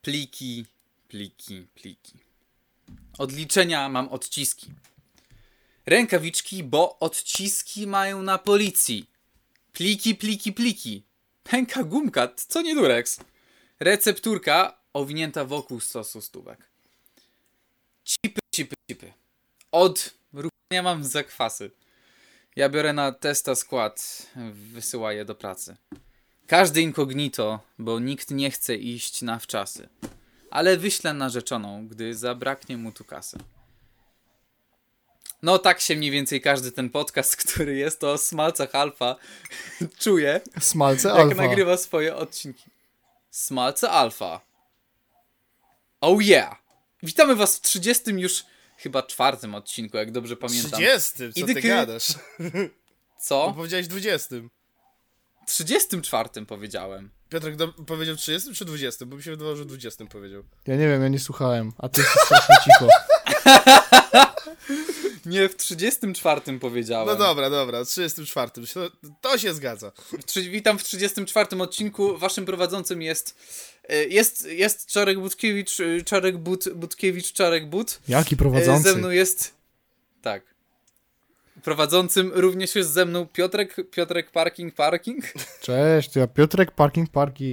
Pliki, pliki, pliki. Odliczenia mam odciski. Rękawiczki, bo odciski mają na policji. Pliki, pliki, pliki. Pęka gumka, co nie Durex. Recepturka owinięta wokół stosu stówek. Cipy, cipy, cipy. Od ruchania mam zakwasy. Ja biorę na testa skład, wysyła je do pracy. Każdy incognito, bo nikt nie chce iść na wczasy. Ale wyślę narzeczoną, gdy zabraknie mu tu kasy. No tak się mniej więcej każdy ten podcast, który jest o Smalcach Alfa, czuje, Smalce jak Alfa. nagrywa swoje odcinki. Smalce Alfa. Oh yeah! Witamy was w 30 już chyba 4 odcinku, jak dobrze pamiętam. 30? Co ty gadasz? Co? No powiedziałeś 20. 34 powiedziałem. Piotrek powiedział 30 czy 20? Bo mi się wydawało, że 20 powiedział. Ja nie wiem, ja nie słuchałem, a ty jesteś strasznie cicho. Nie, w 34 powiedziałem. No dobra, 34. To się zgadza. Witam w 34 odcinku. Waszym prowadzącym jest Czarek Budkiewicz, Czarek But. Jaki prowadzący? Ze mną jest... Tak. Prowadzącym również jest ze mną Piotrek Parking. Cześć, to ja Piotrek Parking.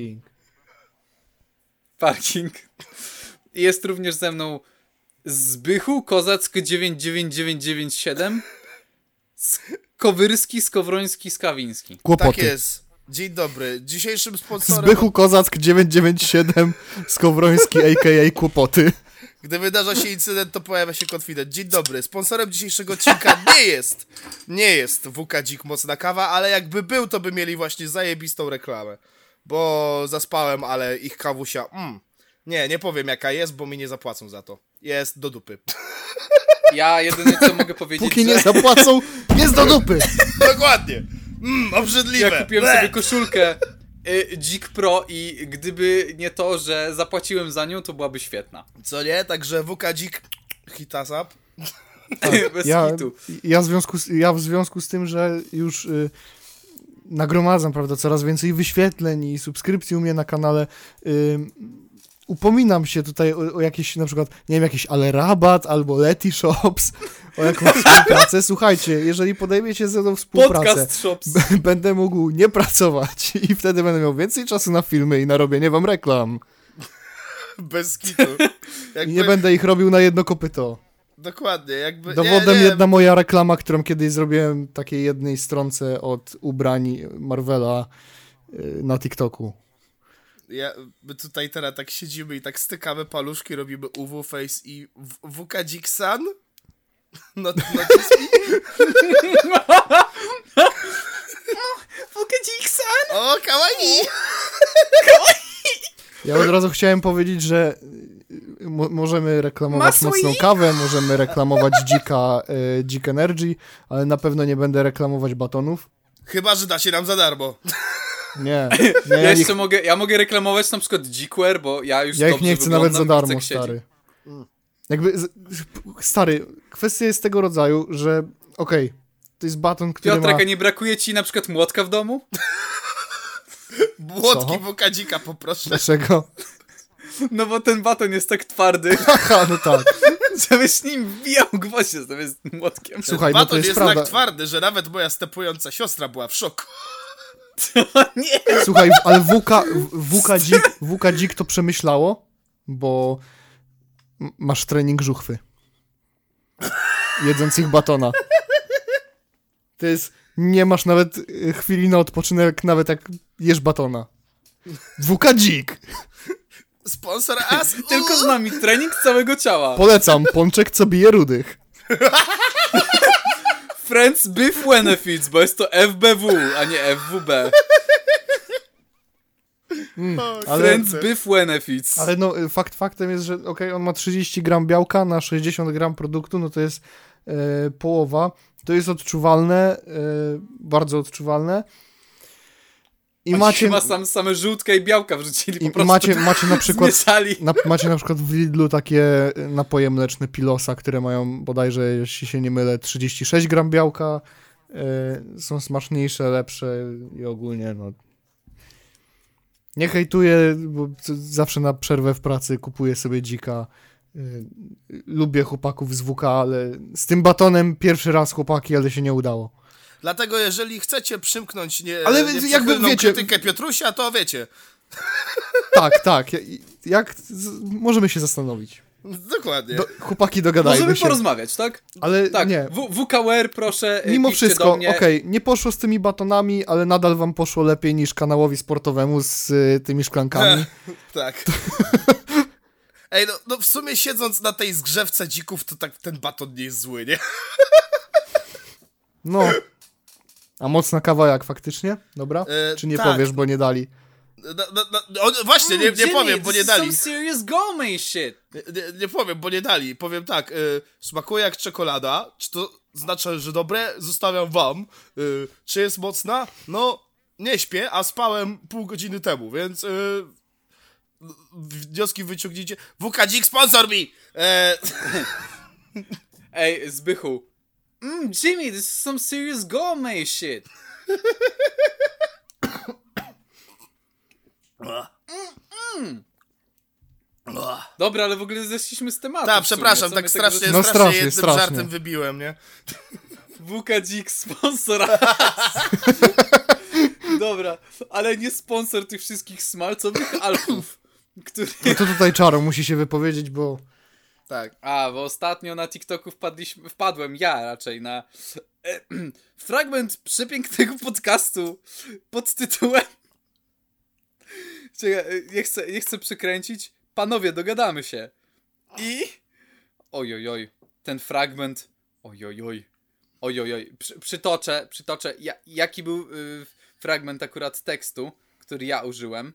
Jest również ze mną Zbychu Kozack 99997, Skowyrski, Skowroński, Skawiński. Kłopoty. Tak jest. Dzień dobry. Dzisiejszym sponsorem... Zbychu Kozack 997, Skowroński a.k.a. Kłopoty. Gdy wydarza się incydent, to pojawia się konfident. Dzień dobry. Sponsorem dzisiejszego odcinka nie jest WK Dzik Mocna Kawa, ale jakby był, to by mieli właśnie zajebistą reklamę. Bo zaspałem, ale ich kawusia... Nie powiem jaka jest, bo mi nie zapłacą za to. Jest do dupy. Ja jedyne co mogę powiedzieć, Póki że nie zapłacą, jest do dupy. Dokładnie. Obrzydliwe. ja kupiłem sobie koszulkę Dzik Pro i gdyby nie to, że zapłaciłem za nią, to byłaby świetna. Co nie? Także WK Dzik hitasap. Bez Ja, hitu. ja w związku z tym, że już nagromadzam, prawda, coraz więcej wyświetleń i subskrypcji u mnie na kanale, upominam się tutaj o jakieś, na przykład, nie wiem, jakiś Ale Rabat albo Leti Shops, o jakąś współpracę. Słuchajcie, jeżeli podejmiecie ze mną współpracę, Podcast Shops. będę mógł nie pracować i wtedy będę miał więcej czasu na filmy i na robienie wam reklam. Bez kitu. I nie będę ich robił na jedno kopyto. Dokładnie, jakby... Dowodem nie. jedna moja reklama, którą kiedyś zrobiłem takiej jednej stronce od ubrań Marvela na TikToku. My tutaj teraz tak siedzimy i tak stykamy paluszki, robimy UW Face i WK Dzik-san? No Fukadzik-san! O, kawaii! Ja od razu chciałem powiedzieć, że możemy reklamować Masui? mocną kawę, możemy reklamować Dzik Energy, ale na pewno nie będę reklamować batonów. Chyba, że da się nam za darmo. Nie, Ja mogę reklamować na przykład Dickware, bo ja już ja ich dobrze nie chcę nawet za wyglądam, darmo, chcę siedzieć. stary. Jakby, stary, kwestia jest tego rodzaju, że okej, to jest baton, który Piotrek, ma... a nie brakuje ci na przykład młotka w domu? Młotki Co? WK Dzika poproszę. Dlaczego? No bo ten baton jest tak twardy, Aha, no tak. żebyś nim wbijał gwoździe zamiast młotkiem. Słuchaj, no to Baton jest jest prawda. tak twardy, że nawet moja stepująca siostra była w szoku. Nie! Słuchaj, ale WK Dzik to przemyślało, bo masz trening żuchwy. Jedząc ich batona. To jest... Nie masz nawet chwili na odpoczynek, nawet jak jesz batona. WK Dzik! Sponsor As. Tylko z nami trening całego ciała. Polecam, pączek co bije rudych. Friends Beef Benefits, bo jest to FBW, a nie FWB. Ale, Friends Beef Benefits. ale no, faktem jest, że okej, on ma 30 gram białka na 60 gram produktu, no to jest połowa. To jest odczuwalne, bardzo odczuwalne. I macie... Chyba same żółtka i białka wrzucili po I prostu. macie na przykład Zmieszali. macie na przykład w Lidlu takie napoje mleczne Pilosa, które mają bodajże, jeśli się nie mylę, 36 gram białka. Są smaczniejsze, lepsze i ogólnie no. Nie hejtuję, bo zawsze na przerwę w pracy kupuję sobie dzika. Lubię chłopaków z WK, ale z tym batonem pierwszy raz chłopaki, ale się nie udało. Dlatego jeżeli chcecie przymknąć Ale nie jakby wiecie... krytykę Piotrusia, to wiecie. Tak. Możemy się zastanowić. Dokładnie. Chłopaki, dogadajmy Możemy się. porozmawiać, tak? Ale Tak, nie. WKWR, proszę, Mimo piszcie wszystko, do mnie. okej, nie poszło z tymi batonami, ale nadal wam poszło lepiej niż kanałowi sportowemu z tymi szklankami. Tak. Ej, no w sumie siedząc na tej zgrzewce dzików, to tak ten baton nie jest zły, nie? No. A mocna kawa jak faktycznie? Dobra? Czy nie tak. powiesz, bo nie dali? Właśnie, nie Jimmy, powiem, bo this nie is dali. some serious gourmet shit. Nie powiem, bo nie dali. Powiem tak, smakuje jak czekolada. Czy to znaczy, że dobre? Zostawiam wam. Czy jest mocna? No, nie śpię, a spałem pół godziny temu, więc wnioski wyciągnijcie. WKDzik, sponsor mi! Ej, Zbychu. Jimmy, this is some serious gourmet shit. Dobra, ale w ogóle zeszliśmy z tematu. Tak, w sumie. przepraszam, Co tak my strasznie, tego No strasznie, jednym strasznie. żartem wybiłem, nie? WKDzik sponsora. Dobra, ale nie sponsor tych wszystkich smalcowych alfów, który... No to tutaj Czaro musi się wypowiedzieć, bo... Tak. Bo ostatnio na TikToku wpadłem ja raczej na fragment przepięknego podcastu pod tytułem czekaj, nie chcę przekręcić. Panowie, dogadamy się. I ojojoj, ten fragment ojojoj, przytoczę jaki był fragment akurat tekstu, który ja użyłem.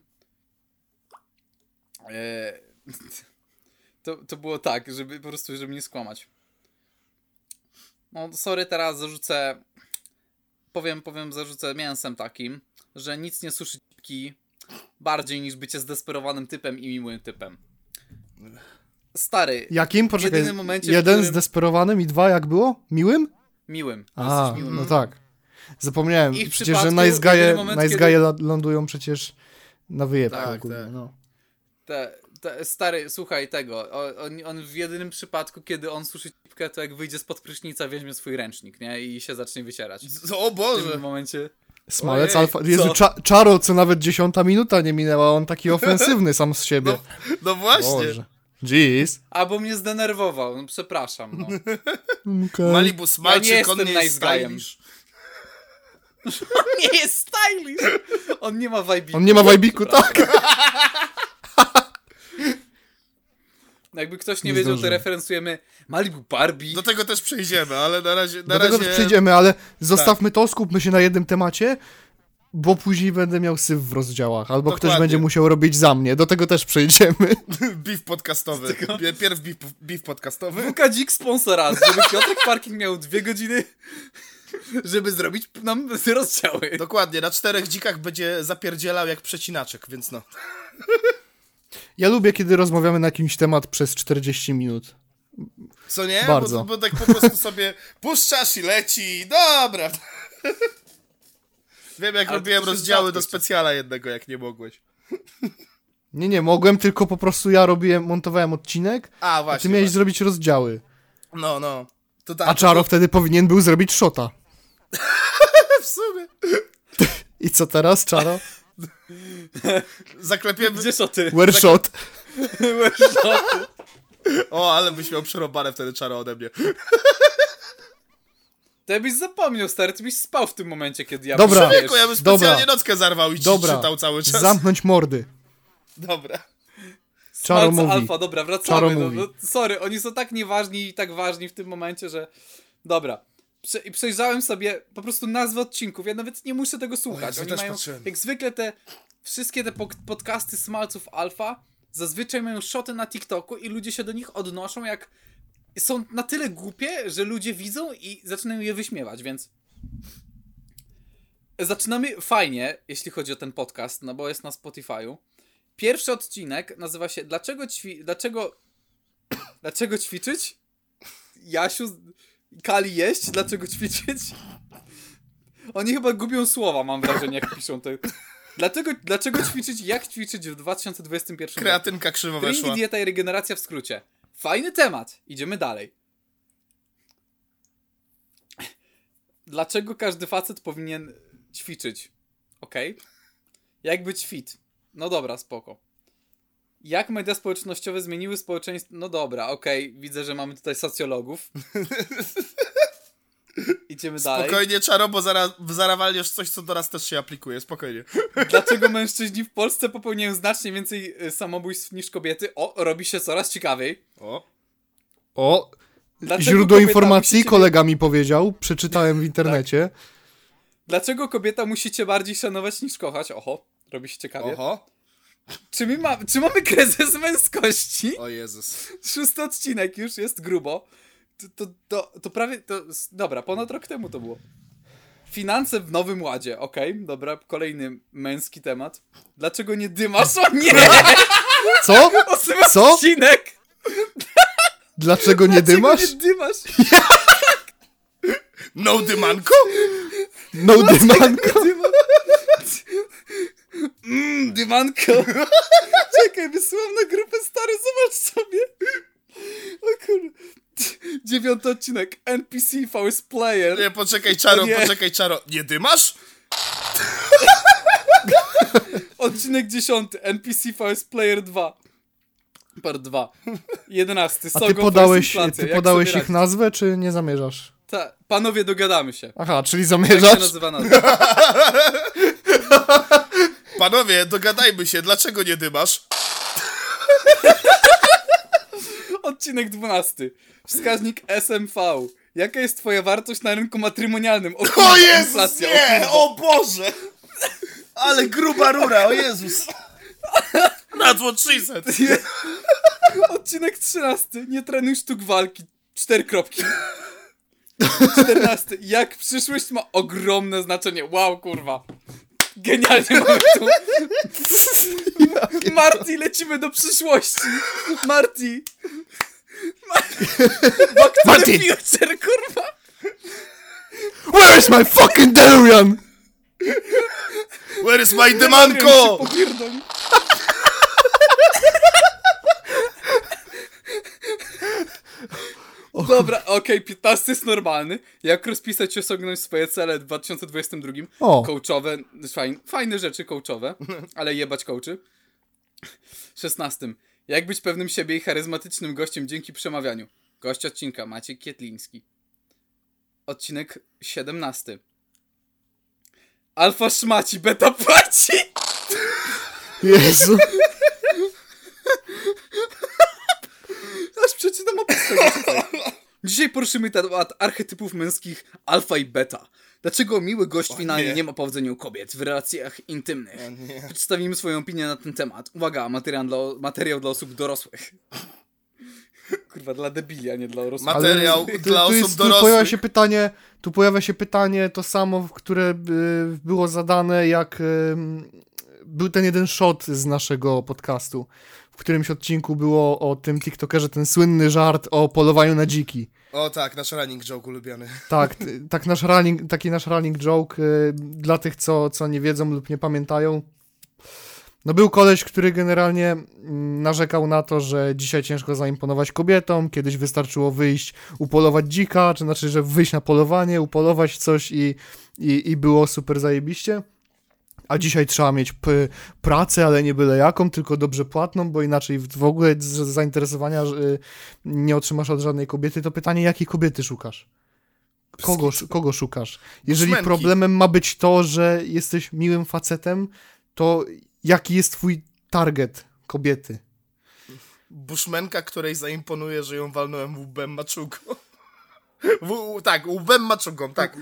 To było tak, żeby po prostu, żeby nie skłamać. No, sorry, teraz zarzucę... Zarzucę mięsem takim, że nic nie suszy cipki bardziej niż bycie zdesperowanym typem i miłym typem. Stary. Jakim? Poczekaj, jedynym momencie, jeden w którym... zdesperowanym i 2 jak było? Miłym? Miłym. A, Jesteś miłym. no tak. Zapomniałem, I w przecież, że przypadku jedyny moment, nice kiedy- guye lądują przecież na wyjebku Tak, ogólnie, tak. no. Stary, słuchaj tego. On w jedynym przypadku, kiedy on suszy cipkę, to jak wyjdzie spod prysznica, weźmie swój ręcznik, nie? I się zacznie wycierać. O W Boże! tym momencie... Smalec Ojej, alfa... Jezu, Czaro, co nawet 10 minuta nie minęła, on taki ofensywny sam z siebie. No właśnie. Boże. Jeez. Albo mnie zdenerwował, no przepraszam, no. Okay. Malibu Smalczyk, Ja nie on jestem nie jest nice guyem. stylish. Nie jest stylish! On nie ma vibe. On nie ma wajbiku, tak? Jakby ktoś nie Nie wiedział, to zdążyłem. referencjujemy Malibu Barbie. Do tego też przejdziemy, ale na razie... Do tego też przejdziemy, ale zostawmy to, skupmy się na jednym temacie, bo później będę miał syf w rozdziałach, albo ktoś Dokładnie. będzie musiał robić za mnie. Do tego też przejdziemy. Beef podcastowy. Pierw beef podcastowy. WKDzik sponsora, żeby Piotrek Parking miał 2 godziny, żeby zrobić nam rozdziały. Dokładnie, na 4 dzikach będzie zapierdzielał jak przecinaczek, więc no. Ja lubię, kiedy rozmawiamy na jakiś temat przez 40 minut. Co nie? Bardzo. Bo tak po prostu sobie puszczasz i leci. Dobra. Wiem, jak Ale robiłem to jest rozdziały do rzadkość. specjala jednego, jak nie mogłeś. Nie, mogłem, tylko po prostu ja montowałem odcinek, A, a ty właśnie. miałeś właśnie. zrobić rozdziały. No. To tak. A Czaro wtedy powinien był zrobić shota. W sumie. I co teraz, Czaro? Zaklepiemy. Gdzie są ty? Where shot? O, ale byś miał przerobane wtedy czaro ode mnie. To byś zapomniał, stary, ty byś spał w tym momencie, kiedy ja Dobra. wiesz, Człowieku, ja bym specjalnie Dobra. nockę zarwał i ci Dobra, czytał cały czas. zamknąć mordy. Dobra. Czaro Smalca mówi. Alfa, dobra, Czaro wracamy. mówi. No, sorry, oni są tak nieważni i tak ważni w tym momencie, że... Dobra. I przejrzałem sobie po prostu nazwę odcinków. Ja nawet nie muszę tego słuchać. Jezu, Oni też mają, patrzyłem. jak zwykle wszystkie te podcasty Smalców Alfa zazwyczaj mają shoty na TikToku i ludzie się do nich odnoszą jak... Są na tyle głupie, że ludzie widzą i zaczynają je wyśmiewać, więc... Zaczynamy fajnie, jeśli chodzi o ten podcast, no bo jest na Spotify'u. Pierwszy odcinek nazywa się Dlaczego ćwiczyć? Jasiu, Kali jeść? Dlaczego ćwiczyć? Oni chyba gubią słowa, mam wrażenie, jak piszą te... Dlaczego ćwiczyć? Jak ćwiczyć w 2021 roku? Kreatynka krzywo Trening, weszła. dieta i regeneracja w skrócie. Fajny temat. Idziemy dalej. Dlaczego każdy facet powinien ćwiczyć? Okej. Jak być fit? No dobra, spoko. Jak media społecznościowe zmieniły społeczeństwo? No dobra, okej. Widzę, że mamy tutaj socjologów. Idziemy dalej. Spokojnie, Czaro, bo zaraz walniesz coś, co do nas też się aplikuje. Spokojnie. Dlaczego mężczyźni w Polsce popełniają znacznie więcej samobójstw niż kobiety? O, robi się coraz ciekawiej. O, Dlaczego źródło kobieta informacji, musi cię- kolega mi powiedział, przeczytałem w internecie. Dlaczego kobieta musi cię bardziej szanować niż kochać? Oho, robi się ciekawie. Oho. Czy mamy kryzys męskości? O Jezus. 6 odcinek już jest grubo. To prawie... Dobra, ponad rok temu to było. Finanse w Nowym Ładzie, okej, dobra, kolejny męski temat. Dlaczego nie dymasz? O nie! Co? 8 Co? odcinek! Dlaczego nie dymasz? Dlaczego nie dymasz? No dymanko? No dymanko. Dymanko. Czekaj, wysyłam na grupę, stary, zobacz sobie. O kurde. 9 odcinek. NPC vs Player. Nie, poczekaj, Czaro. Nie dymasz? Odcinek 10. NPC vs Player 2. Part 2. 11. A ty Sogo podałeś, vs. Inflacja. ty Jak podałeś sobie ich nazwę, czy nie zamierzasz? Panowie, dogadamy się. Aha, czyli Jak się zamierzasz? nazywa nazwa? Panowie, dogadajmy się, dlaczego nie dymasz? Odcinek 12. Wskaźnik SMV. Jaka jest twoja wartość na rynku matrymonialnym? O Jezus, inflacja, nie! kurwa. O Boże! Ale gruba rura, o Jezus! That's what she said. Odcinek 13. Nie trenuj sztuk walki. 4 kropki. 14. Jak przyszłość ma ogromne znaczenie. Wow, kurwa. Genialnie mamy tu. Marty, lecimy do przyszłości. Marty. Back to Marty. the future, kurwa. Where is my fucking DeLorean? Where is my dymanko? Popierdol. Dobra, okej, 15 jest normalny. Jak rozpisać i osiągnąć swoje cele w 2022? O. Coachowe, fajne rzeczy coachowe, ale jebać coachy. 16. Jak być pewnym siebie i charyzmatycznym gościem dzięki przemawianiu? Gość odcinka, Maciek Kietliński. Odcinek 17. Alfa szmaci, beta płaci! Jezu. Aż przeczytam opis tego tutaj. Dzisiaj poruszymy temat archetypów męskich alfa i beta. Dlaczego miły gość finalnie nie ma powodzenia u kobiet w relacjach intymnych? Przedstawimy swoją opinię na ten temat. Uwaga, materiał dla osób dorosłych. Kurwa, dla debili, a nie dla dorosłych. Materiał dla osób Tu dorosłych. pojawia się pytanie, to samo, które było zadane, jak był ten jeden shot z naszego podcastu. W którymś odcinku było o tym TikTokerze, ten słynny żart o polowaniu na dziki. O tak, nasz running joke ulubiony. Tak, taki nasz running joke dla tych, co nie wiedzą lub nie pamiętają. No był koleś, który generalnie narzekał na to, że dzisiaj ciężko zaimponować kobietom, kiedyś wystarczyło wyjść, upolować dzika, czy znaczy, że wyjść na polowanie, upolować coś i było super zajebiście. A dzisiaj trzeba mieć pracę, ale nie byle jaką, tylko dobrze płatną, bo inaczej w ogóle z zainteresowania nie otrzymasz od żadnej kobiety. To pytanie, jakiej kobiety szukasz? Kogo szukasz? Jeżeli Szmenki. problemem ma być to, że jesteś miłym facetem, to jaki jest twój target kobiety? Bushmenka, której zaimponuje, że ją walnąłem łbem maczugą. Tak, łbem maczugą, tak.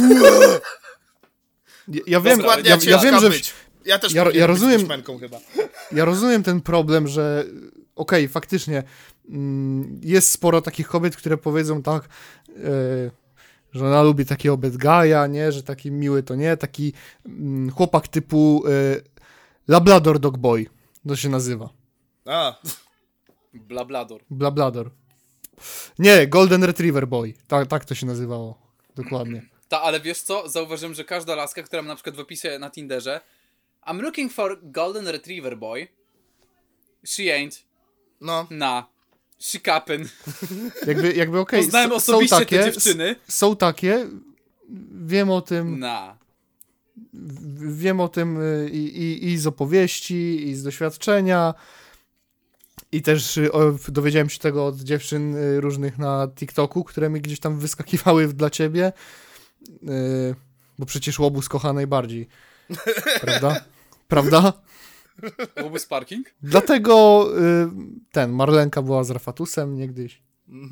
Ja wiem, Dokładnie ja jak wiem, że być. Ja też ja powinienem być rozumiem- Bushmenką chyba. ja rozumiem ten problem, że okej, faktycznie jest sporo takich kobiet, które powiedzą tak, że ona lubi takiego bad guy'a, nie, że taki miły to nie, taki chłopak typu Labrador Dog Boy, to się nazywa. A, Blablador. Blablador. Nie, Golden Retriever Boy, tak to się nazywało, dokładnie. Ale wiesz co? Zauważyłem, że każda laska, która ma na przykład w opisie na Tinderze I'm looking for golden retriever boy. She ain't. No. Nah. She capping. Jakby okej, Poznałem są osobiście takie, te dziewczyny. Są takie, wiem o tym, Nah. wiem o tym i z opowieści, i z doświadczenia. I też dowiedziałem się tego od dziewczyn różnych na TikToku, które mi gdzieś tam wyskakiwały dla ciebie. Bo przecież łobuz kocha najbardziej. Prawda? Prawda? Łobuz parking? Dlatego Marlenka była z Rafatusem niegdyś.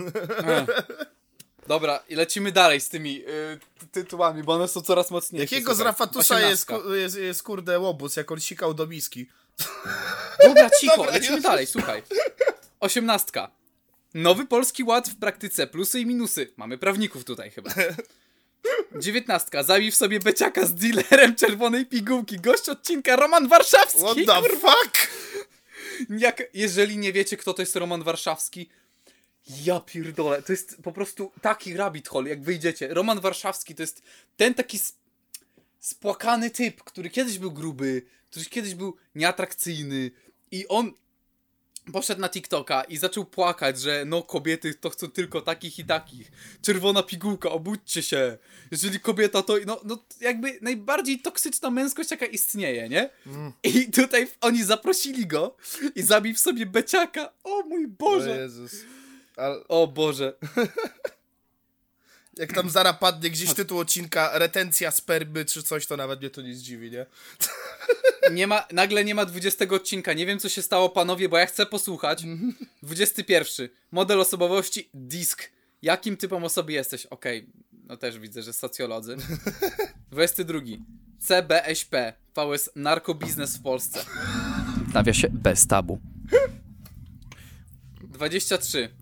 Dobra, i lecimy dalej z tymi tytułami, bo one są coraz mocniejsze. Jakiego z Słuchaj, Rafatusa jest, 18. jest kurde łobuz, jak on sikał do miski? Dobra, cicho, Dobra, lecimy już. dalej, słuchaj. 18. Nowy Polski Ład w praktyce, plusy i minusy. Mamy prawników tutaj chyba. 19. Zabij w sobie beciaka z dealerem czerwonej pigułki. Gość odcinka Roman Warszawski. What the fuck? Jeżeli nie wiecie, kto to jest Roman Warszawski, ja pierdolę, to jest po prostu taki rabbit hole, jak wyjdziecie. Roman Warszawski to jest ten taki spłakany typ, który kiedyś był gruby, który kiedyś był nieatrakcyjny i on poszedł na TikToka i zaczął płakać, że no kobiety to chcą tylko takich i takich. Czerwona pigułka, obudźcie się. Jeżeli kobieta to... No jakby najbardziej toksyczna męskość jaka istnieje, nie? I tutaj oni zaprosili go i zabił w sobie beciaka. O mój O Boże. Jezus. O Boże. Jak tam zaraz padnie gdzieś tytuł odcinka retencja spermy czy coś, to nawet mnie to nie zdziwi, nie? Nagle nie ma 20 odcinka. Nie wiem, co się stało, panowie, bo ja chcę posłuchać. 21. Model osobowości DISK. Jakim typem osoby jesteś? Okej, no też widzę, że socjolodzy. 22. CBŚP. VS Narkobiznes w Polsce. Stawia się bez tabu. 23.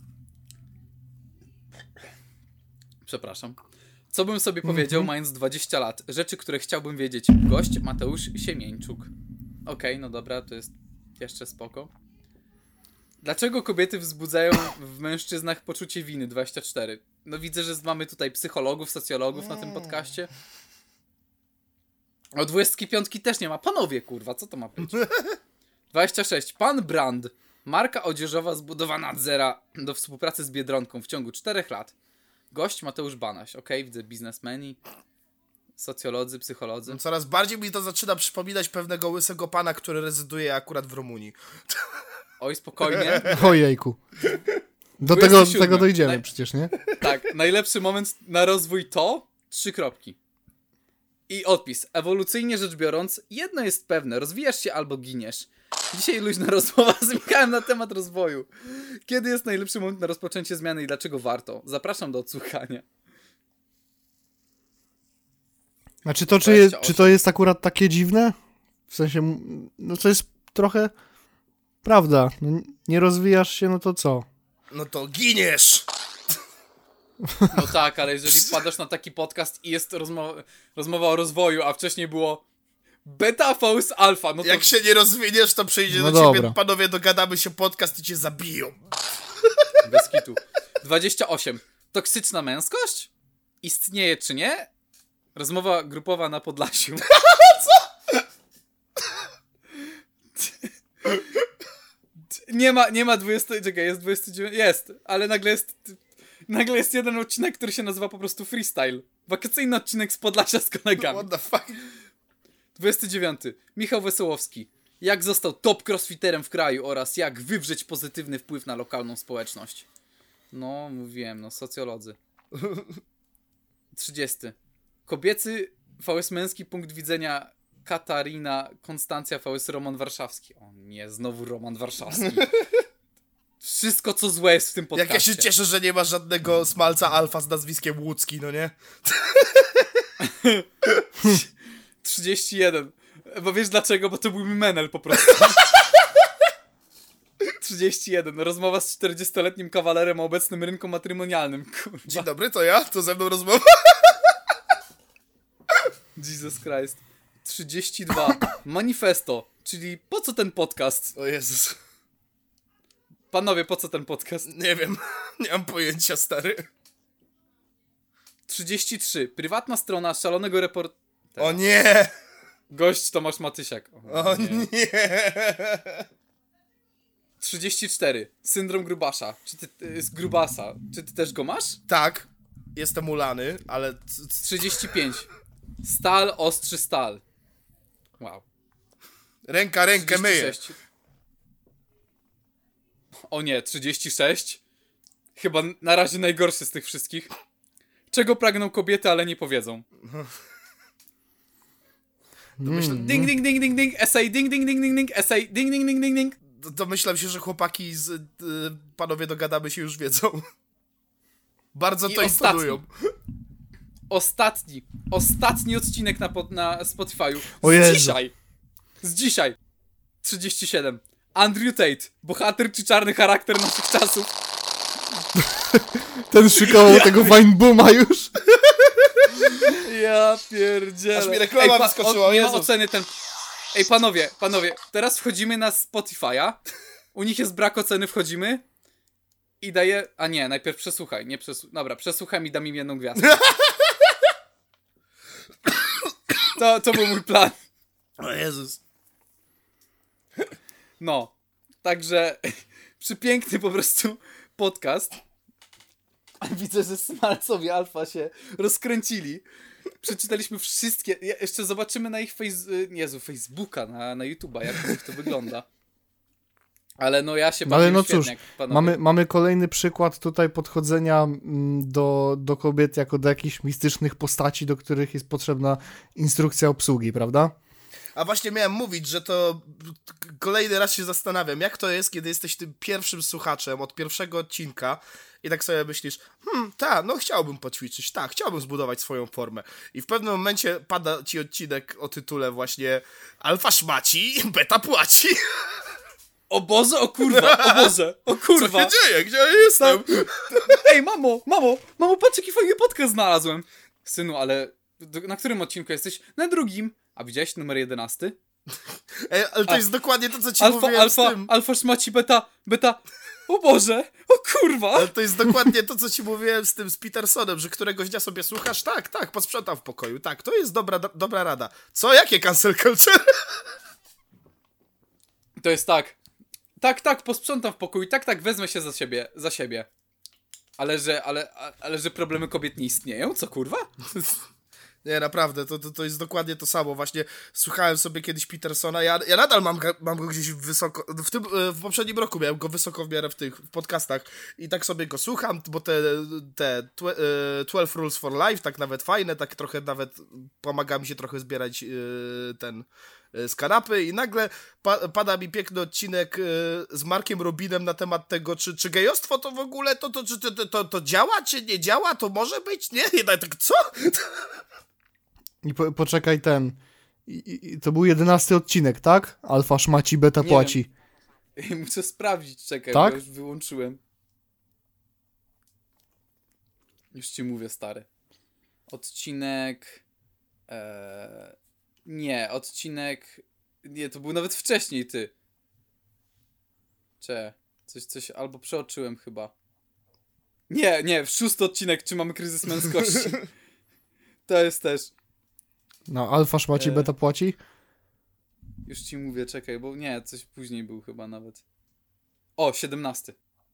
Przepraszam. Co bym sobie powiedział, mając 20 lat? Rzeczy, które chciałbym wiedzieć. Gość Mateusz Siemieńczuk. Okej, no dobra, to jest jeszcze spoko. Dlaczego kobiety wzbudzają w mężczyznach poczucie winy? 24. No widzę, że mamy tutaj psychologów, socjologów na tym podcaście. O 25 też nie ma. Panowie, kurwa, co to ma być? 26. Pan Brand. Marka odzieżowa zbudowana od zera do współpracy z Biedronką w ciągu 4 lat. Gość Mateusz Banaś. Okej, widzę biznesmeni, socjolodzy, psycholodzy. Coraz bardziej mi to zaczyna przypominać pewnego łysego pana, który rezyduje akurat w Rumunii. Oj, spokojnie. Ojejku. Do 27. tego dojdziemy przecież, nie? Tak, najlepszy moment na rozwój to 3 kropki. I odpis. Ewolucyjnie rzecz biorąc, jedno jest pewne. Rozwijasz się albo giniesz. Dzisiaj luźna rozmowa z Michałem na temat rozwoju. Kiedy jest najlepszy moment na rozpoczęcie zmiany i dlaczego warto? Zapraszam do odsłuchania. A czy to jest akurat takie dziwne? W sensie, no to jest trochę prawda. No, nie rozwijasz się, no to co? No to giniesz! No tak, ale jeżeli wpadasz na taki podcast i jest rozmowa o rozwoju, a wcześniej było beta vs alfa, no to... Jak się nie rozwiniesz, to przyjdzie No do ciebie, dobra. panowie, dogadamy się podcast i cię zabiją. Bez kitu. 28. Toksyczna męskość? Istnieje czy nie? Rozmowa grupowa na Podlasiu. Co? Nie ma 20... Czekaj, jest 29... Jest, ale nagle jest jeden odcinek, który się nazywa po prostu freestyle. Wakacyjny odcinek z Podlasia z kolegami. What the fuck? 29. Michał Wesołowski. Jak został top crossfiterem w kraju oraz jak wywrzeć pozytywny wpływ na lokalną społeczność. No, mówiłem, no, socjolodzy. 30. Kobiecy VS męski punkt widzenia Katarina Konstancja VS Roman Warszawski. O nie, znowu Roman Warszawski. Wszystko co złe jest w tym podcaście. Jak ja się cieszę, że nie ma żadnego smalca alfa z nazwiskiem Łódzki, no nie? 31. Bo wiesz dlaczego? Bo to był mi menel po prostu. 31. Rozmowa z 40-letnim kawalerem o obecnym rynku matrymonialnym. Kurwa. Dzień dobry, to ja? To ze mną rozmowa? Jesus Christ. 32. Manifesto. Czyli po co ten podcast? O Jezus. Panowie, po co ten podcast? Nie wiem. Nie mam pojęcia, stary. 33. Prywatna strona szalonego reportera. O nie! Gość Tomasz Matysiak. O nie. 34. Syndrom Grubasza. Z Grubasa. Czy ty też go masz? Tak, jestem ulany, ale... 35. Stal, ostrzy stal. Wow. Ręka rękę myje. 36. O nie, 36. Chyba na razie najgorszy z tych wszystkich. Czego pragną kobiety, ale nie powiedzą. Ding, ding, ding, ding, ding, essay, ding, ding, ding, ding, ding, essay, ding, ding, ding, ding, ding. Domyślam się, że chłopaki z panowie dogadamy się już wiedzą. Bardzo I to imponują. Ostatni odcinek na Spotify'u. O Jezu. Z dzisiaj. 37. Andrew Tate. Bohater czy czarny charakter naszych czasów. Ten szykował tego Weinbooma już. Ja pierdzielę. Aż mi reklama wyskoczyła, nie ma Jezus. oceny ten... Ej, panowie, teraz wchodzimy na Spotify'a. U nich jest brak oceny, wchodzimy. I daję... A nie, najpierw przesłuchaj. Dobra, przesłuchaj i dam im jedną gwiazdkę. To był mój plan. O Jezus. No, także przepiękny po prostu podcast. Widzę, że Smalcowi Alfa się rozkręcili. Przeczytaliśmy wszystkie. Jeszcze zobaczymy na ich Facebooka, na YouTube'a, jak u nich to wygląda. Ale no ja się bawię Ale no świetnie, cóż, jak panowie. mamy kolejny przykład tutaj podchodzenia do kobiet jako do jakichś mistycznych postaci, do których jest potrzebna instrukcja obsługi, prawda? A właśnie miałem mówić, że to kolejny raz się zastanawiam, jak to jest, kiedy jesteś tym pierwszym słuchaczem od pierwszego odcinka i tak sobie myślisz, no chciałbym poćwiczyć, chciałbym zbudować swoją formę. I w pewnym momencie pada ci odcinek o tytule właśnie Alfa szmaci, beta płaci. O Boże, o kurwa, o Boże, o kurwa. Co się dzieje? Gdzie ja jestem? Ej, mamo, patrz jaki fajny podcast znalazłem. Synu, ale na którym odcinku jesteś? Na drugim. A widziałeś numer 11? Ej, ale to jest dokładnie to, co ci mówiłem z tym. Alfa szmaci, beta. O Boże, o kurwa. Ale to jest dokładnie to, co ci mówiłem z Petersonem, że któregoś dnia sobie słuchasz, tak, posprzątam w pokoju, to jest dobra rada. Co? Jakie cancel culture? To jest tak. Tak, posprzątam w pokoju, tak, wezmę się za siebie. Ale że problemy kobiet nie istnieją? Co kurwa? Nie, naprawdę, to jest dokładnie to samo. Właśnie słuchałem sobie kiedyś Petersona, ja nadal mam go gdzieś wysoko, w poprzednim roku miałem go wysoko w miarę w podcastach i tak sobie go słucham, bo te 12 Rules for Life, tak nawet fajne, tak trochę nawet pomaga mi się trochę zbierać z kanapy i nagle pada mi piękny odcinek z Markiem Robinem na temat tego, czy gejostwo to w ogóle, to działa, czy nie działa, to może być, nie? I tak, co? I poczekaj to był 11 odcinek, tak? Alfa szmaci, beta Nie płaci. Muszę sprawdzić, czekaj, Tak? bo już wyłączyłem. Już ci mówię, stary. Odcinek... Nie, Nie, to był nawet wcześniej, ty. Coś albo przeoczyłem chyba. Nie, 6 odcinek, czy mamy kryzys męskości. To jest też. No, alfa szmaci, beta płaci? Już ci mówię, czekaj, bo nie, coś później był chyba nawet. O, 17.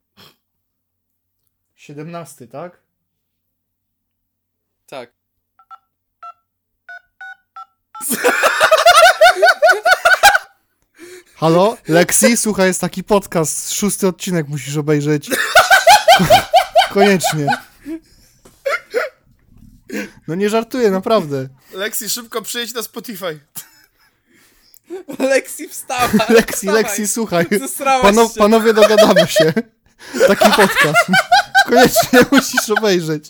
17, tak? Tak. Halo? Lexi? Słuchaj, jest taki podcast, 6 odcinek musisz obejrzeć. Koniecznie. No nie żartuję, naprawdę. Lexi, szybko przyjedź na Spotify. Lexi, wstawaj! Lexi, słuchaj. Zesrałaś się. Panowie, dogadamy się. Taki podcast. Koniecznie musisz obejrzeć.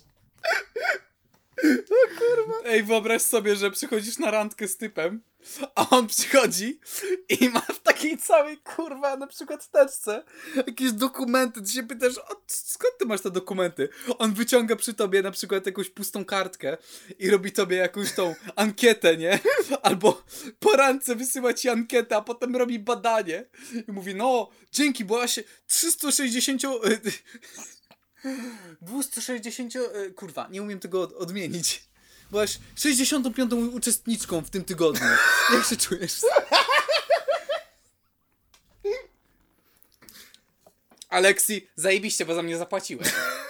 Ej, wyobraź sobie, że przychodzisz na randkę z typem, a on przychodzi i ma w takiej całej, kurwa, na przykład teczce jakieś dokumenty. Ty się pytasz, skąd ty masz te dokumenty? On wyciąga przy tobie na przykład jakąś pustą kartkę i robi tobie jakąś tą ankietę, nie? Albo po randce wysyła ci ankietę, a potem robi badanie i mówi, no, dzięki, bo ja się 260... Kurwa, nie umiem tego odmienić. byłaś 65. uczestniczką w tym tygodniu. Jak się czujesz? Aleksi, zajebiście, bo za mnie zapłaciłeś.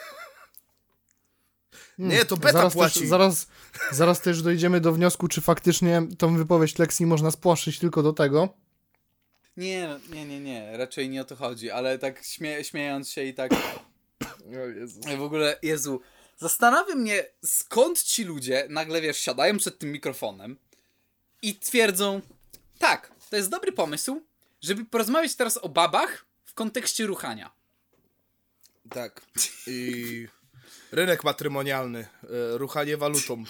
Nie, to beta zaraz płaci. Też, zaraz też dojdziemy do wniosku, czy faktycznie tą wypowiedź Lexi można spłaszczyć tylko do tego. Nie, raczej nie o to chodzi, ale tak śmiejąc się i tak... W ogóle, Jezu, zastanawia mnie, skąd ci ludzie nagle, wiesz, siadają przed tym mikrofonem i twierdzą, tak, to jest dobry pomysł, żeby porozmawiać teraz o babach w kontekście ruchania. Tak. I rynek matrymonialny, ruchanie walutą.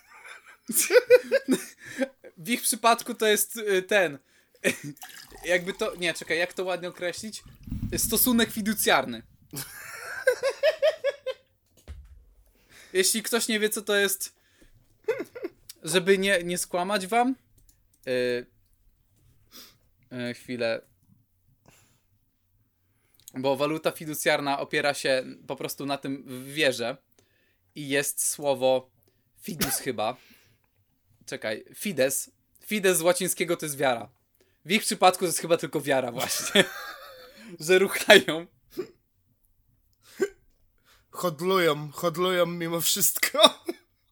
W ich przypadku to jest ten... Jakby to... Nie, czekaj, jak to ładnie określić? Stosunek fiducjarny. Jeśli ktoś nie wie, co to jest, żeby nie skłamać wam, chwilę, bo waluta fiducjarna opiera się po prostu na tym w wierze i jest słowo fidus chyba. Czekaj, fides. Fides z łacińskiego to jest wiara. W ich przypadku to jest chyba tylko wiara właśnie, że ruchają. Hodlują mimo wszystko.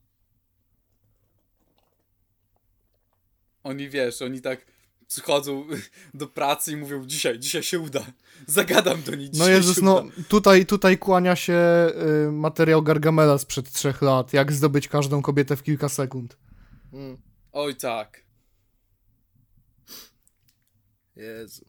Oni, wiesz, oni tak przychodzą do pracy i mówią, dzisiaj się uda. Zagadam do nich, No Jezus, no tutaj kłania się materiał Gargamela sprzed 3 lat, jak zdobyć każdą kobietę w kilka sekund. Oj tak. Jezu.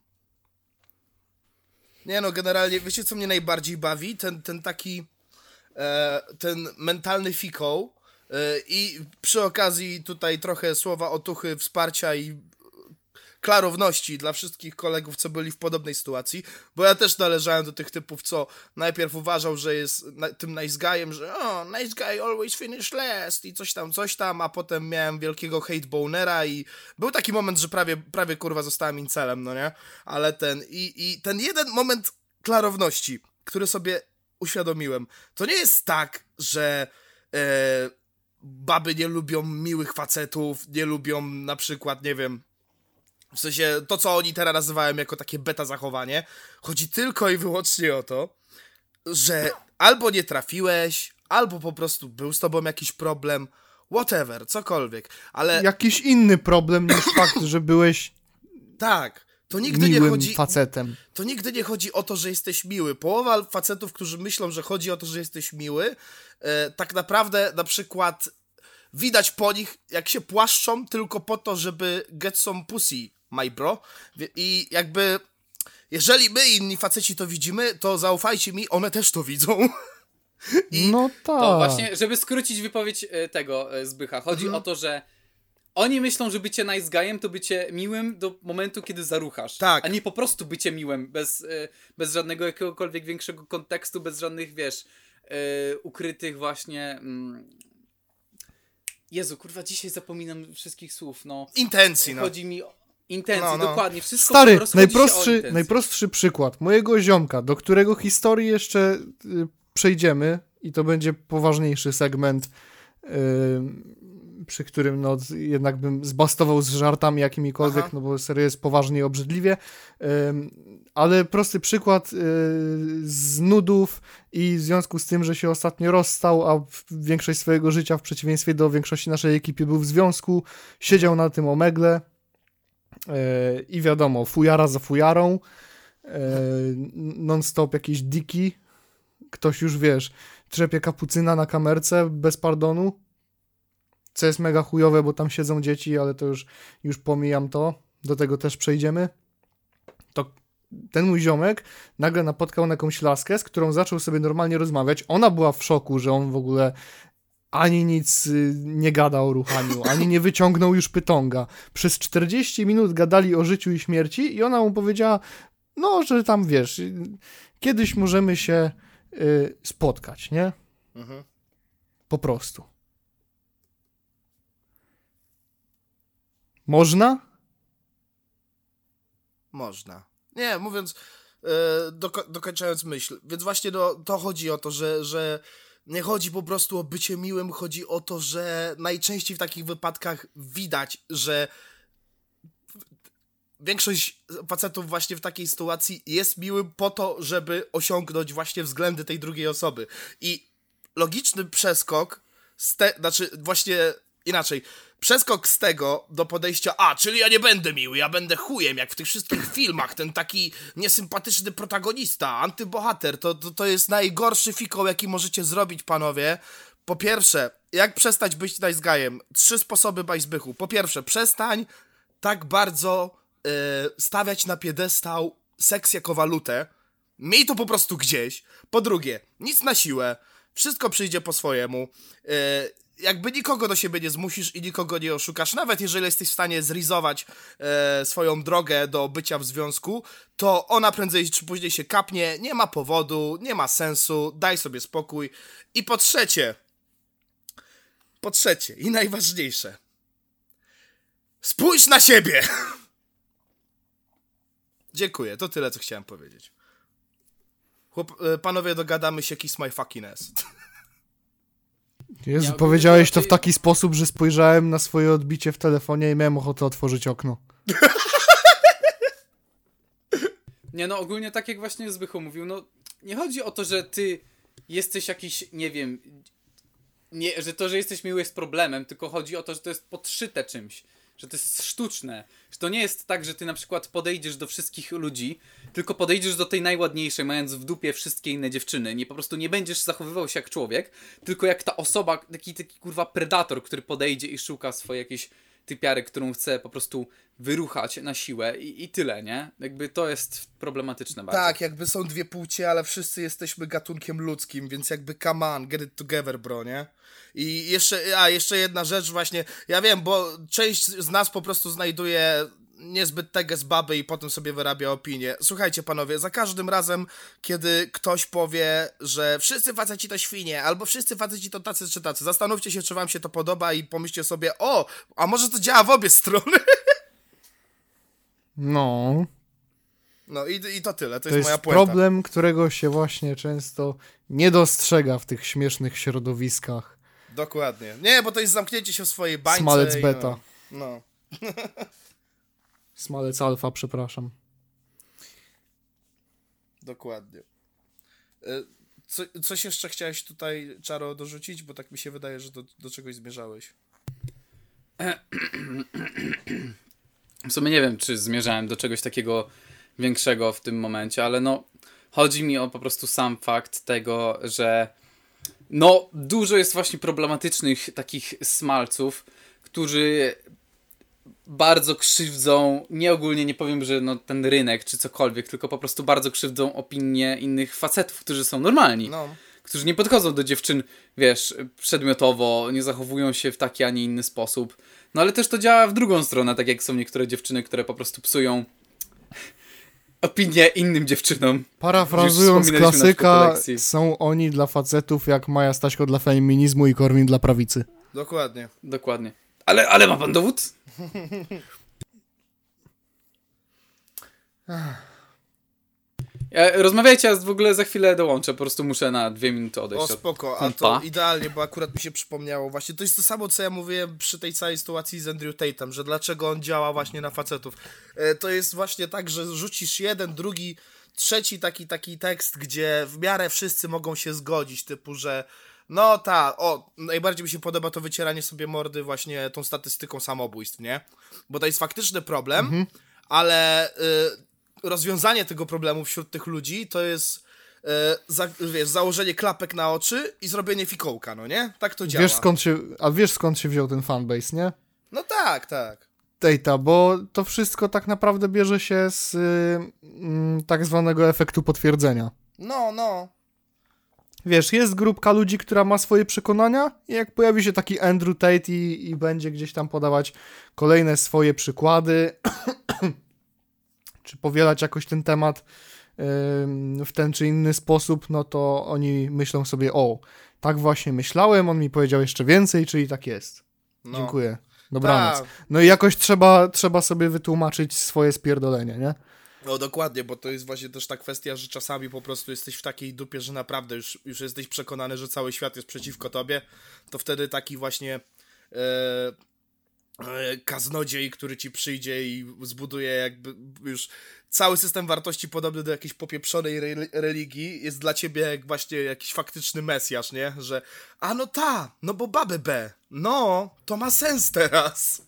Nie no, generalnie, wiecie co mnie najbardziej bawi? Ten taki, ten mentalny fikoł i przy okazji tutaj trochę słowa otuchy, wsparcia i klarowności dla wszystkich kolegów, co byli w podobnej sytuacji, bo ja też należałem do tych typów, co najpierw uważał, że jest tym nice guyem, że nice guy always finish last i coś tam, a potem miałem wielkiego hate-bonera i był taki moment, że prawie kurwa zostałem incelem, no nie? Ale ten jeden moment klarowności, który sobie uświadomiłem, to nie jest tak, że baby nie lubią miłych facetów, nie lubią na przykład, nie wiem, w sensie to, co oni teraz nazywają jako takie beta zachowanie, chodzi tylko i wyłącznie o to, że albo nie trafiłeś, albo po prostu był z tobą jakiś problem, whatever, cokolwiek, ale... Jakiś inny problem niż fakt, że byłeś Tak, to nigdy miłym nie chodzi... facetem. To nigdy nie chodzi o to, że jesteś miły. Połowa facetów, którzy myślą, że chodzi o to, że jesteś miły, tak naprawdę na przykład widać po nich, jak się płaszczą tylko po to, żeby get some pussy, my bro. I jakby, jeżeli my inni faceci to widzimy, to zaufajcie mi, one też to widzą. No tak. To właśnie, żeby skrócić wypowiedź tego Zbycha, chodzi o to, że oni myślą, że bycie nice guyem to bycie miłym do momentu, kiedy zaruchasz. Tak. A nie po prostu bycie miłym, bez żadnego jakiegokolwiek większego kontekstu, bez żadnych, wiesz, ukrytych właśnie... Jezu, kurwa, dzisiaj zapominam wszystkich słów, no. Intencji, no. Chodzi mi o intencji, No. dokładnie. Wszystko Stary, rozchodzi się o intencje. najprostszy przykład mojego ziomka, do którego historii jeszcze przejdziemy i to będzie poważniejszy segment, przy którym no jednak bym zbastował z żartami jakimikolwiek, Aha. no bo serio jest poważnie i obrzydliwie, ale prosty przykład z nudów i w związku z tym, że się ostatnio rozstał, a większość swojego życia w przeciwieństwie do większości naszej ekipy był w związku, siedział na tym omegle i wiadomo, fujara za fujarą, non-stop jakieś diki, ktoś już, wiesz, trzepie kapucyna na kamerce bez pardonu, co jest mega chujowe, bo tam siedzą dzieci, ale to już pomijam to, do tego też przejdziemy. To ten mój ziomek nagle napotkał na jakąś laskę, z którą zaczął sobie normalnie rozmawiać. Ona była w szoku, że on w ogóle ani nic nie gada o ruchaniu, ani nie wyciągnął już pytonga. Przez 40 minut gadali o życiu i śmierci i ona mu powiedziała, no, że tam, wiesz, kiedyś możemy się spotkać, nie? Mhm. Po prostu. Można? Można. Nie, mówiąc, dokończając myśl, więc właśnie to chodzi o to, że nie chodzi po prostu o bycie miłym, chodzi o to, że najczęściej w takich wypadkach widać, że większość facetów właśnie w takiej sytuacji jest miłym po to, żeby osiągnąć właśnie względy tej drugiej osoby. I logiczny przeskok, właśnie inaczej, przeskok z tego do podejścia, czyli ja nie będę miły, ja będę chujem, jak w tych wszystkich filmach, ten taki niesympatyczny protagonista, antybohater, to jest najgorszy fikoł, jaki możecie zrobić, panowie. Po pierwsze, jak przestać być nice guyem? 3 sposoby bajzbychu. Po pierwsze, przestań tak bardzo stawiać na piedestał seks jako walutę. Miej to po prostu gdzieś. Po drugie, nic na siłę. Wszystko przyjdzie po swojemu. Jakby nikogo do siebie nie zmusisz i nikogo nie oszukasz. Nawet jeżeli jesteś w stanie zrizować swoją drogę do bycia w związku, to ona prędzej czy później się kapnie. Nie ma powodu, nie ma sensu. Daj sobie spokój. I po trzecie i najważniejsze. Spójrz na siebie! Dziękuję, to tyle, co chciałem powiedzieć. Panowie, dogadamy się, kiss my fucking ass. Jezu, powiedziałeś to w taki sposób, że spojrzałem na swoje odbicie w telefonie i miałem ochotę otworzyć okno. Nie no, ogólnie tak jak właśnie Zbychu mówił, no nie chodzi o to, że ty jesteś jakiś, nie wiem, że to, że jesteś miły jest problemem, tylko chodzi o to, że to jest podszyte czymś. Że to jest sztuczne. Że to nie jest tak, że ty na przykład podejdziesz do wszystkich ludzi, tylko podejdziesz do tej najładniejszej, mając w dupie wszystkie inne dziewczyny. Po prostu nie będziesz zachowywał się jak człowiek, tylko jak ta osoba, taki kurwa predator, który podejdzie i szuka swojej jakiejś typiary, którą chce po prostu wyruchać na siłę i tyle, nie? Jakby to jest problematyczne bardzo. Tak, jakby są dwie płcie, ale wszyscy jesteśmy gatunkiem ludzkim, więc jakby come on, get it together, bro, nie? I jeszcze jedna rzecz właśnie, ja wiem, bo część z nas po prostu znajduje niezbyt teges baby i potem sobie wyrabia opinię. Słuchajcie, panowie, za każdym razem, kiedy ktoś powie, że wszyscy faceci to świnie, albo wszyscy faceci to tacy czy tacy, zastanówcie się, czy wam się to podoba i pomyślcie sobie, a może to działa w obie strony? No. No i to tyle, to jest moja puenta. problem, którego się właśnie często nie dostrzega w tych śmiesznych środowiskach. Dokładnie. Nie, bo to jest zamknięcie się w swojej bańce. Smalec beta. No. Smalec alfa, przepraszam. Dokładnie. Coś jeszcze chciałeś tutaj, Czaro, dorzucić? Bo tak mi się wydaje, że do czegoś zmierzałeś. W sumie nie wiem, czy zmierzałem do czegoś takiego większego w tym momencie, ale no chodzi mi o po prostu sam fakt tego, że no dużo jest właśnie problematycznych takich smalców, którzy bardzo krzywdzą, nie powiem, że no ten rynek czy cokolwiek, tylko po prostu bardzo krzywdzą opinię innych facetów, którzy są normalni. No. Którzy nie podchodzą do dziewczyn, wiesz, przedmiotowo, nie zachowują się w taki, a nie inny sposób. No ale też to działa w drugą stronę, tak jak są niektóre dziewczyny, które po prostu psują opinię innym dziewczynom. Parafrazując klasyka, są oni dla facetów jak Maja Staśko dla feminizmu i Korwin dla prawicy. Dokładnie. Dokładnie. Ale ma pan dowód? Rozmawiajcie, a w ogóle za chwilę dołączę, po prostu muszę na 2 minuty odejść. O spoko, a to idealnie, bo akurat mi się przypomniało właśnie, to jest to samo, co ja mówiłem przy tej całej sytuacji z Andrew Tatem, że dlaczego on działa właśnie na facetów. To jest właśnie tak, że rzucisz jeden, drugi, trzeci taki tekst, gdzie w miarę wszyscy mogą się zgodzić, typu, że no najbardziej mi się podoba to wycieranie sobie mordy właśnie tą statystyką samobójstw, nie? Bo to jest faktyczny problem, ale rozwiązanie tego problemu wśród tych ludzi to jest założenie klapek na oczy i zrobienie fikołka, no nie? Tak to działa. Wiesz skąd się wziął ten fanbase, nie? No tak. Data, bo to wszystko tak naprawdę bierze się z tak zwanego efektu potwierdzenia. No. Wiesz, jest grupka ludzi, która ma swoje przekonania i jak pojawi się taki Andrew Tate i będzie gdzieś tam podawać kolejne swoje przykłady, czy powielać jakoś ten temat w ten czy inny sposób, no to oni myślą sobie, tak właśnie myślałem, on mi powiedział jeszcze więcej, czyli tak jest. No. Dziękuję. Dobranoc. No i jakoś trzeba sobie wytłumaczyć swoje spierdolenie, nie? No dokładnie, bo to jest właśnie też ta kwestia, że czasami po prostu jesteś w takiej dupie, że naprawdę już jesteś przekonany, że cały świat jest przeciwko tobie, to wtedy taki właśnie kaznodziej, który ci przyjdzie i zbuduje jakby już cały system wartości podobny do jakiejś popieprzonej religii, jest dla ciebie jak właśnie jakiś faktyczny mesjasz, nie? Że no bo babę B, no, to ma sens teraz.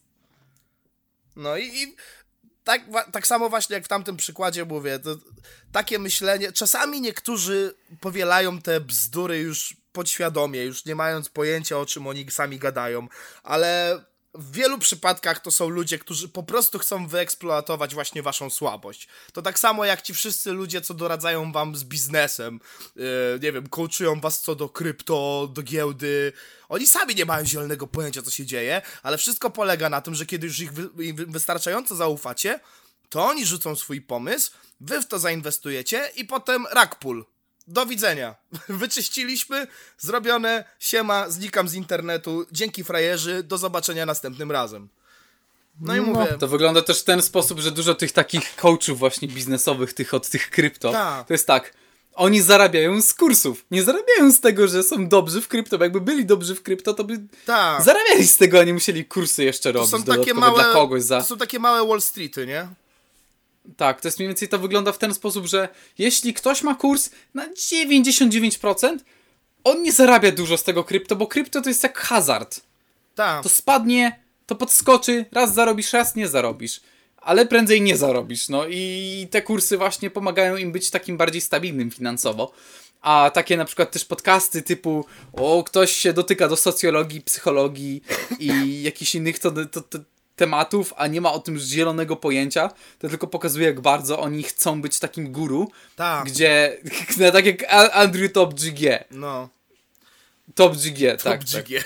No i tak samo właśnie jak w tamtym przykładzie mówię, to takie myślenie, czasami niektórzy powielają te bzdury już podświadomie, już nie mając pojęcia, o czym oni sami gadają, ale w wielu przypadkach to są ludzie, którzy po prostu chcą wyeksploatować właśnie waszą słabość. To tak samo jak ci wszyscy ludzie, co doradzają wam z biznesem, nie wiem, coachują was co do krypto, do giełdy. Oni sami nie mają zielonego pojęcia, co się dzieje, ale wszystko polega na tym, że kiedy już im wystarczająco zaufacie, to oni rzucą swój pomysł, wy w to zainwestujecie i potem rakpul. Do widzenia. Wyczyściliśmy, zrobione, siema, znikam z internetu, dzięki frajerzy, do zobaczenia następnym razem. No i mówię... To wygląda też w ten sposób, że dużo tych takich coachów właśnie biznesowych, od tych krypto, to jest tak, oni zarabiają z kursów, nie zarabiają z tego, że są dobrzy w krypto, bo jakby byli dobrzy w krypto, to by zarabiali z tego, a nie musieli kursy jeszcze robić dodatkowe dla kogoś za... To są takie małe Wall Streety, nie? Tak, to jest mniej więcej, to wygląda w ten sposób, że jeśli ktoś ma kurs na 99%, on nie zarabia dużo z tego krypto, bo krypto to jest jak hazard. Tak. To spadnie, to podskoczy, raz zarobisz, raz nie zarobisz. Ale prędzej nie zarobisz, no i te kursy właśnie pomagają im być takim bardziej stabilnym finansowo. A takie na przykład też podcasty typu ktoś się dotyka do socjologii, psychologii i jakichś innych tematów, a nie ma o tym zielonego pojęcia, to tylko pokazuje, jak bardzo oni chcą być takim guru, gdzie, tak jak Andrew Top GG. No. Top GG, Top tak. GG.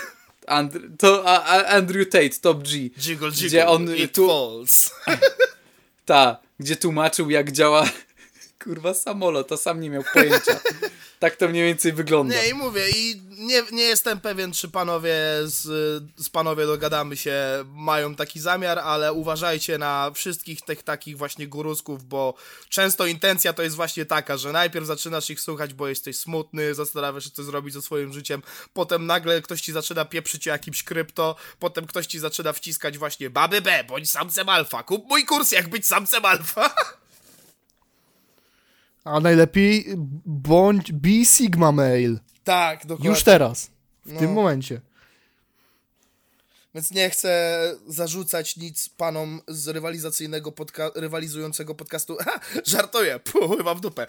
Andrew Tate, Top G. Jiggle, gdzie on it falls. Gdzie tłumaczył, jak działa kurwa samolot, to sam nie miał pojęcia. Tak to mniej więcej wygląda. Nie, i mówię, i nie jestem pewien, czy panowie z panowie dogadamy się, mają taki zamiar, ale uważajcie na wszystkich tych takich właśnie gurusków, bo często intencja to jest właśnie taka, że najpierw zaczynasz ich słuchać, bo jesteś smutny, zastanawiasz się, co zrobić ze swoim życiem, potem nagle ktoś ci zaczyna pieprzyć o jakimś krypto, potem ktoś ci zaczyna wciskać właśnie baby B, bądź samcem alfa, kup mój kurs, jak być samcem alfa. A najlepiej bądź Sigma Mail. Tak, dokładnie. Już teraz. W tym momencie. Więc nie chcę zarzucać nic panom z rywalizującego podcastu. Żartuję. Chyba w dupę.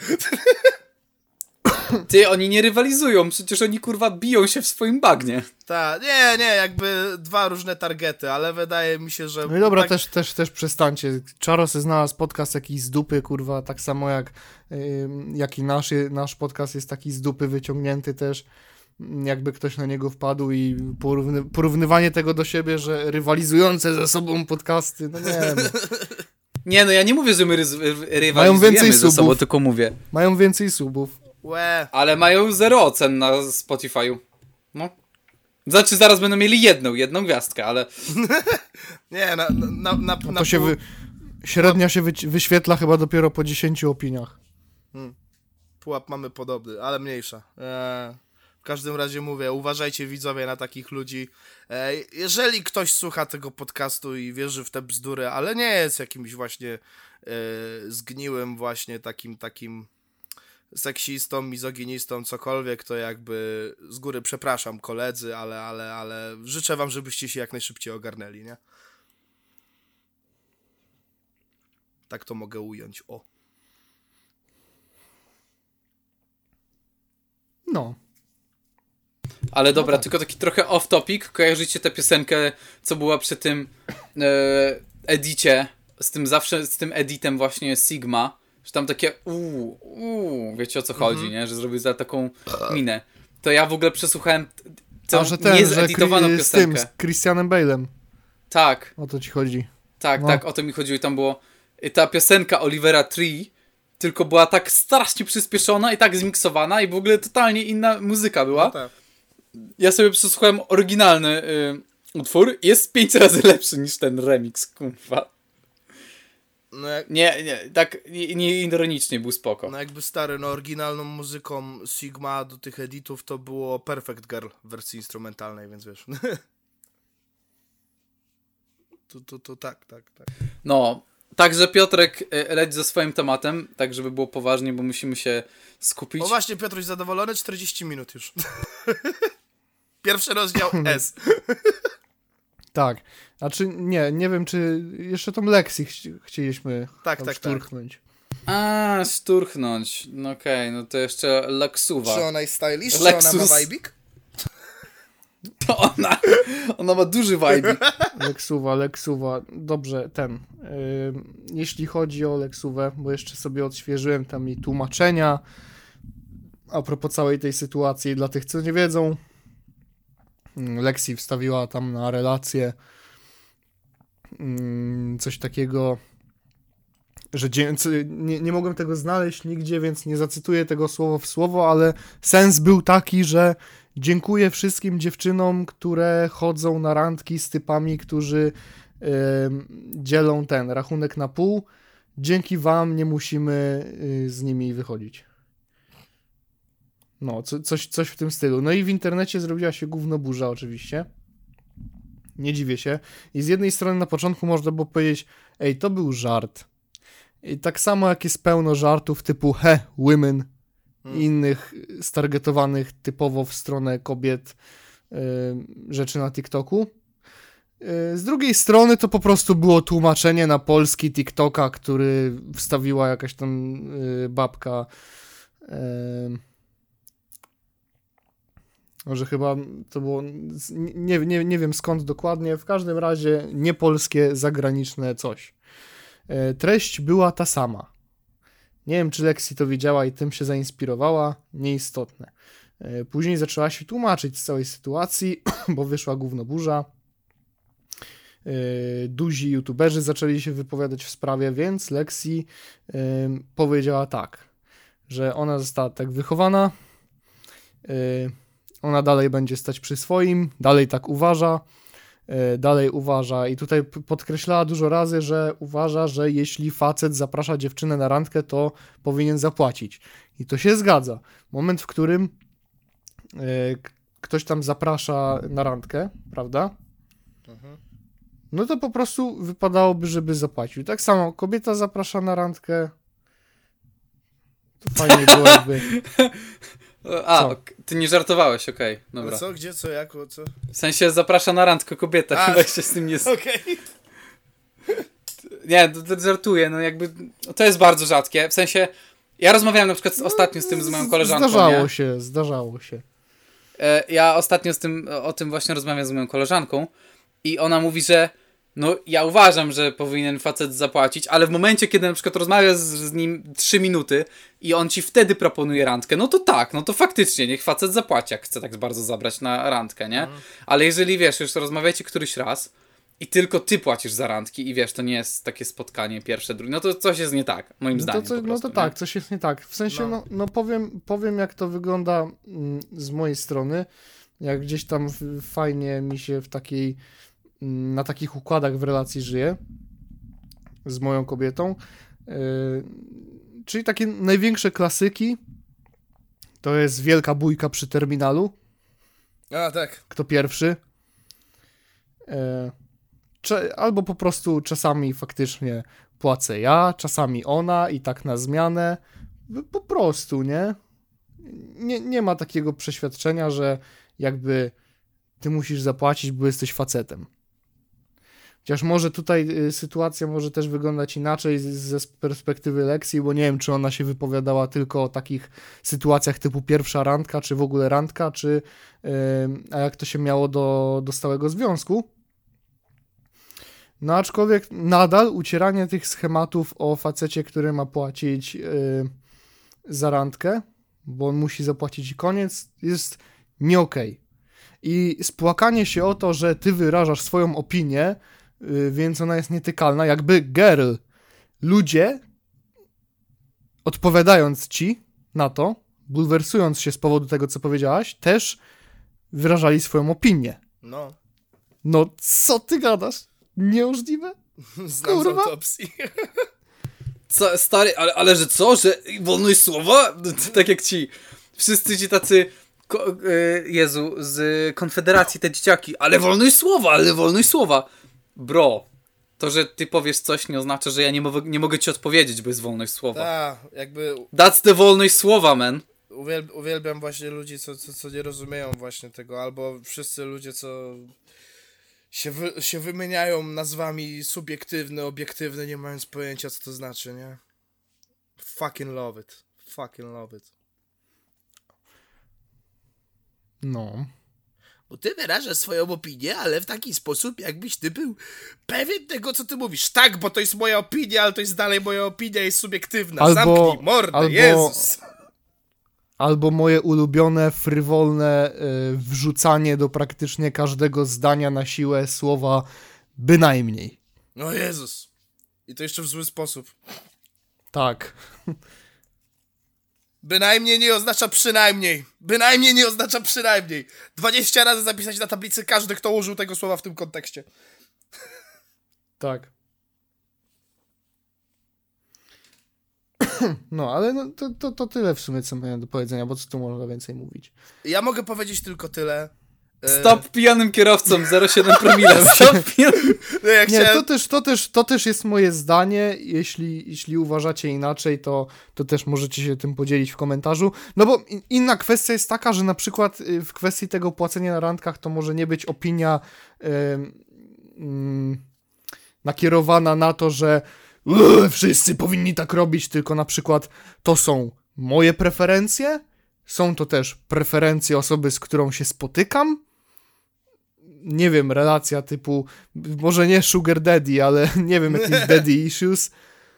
Ty, oni nie rywalizują, przecież oni kurwa biją się w swoim bagnie. Tak, nie, jakby dwa różne targety, ale wydaje mi się, że... No i dobra, tak... też przestańcie. Czaro se znalazł podcast jakiś z dupy, kurwa, tak samo jak i nasz podcast jest taki z dupy wyciągnięty też, jakby ktoś na niego wpadł i porównywanie tego do siebie, że rywalizujące ze sobą podcasty, no nie no. Nie, no ja nie mówię, że my rywalizujemy ze sobą, tylko mówię. Mają więcej subów. Ale mają 0 ocen na Spotify'u. No. Znaczy zaraz będą mieli jedną gwiazdkę, ale... Nie, średnia się wyświetla chyba dopiero po 10 opiniach. Pułap mamy podobny, ale mniejsza. W każdym razie mówię, uważajcie widzowie na takich ludzi. Jeżeli ktoś słucha tego podcastu i wierzy w te bzdury, ale nie jest jakimś właśnie zgniłym właśnie takim seksistą, mizoginistą, cokolwiek, to jakby z góry przepraszam koledzy, ale życzę wam, żebyście się jak najszybciej ogarnęli, nie? Tak to mogę ująć, No. Ale dobra, tylko taki trochę off topic. Kojarzycie tę piosenkę, co była przy tym edicie, z tym editem właśnie Sigma, że tam takie wiecie o co chodzi, nie? Że zrobił za taką minę. To ja w ogóle przesłuchałem niezeditowaną piosenkę. Z Christianem Bale'em. Tak. O to ci chodzi. Tak, o to mi chodziło. I tam było ta piosenka Olivera Tree, tylko była tak strasznie przyspieszona i tak zmiksowana i w ogóle totalnie inna muzyka była. No tak. Ja sobie przesłuchałem oryginalny utwór i jest 5 razy lepszy niż ten remix, kurwa. No, jak, Nie, tak nie ironicznie był spoko. no jakby stary, no oryginalną muzyką Sigma do tych editów to było Perfect Girl w wersji instrumentalnej, więc wiesz. To tak. No, także Piotrek, leć ze swoim tematem, tak żeby było poważnie, bo musimy się skupić. O właśnie, Piotruś zadowolony, 40 minut już. Pierwszy rozdział S. Tak. Znaczy, nie wiem, czy jeszcze tą Lexi chcieliśmy Tak. szturchnąć. A, szturchnąć. No okej, no to jeszcze Lexuwa. Czy ona jest stylish? Czy Lexus. ona ma vibik? To ona ma duży vibe. Lexuwa. Dobrze, jeśli chodzi o Lexuwę, bo jeszcze sobie odświeżyłem tam jej tłumaczenia a propos całej tej sytuacji. Dla tych, co nie wiedzą, Lexi wstawiła tam na relację coś takiego, że nie mogłem tego znaleźć nigdzie, więc nie zacytuję tego słowo w słowo, ale sens był taki, że dziękuję wszystkim dziewczynom, które chodzą na randki z typami, którzy dzielą ten rachunek na pół. Dzięki wam nie musimy z nimi wychodzić. No, coś w tym stylu. No i w internecie zrobiła się gówno burza oczywiście. Nie dziwię się. I z jednej strony na początku można było powiedzieć, ej, to był żart. I tak samo jak jest pełno żartów typu women i innych stargetowanych typowo w stronę kobiet rzeczy na TikToku. Z drugiej strony to po prostu było tłumaczenie na polski TikToka, który wstawiła jakaś tam babka. Może chyba to było, nie wiem skąd dokładnie, w każdym razie niepolskie, zagraniczne coś. Treść była ta sama. Nie wiem, czy Lexi to wiedziała i tym się zainspirowała, nieistotne. Później zaczęła się tłumaczyć z całej sytuacji, bo wyszła gówno burza. Duzi youtuberzy zaczęli się wypowiadać w sprawie, więc Lexi powiedziała tak, że ona została tak wychowana, ona dalej będzie stać przy swoim, dalej tak uważa i tutaj podkreślała dużo razy, że uważa, że jeśli facet zaprasza dziewczynę na randkę, to powinien zapłacić. I to się zgadza. Moment, w którym ktoś tam zaprasza na randkę, prawda? No to po prostu wypadałoby, żeby zapłacił. Tak samo kobieta zaprasza na randkę. To fajnie było jakby... Co? Ty nie żartowałeś, okej, dobra. No co, gdzie, co, jak, co? W sensie zaprasza na randkę kobieta, chyba się z tym nie... Okej. Nie, to żartuję, no jakby... To jest bardzo rzadkie, w sensie... Ja rozmawiałem na przykład ostatnio z tym z moją koleżanką, Zdarzało się. Ja ostatnio o tym właśnie rozmawiam z moją koleżanką i ona mówi, że no ja uważam, że powinien facet zapłacić, ale w momencie, kiedy na przykład rozmawiasz z nim 3 minuty i on ci wtedy proponuje randkę, no to tak, no to faktycznie niech facet zapłaci, jak chce tak bardzo zabrać na randkę, nie? Ale jeżeli wiesz, już rozmawiacie któryś raz i tylko ty płacisz za randki i wiesz, to nie jest takie spotkanie pierwsze, drugie, no to coś jest nie tak, moim zdaniem po prostu, no to tak, coś jest nie tak. W sensie, no powiem jak to wygląda z mojej strony, jak gdzieś tam fajnie mi się na takich układach w relacji żyję z moją kobietą. Czyli takie największe klasyki to jest wielka bójka przy terminalu. A, tak. Kto pierwszy? Albo po prostu czasami faktycznie płacę ja, czasami ona i tak na zmianę. Po prostu, nie? Nie ma takiego przeświadczenia, że jakby ty musisz zapłacić, bo jesteś facetem. Chociaż może tutaj sytuacja może też wyglądać inaczej ze perspektywy Lexi, bo nie wiem, czy ona się wypowiadała tylko o takich sytuacjach typu pierwsza randka, czy w ogóle randka, czy a jak to się miało do stałego związku. No aczkolwiek nadal ucieranie tych schematów o facecie, który ma płacić za randkę, bo on musi zapłacić i koniec, jest nie okej. I spłakanie się o to, że ty wyrażasz swoją opinię, więc ona jest nietykalna, jakby girl, ludzie odpowiadając ci na to, bulwersując się z powodu tego, co powiedziałaś, też wyrażali swoją opinię. No. Co ty gadasz? Niemożliwe? Znam z autopsji. Co, stary, ale że co? Że wolność słowa? Tak jak ci wszyscy ci tacy Jezu, z Konfederacji te dzieciaki. Ale wolność słowa, ale wolność słowa. Bro, to, że ty powiesz coś nie oznacza, że ja nie mogę ci odpowiedzieć, bo jest wolność słowa. Tak, jakby... That's the wolność słowa, man. Uwielbiam właśnie ludzi, co nie rozumieją właśnie tego, albo wszyscy ludzie, co się wymieniają nazwami subiektywne, obiektywne, nie mając pojęcia, co to znaczy, nie? Fucking love it. Fucking love it. No. Bo ty wyrażasz swoją opinię, ale w taki sposób, jakbyś ty był pewien tego, co ty mówisz. Tak, bo to jest moja opinia, ale to jest dalej moja opinia, jest subiektywna. Zamknij mordę, Jezus! Albo moje ulubione, frywolne wrzucanie do praktycznie każdego zdania na siłę słowa bynajmniej. No Jezus. I to jeszcze w zły sposób. Tak. Bynajmniej nie oznacza przynajmniej. Bynajmniej nie oznacza przynajmniej. 20 razy zapisać na tablicy każdy, kto użył tego słowa w tym kontekście. Tak. No, ale no, to tyle w sumie, co miałem do powiedzenia, bo co tu można więcej mówić. Ja mogę powiedzieć tylko tyle. Stop pijanym kierowcom, 0,7 promila. Stop pijanym. No ja Nie, chciałem... to też jest moje zdanie. Jeśli uważacie inaczej, to też możecie się tym podzielić w komentarzu. No bo inna kwestia jest taka, że na przykład w kwestii tego płacenia na randkach to może nie być opinia nakierowana na to, że wszyscy powinni tak robić, tylko na przykład to są moje preferencje, są to też preferencje osoby, z którą się spotykam. Nie wiem, relacja typu, może nie sugar daddy, ale nie wiem, jakieś daddy issues.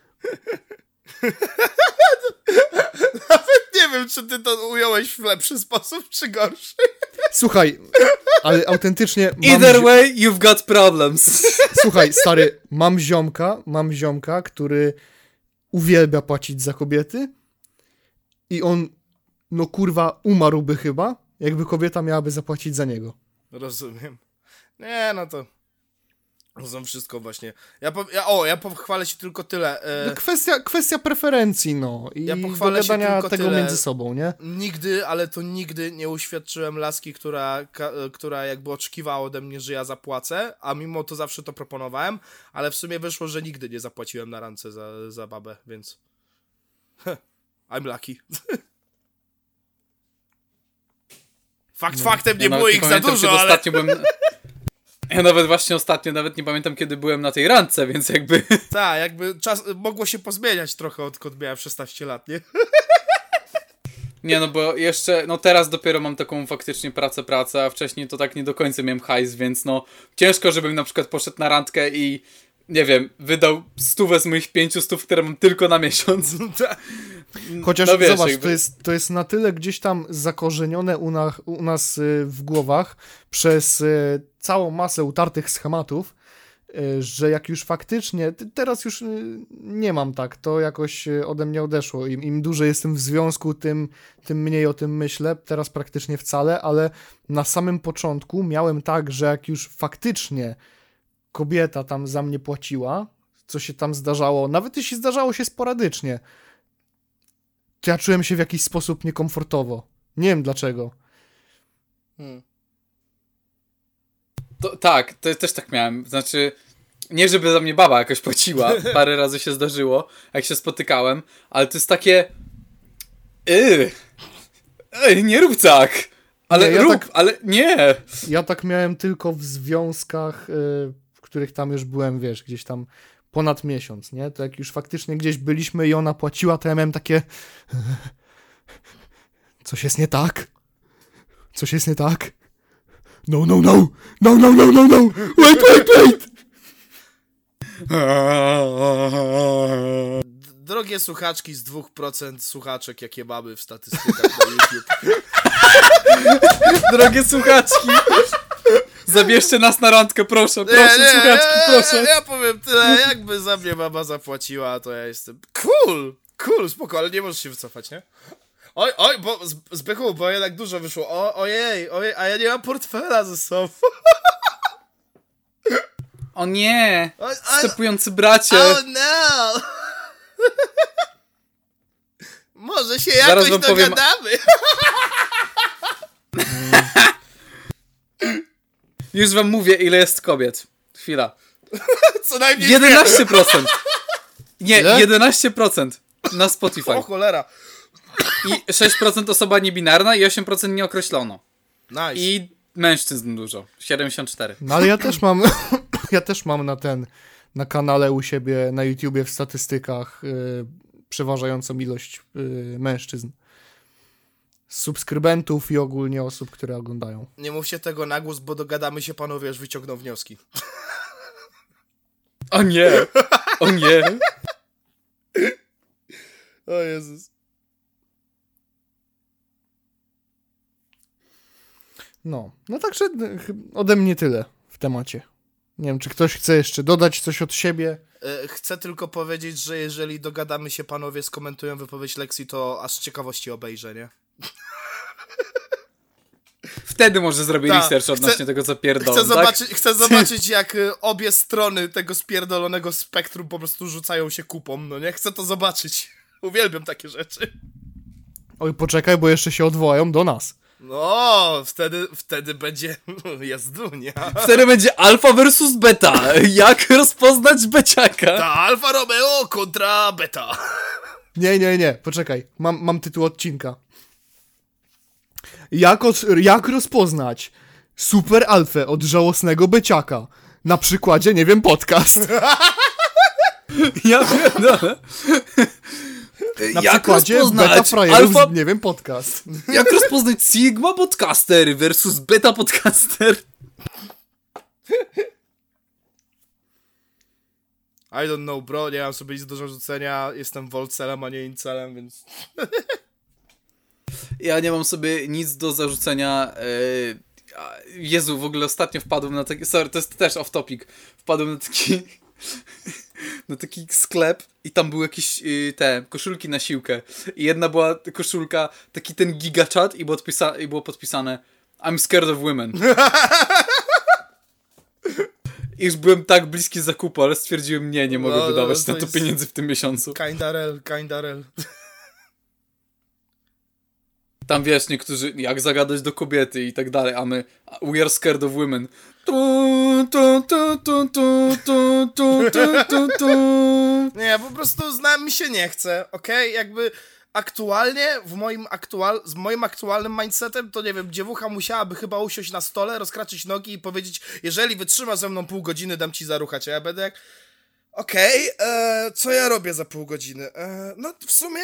Nawet nie wiem, czy ty to ująłeś w lepszy sposób, czy gorszy. Słuchaj, ale autentycznie... Either way, you've got problems. Słuchaj, stary, mam ziomka, który uwielbia płacić za kobiety i on, no kurwa, umarłby chyba, jakby kobieta miałaby zapłacić za niego. Rozumiem. Nie, no to są wszystko właśnie. Ja pochwalę ci tylko tyle. No kwestia preferencji, no. I ja pochwalę się dogadania tylko tego tyle. między sobą, nie? Nigdy, ale to nigdy nie uświadczyłem laski, która jakby oczekiwała ode mnie, że ja zapłacę, a mimo to zawsze to proponowałem, ale w sumie wyszło, że nigdy nie zapłaciłem na randce za babę, więc I'm lucky. Faktem nie było ich za dużo, ale... Ostatnio byłem... Ja nawet właśnie ostatnio, nawet nie pamiętam, kiedy byłem na tej randce, więc jakby... Tak, jakby czas mogło się pozmieniać trochę, odkąd miałem 16 lat, nie? Nie, no bo jeszcze, no teraz dopiero mam taką faktycznie pracę, a wcześniej to tak nie do końca miałem hajs, więc no ciężko, żebym na przykład poszedł na randkę i nie wiem, wydał 100 z moich 500, które mam tylko na miesiąc. Chociaż no wiesz, zobacz, jakby... to jest na tyle gdzieś tam zakorzenione u nas w głowach przez całą masę utartych schematów, że jak już faktycznie, teraz już nie mam tak, to jakoś ode mnie odeszło. Im dłużej jestem w związku, tym mniej o tym myślę, teraz praktycznie wcale, ale na samym początku miałem tak, że jak już faktycznie kobieta tam za mnie płaciła, co się tam zdarzało, nawet jeśli zdarzało się sporadycznie, to ja czułem się w jakiś sposób niekomfortowo. Nie wiem dlaczego. Tak, to też tak miałem. Znaczy, nie żeby za mnie baba jakoś płaciła, parę razy się zdarzyło, jak się spotykałem, ale to jest takie... nie rób tak! Ale nie, ale nie! Ja tak miałem tylko w związkach, w których tam już byłem, wiesz, gdzieś tam ponad miesiąc, nie? To jak już faktycznie gdzieś byliśmy i ona płaciła, to ja miałem takie... Coś jest nie tak? Coś jest nie tak? No. Wait! Drogie słuchaczki z 2% słuchaczek, jakie mamy w statystykach na YouTube. Drogie słuchaczki, zabierzcie nas na randkę, proszę, słuchaczki, proszę. Ja powiem tyle, jakby za mnie mama zapłaciła, to ja jestem cool, spoko, ale nie możesz się wycofać, nie? Oj, bo Zbychu, bo jednak dużo wyszło. Ojej, a ja nie mam portfela ze sobą. O nie, wstępujący bracie. Oh no! Może się Zaraz jakoś wam powiem- dogadamy. Już wam mówię, ile jest kobiet. Chwila. Co najmniej 11%. Nie, Ile? 11% na Spotify. O cholera. I 6% osoba niebinarna i 8% nieokreślono. Nice. I mężczyzn dużo. 74. No ale ja też mam, ja też mam na kanale u siebie, na YouTubie w statystykach przeważającą ilość mężczyzn. Subskrybentów i ogólnie osób, które oglądają. Nie mówcie tego na głos, bo dogadamy się, panowie, aż wyciągną wnioski. O nie! O nie! O Jezus. No także ode mnie tyle w temacie. Nie wiem, czy ktoś chce jeszcze dodać coś od siebie. Chcę tylko powiedzieć, że jeżeli dogadamy się, panowie skomentują wypowiedź Lexi, to aż z ciekawości obejrzę, nie? Wtedy może zrobię Tak, research odnośnie chcę- tego, co pierdolą, Chcę zobaczyć, jak obie strony tego spierdolonego spektrum po prostu rzucają się kupą, no nie? Chcę to zobaczyć. Uwielbiam takie rzeczy. Oj, poczekaj, bo jeszcze się odwołają do nas. No, wtedy będzie jazdunia. Wtedy będzie alfa versus beta. Jak rozpoznać beciaka? Ta Alfa Romeo kontra Beta. Nie, poczekaj. Mam tytuł odcinka. Jak rozpoznać super alfę od żałosnego beciaka? Na przykładzie, nie wiem, podcast. Ja pierdolę. Na Jak przykładzie beta rozpoznać frajerów, alfa... nie wiem, podcast. Jak rozpoznać Sigma podcaster versus beta podcaster? I don't know, bro, nie mam sobie nic do zarzucenia, jestem volcelem, a nie incelem, więc... Ja nie mam sobie nic do zarzucenia. Jezu, w ogóle ostatnio wpadłem na taki... Sorry, to jest też off topic. Wpadłem na taki... na taki sklep i tam były jakieś te koszulki na siłkę. I jedna była koszulka, taki ten gigachat i było podpisane I'm scared of women. I już byłem tak bliski zakupu, ale stwierdziłem nie mogę wydawać to na to jest- pieniędzy w tym miesiącu. Kinda rel. Tam wiesz, niektórzy jak zagadać do kobiety i tak dalej, a my we are scared of women. Tu, tu, tu, tu, tu, tu, tu, tu, tu, tu. Nie, po prostu znam mi się nie chce, okej? Jakby aktualnie, z moim aktualnym mindsetem, to nie wiem, dziewucha musiałaby chyba usiąść na stole, rozkraczyć nogi i powiedzieć, jeżeli wytrzymasz ze mną pół godziny, dam ci zaruchać, a ja będę jak... Okej, co ja robię za pół godziny? No w sumie...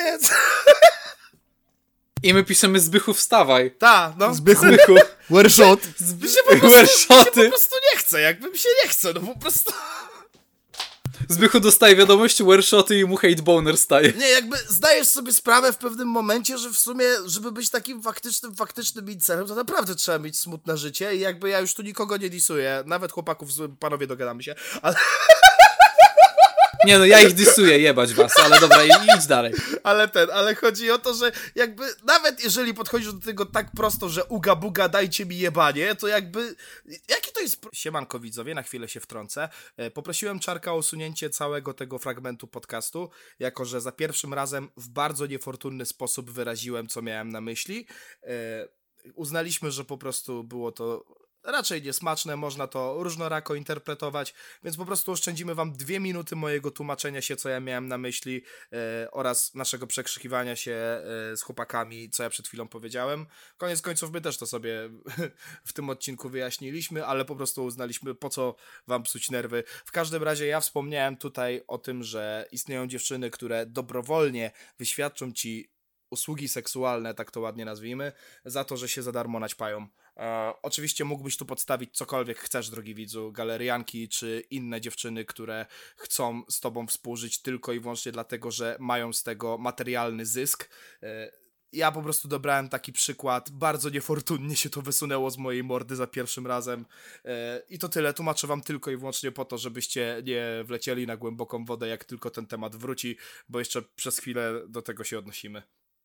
I my piszemy Zbychu wstawaj. Ta, no. Zbychu, Zbychu. Wershot. Mi się po Wershoty. prostu nie chce, jakby mi się nie chce, no po prostu... Zbychu dostaje wiadomości, wershoty i mu hate boner staje. Nie, jakby zdajesz sobie sprawę w pewnym momencie, że w sumie, żeby być takim faktycznym incelem, to naprawdę trzeba mieć smutne życie i jakby ja już tu nikogo nie disuję, nawet chłopaków, panowie dogadamy się, ale... Nie no, ja ich dysuję, jebać was, ale dobra, idź dalej. Ale chodzi o to, że jakby nawet jeżeli podchodzisz do tego tak prosto, że uga buga dajcie mi jebanie, to jakby jaki to jest... Siemanko widzowie, na chwilę się wtrącę. Poprosiłem Czarka o usunięcie całego tego fragmentu podcastu, jako że za pierwszym razem w bardzo niefortunny sposób wyraziłem, co miałem na myśli. Uznaliśmy, że po prostu było to raczej niesmaczne, można to różnorako interpretować, więc po prostu oszczędzimy wam 2 minuty mojego tłumaczenia się, co ja miałem na myśli oraz naszego przekrzykiwania się z chłopakami, co ja przed chwilą powiedziałem. Koniec końców my też to sobie w tym odcinku wyjaśniliśmy, ale po prostu uznaliśmy, po co wam psuć nerwy. W każdym razie ja wspomniałem tutaj o tym, że istnieją dziewczyny, które dobrowolnie wyświadczą ci usługi seksualne, tak to ładnie nazwijmy, za to, że się za darmo naćpają. Oczywiście mógłbyś tu podstawić cokolwiek chcesz, drogi widzu, galerianki czy inne dziewczyny, które chcą z tobą współżyć tylko i wyłącznie dlatego, że mają z tego materialny zysk. Ja po prostu dobrałem taki przykład, bardzo niefortunnie się to wysunęło z mojej mordy za pierwszym razem i to tyle, tłumaczę wam tylko i wyłącznie po to, żebyście nie wlecieli na głęboką wodę, jak tylko ten temat wróci, bo jeszcze przez chwilę do tego się odnosimy.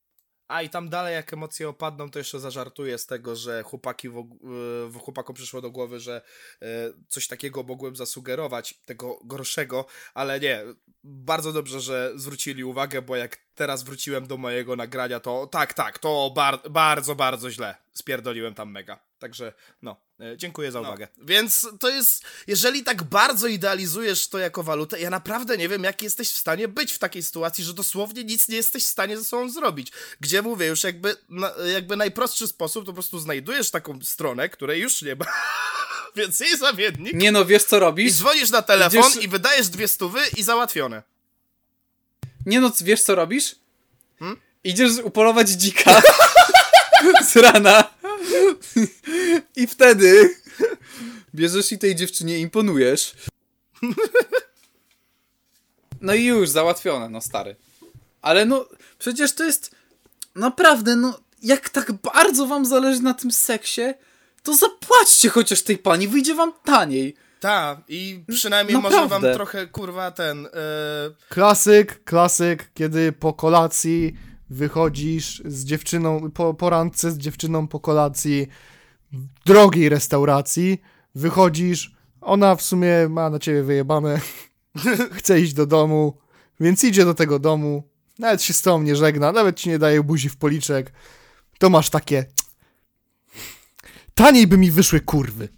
A i tam dalej, jak emocje opadną, to jeszcze zażartuję z tego, że chłopakom przyszło do głowy, że coś takiego mogłem zasugerować, tego gorszego, ale nie, bardzo dobrze, że zwrócili uwagę, bo jak teraz wróciłem do mojego nagrania, to tak, to bardzo, bardzo źle. Spierdoliłem tam mega. Także, dziękuję za uwagę. Więc to jest, jeżeli tak bardzo idealizujesz to jako walutę, ja naprawdę nie wiem, jak jesteś w stanie być w takiej sytuacji, że dosłownie nic nie jesteś w stanie ze sobą zrobić. Gdzie mówię, już jakby najprostszy sposób, to po prostu znajdujesz taką stronę, której już nie ma, więc jej zamiennik. Nie no, wiesz co robisz? I dzwonisz na telefon i wydajesz 200 i załatwione. Nie no, wiesz co robisz? Idziesz upolować dzika z rana i wtedy bierzesz i tej dziewczynie imponujesz. No i już, załatwione, no stary. Ale no, przecież to jest naprawdę, no, jak tak bardzo wam zależy na tym seksie, to zapłaćcie chociaż tej pani, wyjdzie wam taniej. Tak, i przynajmniej Naprawdę. może wam trochę, kurwa, Klasyk, kiedy po kolacji wychodzisz z dziewczyną, po randce z dziewczyną po kolacji w drogiej restauracji, wychodzisz, ona w sumie ma na ciebie wyjebane, chce iść do domu, więc idzie do tego domu, nawet się z tobą nie żegna, nawet ci nie daje buzi w policzek, to masz takie taniej by mi wyszły kurwy.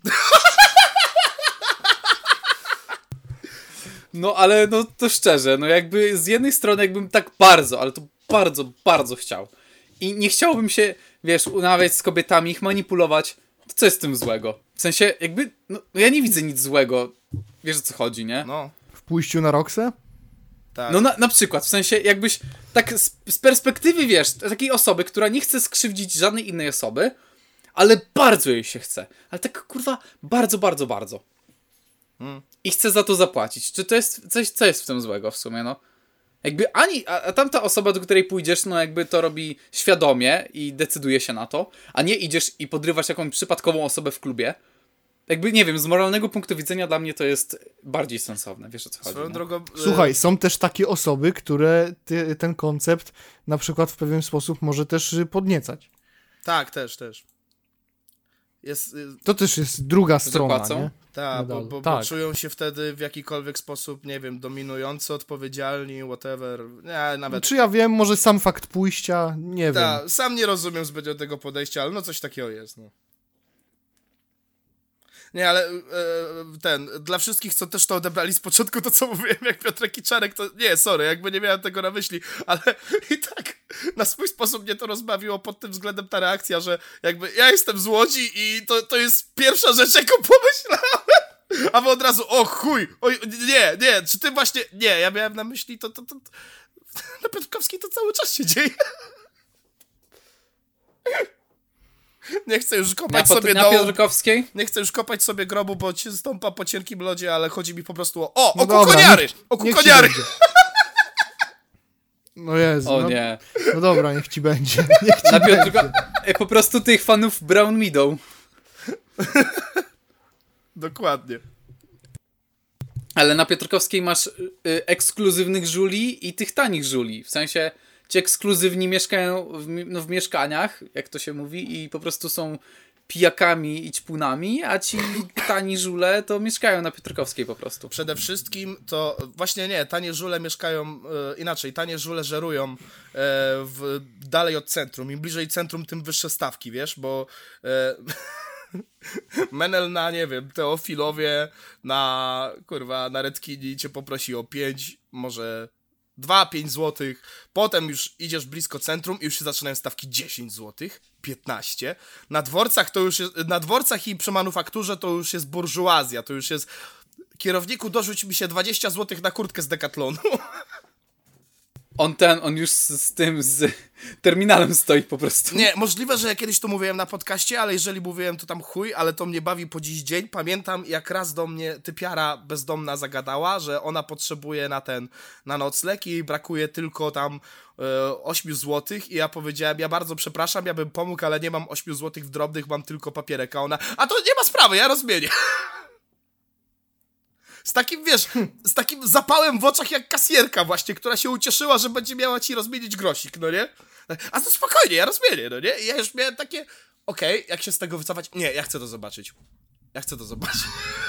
No ale no to szczerze, no jakby z jednej strony jakbym tak bardzo, ale to bardzo, bardzo chciał. I nie chciałbym się, wiesz, umawiać z kobietami, ich manipulować, to co jest z tym złego? W sensie jakby, no ja nie widzę nic złego, wiesz o co chodzi, nie? no, W pójściu na Roxę? tak. No na przykład, w sensie jakbyś tak z perspektywy, wiesz, takiej osoby, która nie chce skrzywdzić żadnej innej osoby, ale bardzo jej się chce. Ale tak kurwa bardzo, bardzo, bardzo. I chce za to zapłacić. Czy to jest coś, co jest w tym złego w sumie, no? Jakby a tamta osoba, do której pójdziesz, no jakby to robi świadomie i decyduje się na to, a nie idziesz i podrywasz jakąś przypadkową osobę w klubie. Jakby, nie wiem, z moralnego punktu widzenia dla mnie to jest bardziej sensowne, wiesz o co chodzi, Swoją nie? drogą... Słuchaj, są też takie osoby, które ten koncept na przykład w pewien sposób może też podniecać. Tak, też. Jest... To też jest druga strona, płacą? nie? Tak, Medalu. bo Tak. czują się wtedy w jakikolwiek sposób, nie wiem, dominujący, odpowiedzialni, whatever. Nie, nawet... Czy ja wiem, może sam fakt pójścia, nie wiem. Tak, sam nie rozumiem zbytnio tego podejścia, ale no coś takiego jest, no. Nie, ale dla wszystkich, co też to odebrali z początku, to co mówiłem, jak Piotrek i Czarek, to nie, sorry, jakby nie miałem tego na myśli, ale i tak na swój sposób mnie to rozbawiło pod tym względem ta reakcja, że jakby ja jestem z Łodzi i to jest pierwsza rzecz, jaką pomyślałem, a wy od razu, o chuj, oj, nie, czy ty właśnie, nie, ja miałem na myśli to na Piotrkowskiej to cały czas się dzieje. Nie chcę już kopać sobie Na dołu. Piotrkowskiej? Nie chcę już kopać sobie grobu, bo ci stąpa po cienkim lodzie, ale chodzi mi po prostu o No kukoniary! dobra, O niech ci kukoniary! będzie. No Jezu, O no, nie. no dobra, niech ci będzie. Niech ci Na będzie. Piotrko... Po prostu tych fanów Brown Meadow. Dokładnie. Ale na Piotrkowskiej masz ekskluzywnych żuli i tych tanich żuli. W sensie ci ekskluzywni mieszkają w mieszkaniach, jak to się mówi, i po prostu są pijakami i ćpunami, a ci tani żule to mieszkają na Piotrkowskiej po prostu. Przede wszystkim to właśnie nie, tanie żule mieszkają inaczej, tanie żule żerują dalej od centrum. Im bliżej centrum, tym wyższe stawki, wiesz, bo Menel na, nie wiem, Teofilowie, na Redkini cię poprosi o 5, może 2-5 złotych, potem już idziesz blisko centrum i już się zaczynają stawki 10 złotych, 15. Na dworcach to już jest, na dworcach i przy manufakturze to już jest burżuazja, to już jest kierowniku dorzuć mi się 20 złotych na kurtkę z Decathlonu. On już z terminalem stoi po prostu. Nie, możliwe, że ja kiedyś to mówiłem na podcaście, ale jeżeli mówiłem, to tam chuj, ale to mnie bawi po dziś dzień. Pamiętam, jak raz do mnie typiara bezdomna zagadała, że ona potrzebuje na nocleg i brakuje tylko tam 8 złotych i ja powiedziałem, ja bardzo przepraszam, ja bym pomógł, ale nie mam 8 złotych w drobnych, mam tylko papierek, a ona, a to nie ma sprawy, ja rozmienię. Z takim, wiesz, z takim zapałem w oczach jak kasjerka właśnie, która się ucieszyła, że będzie miała ci rozmienić grosik, no nie? A to spokojnie, ja rozmienię, no nie? I ja już miałem takie, okej, jak się z tego wycofać? Nie, ja chcę to zobaczyć. Ja chcę to zobaczyć.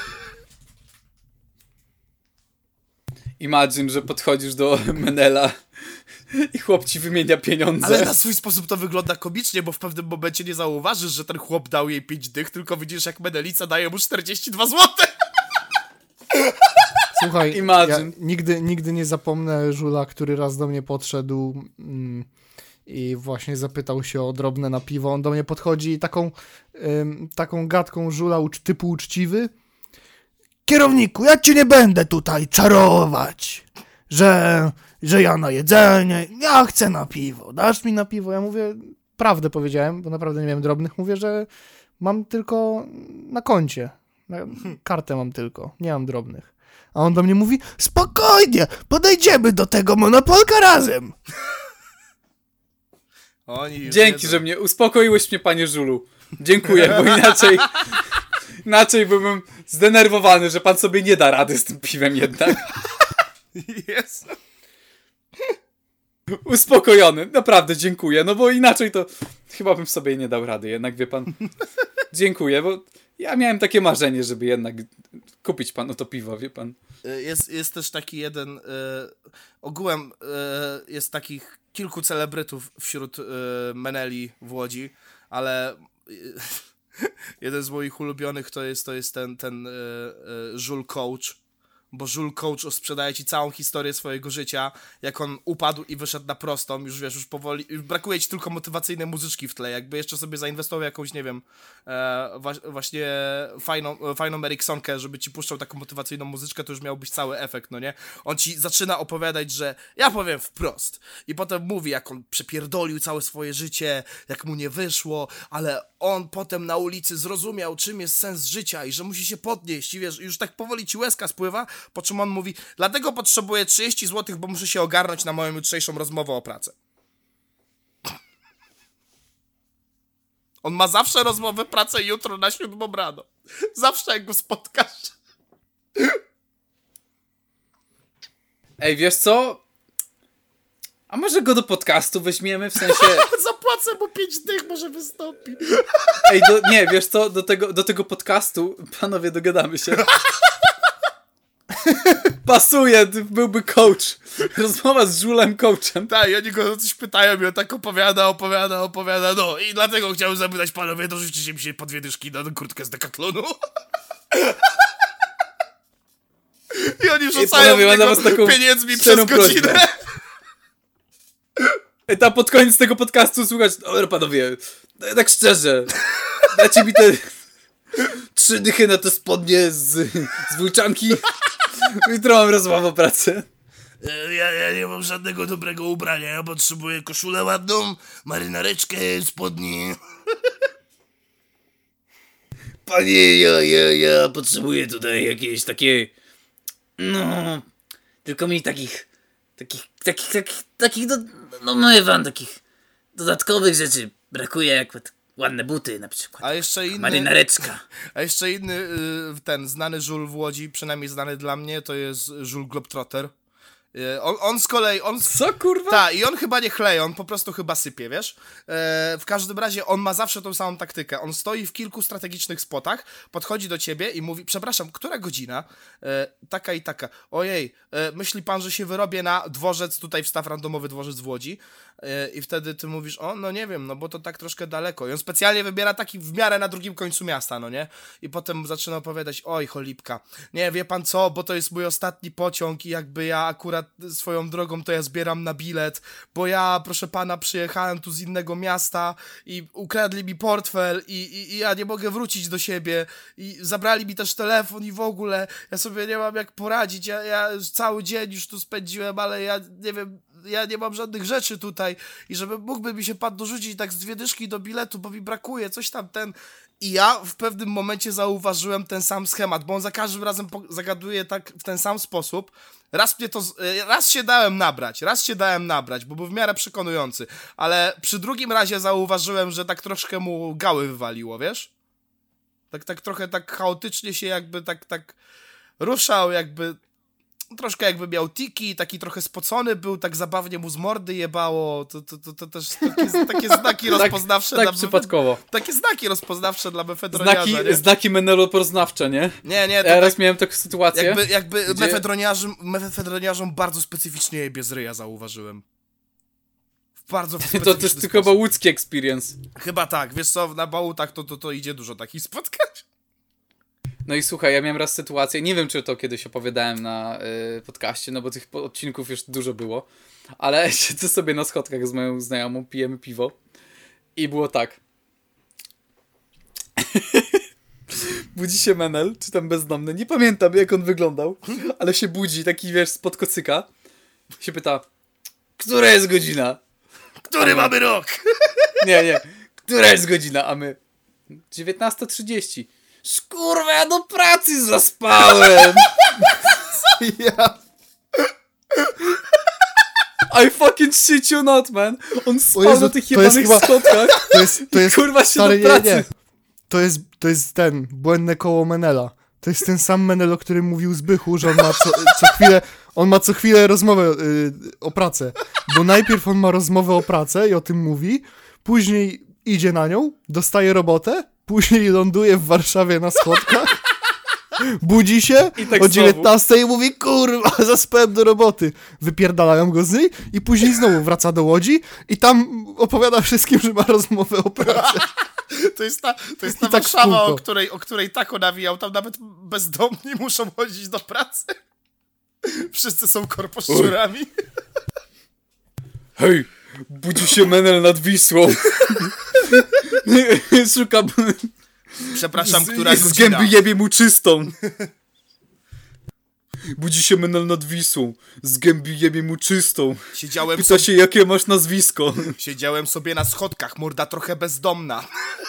Imagine, że podchodzisz do Menela i chłop ci wymienia pieniądze. Ale na swój sposób to wygląda komicznie, bo w pewnym momencie nie zauważysz, że ten chłop dał jej 5 dych, tylko widzisz, jak Menelica daje mu 42 złote. Słuchaj, ja Imagine. nigdy nie zapomnę Żula, który raz do mnie podszedł i właśnie zapytał się o drobne na piwo. On do mnie podchodzi i taką gadką Żula typu uczciwy. Kierowniku, ja ci nie będę tutaj czarować, że ja na jedzenie, ja chcę na piwo. Dasz mi na piwo? Ja mówię, prawdę powiedziałem, bo naprawdę nie miałem drobnych. Mówię, że mam tylko na koncie. Kartę mam tylko, nie mam drobnych. A on do mnie mówi, spokojnie, podejdziemy do tego Monopolka razem. Oni już Dzięki, wiedzą. że mnie uspokoiłeś mnie, panie Żulu. Dziękuję, bo inaczej byłbym zdenerwowany, że pan sobie nie da rady z tym piwem jednak. Jest. Uspokojony, naprawdę dziękuję, no bo inaczej to chyba bym sobie nie dał rady, jednak wie pan. Dziękuję, bo ja miałem takie marzenie, żeby jednak kupić panu to piwo, wie pan. Jest też taki jeden, ogółem jest takich kilku celebrytów wśród Meneli w Łodzi, ale jeden z moich ulubionych to jest ten Żul Coach, bo Żul Coach sprzedaje ci całą historię swojego życia, jak on upadł i wyszedł na prostą, już wiesz, już powoli, już brakuje ci tylko motywacyjnej muzyczki w tle, jakby jeszcze sobie zainwestował jakąś, nie wiem, właśnie fajną Eriksonkę, żeby ci puszczał taką motywacyjną muzyczkę, to już miał być cały efekt, no nie? On ci zaczyna opowiadać, że ja powiem wprost i potem mówi, jak on przepierdolił całe swoje życie, jak mu nie wyszło, ale on potem na ulicy zrozumiał, czym jest sens życia i że musi się podnieść i wiesz, już tak powoli ci łezka spływa, po czym on mówi, dlatego potrzebuję 30 zł, bo muszę się ogarnąć na moją jutrzejszą rozmowę o pracę. On ma zawsze rozmowę, pracę jutro na 7 rano. Zawsze jak go spotkasz. Ej, wiesz co? A może go do podcastu weźmiemy, w sensie... Zapłacę mu 5 dych, może wystąpi. Ej, nie, wiesz co? Do tego podcastu, panowie, dogadamy się. Pasuje, byłby coach. Rozmowa z Żulem coachem. Tak, i oni go o coś pytają i on tak opowiada. No i dlatego chciałem zapytać panowie, dorzućcie mi się po 2 dyszki na tę kurtkę z Decathlonu. I oni rzucają panowie, mam dla was taką pieniędzmi przez szczerą godzinę. prośbę. Ej, tam pod koniec tego podcastu słuchać, dobra panowie, tak szczerze, dajcie mi te 3 dychy na te spodnie z włóczanki. Jutro mam rozmowę o pracy. Ja nie mam żadnego dobrego ubrania, ja potrzebuję koszulę ładną, marynareczkę, spodnie. Panie, ja potrzebuję tutaj jakieś takie, no, tylko mi takich, no mówię wam, takich dodatkowych rzeczy brakuje, jak ładne buty na przykład. Marynareczka. A jeszcze inny, ten znany żul w Łodzi, przynajmniej znany dla mnie, to jest żul Globetrotter. On z kolei... Co, kurwa? Tak, i on chyba nie chleje, on po prostu chyba sypie, wiesz? W każdym razie on ma zawsze tą samą taktykę. On stoi w kilku strategicznych spotach, podchodzi do ciebie i mówi, przepraszam, która godzina? Taka i taka. Ojej, myśli pan, że się wyrobię na dworzec, tutaj wstaw randomowy dworzec w Łodzi? I wtedy ty mówisz, o, no nie wiem, no bo to tak troszkę daleko. I on specjalnie wybiera taki w miarę na drugim końcu miasta, no nie? I potem zaczyna opowiadać, oj, cholipka, nie, wie pan co, bo to jest mój ostatni pociąg i jakby ja akurat swoją drogą to ja zbieram na bilet, bo ja, proszę pana, przyjechałem tu z innego miasta i ukradli mi portfel i ja nie mogę wrócić do siebie i zabrali mi też telefon i w ogóle ja sobie nie mam jak poradzić, ja cały dzień już tu spędziłem, ale ja nie wiem, ja nie mam żadnych rzeczy tutaj i żeby mógłby mi się pan dorzucić tak z 2 dyszki do biletu, bo mi brakuje, coś tam ten... I ja w pewnym momencie zauważyłem ten sam schemat, bo on za każdym razem zagaduje tak w ten sam sposób. Raz się dałem nabrać, bo był w miarę przekonujący, ale przy drugim razie zauważyłem, że tak troszkę mu gały wywaliło, wiesz? Tak trochę tak chaotycznie się jakby tak ruszał, jakby... troszkę jakby miał tiki, taki trochę spocony był, tak zabawnie mu z mordy jebało, to też takie znaki rozpoznawcze tak dla przypadkowo. Takie znaki rozpoznawcze dla mefedroniarza, nie? Znaki menelopoznawcze, nie? Nie, to Ja raz tak, miałem taką sytuację. jakby gdzie- mefedroniarzom bardzo specyficznie jebie z ryja, zauważyłem. Bardzo To specyficzny jest tylko chyba sposób. łódzki experience. Chyba tak, wiesz co, na bałutach to idzie dużo takich spotkać. No i słuchaj, ja miałem raz sytuację, nie wiem czy to kiedyś opowiadałem na podcaście, no bo tych odcinków już dużo było, ale siedzę sobie na schodkach z moją znajomą, pijemy piwo i było tak. Budzi się Menel, czy tam bezdomny, nie pamiętam jak on wyglądał, ale się budzi, taki wiesz, spod kocyka, się pyta, która jest godzina? Który mamy rok? Nie, która jest godzina, a my 19:30. Skurwa, ja do pracy zaspałem! Ja, I fucking shit you not, man. On spał Jezu, na tych to jest jebanych chyba- schodkach. to jest Kurwa się stary, do pracy. nie. To jest ten, błędne koło Menela. To jest ten sam Menel, o którym mówił Zbychu, że on ma co chwilę rozmowę o pracę. Bo najpierw on ma rozmowę o pracę i o tym mówi, później idzie na nią, dostaje robotę, później ląduje w Warszawie na schodkach, budzi się I tak o znowu. 19 i mówi, kurwa, zaspałem do roboty. Wypierdalają go z niej i później znowu wraca do Łodzi i tam opowiada wszystkim, że ma rozmowę o pracy. To jest ta I tak w Warszawa, kółko. o której tako nawijał, tam nawet bezdomni muszą chodzić do pracy. Wszyscy są korposzczurami. Hej, budzi się Menel nad Wisłą. Szukam Przepraszam, która z godzina? gęby jebie mu czystą. Budzi się Menel nad Wisłą. Z gęby jebie mu czystą. Pyta się, jakie masz nazwisko. Siedziałem sobie na schodkach, morda trochę bezdomna.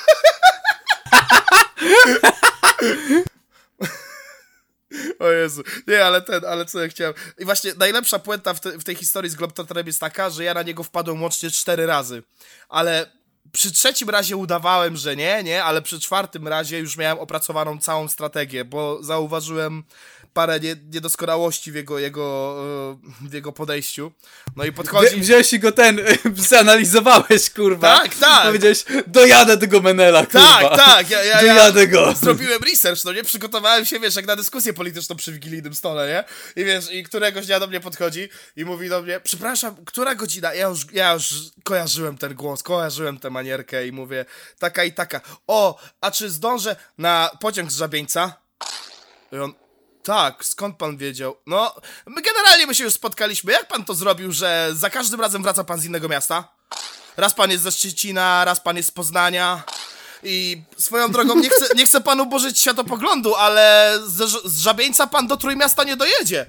O Jezu. Nie, ale co ja chciałem. I właśnie najlepsza puenta w tej historii z Globetrotterem jest taka, że ja na niego wpadłem łącznie 4 razy. Ale przy trzecim razie udawałem, że nie, ale przy czwartym razie już miałem opracowaną całą strategię, bo zauważyłem parę niedoskonałości w jego podejściu. No i podchodzi... Wziąłeś i go przeanalizowałeś, kurwa. Tak. Powiedziałeś, dojadę tego Menela, kurwa. Tak. Dojadę go. Zrobiłem research, no nie? Przygotowałem się, wiesz, jak na dyskusję polityczną przy wigilijnym stole, nie? I wiesz, i któregoś dnia do mnie podchodzi i mówi do mnie, przepraszam, która godzina? Ja już kojarzyłem ten głos, kojarzyłem tę manierkę i mówię, taka i taka. O, a czy zdążę na pociąg z Żabieńca? I on, tak, skąd pan wiedział? No, my się już spotkaliśmy. Jak pan to zrobił, że za każdym razem wraca pan z innego miasta? Raz pan jest ze Szczecina, raz pan jest z Poznania. I swoją drogą nie chcę panu burzyć światopoglądu, ale z Żabieńca pan do Trójmiasta nie dojedzie.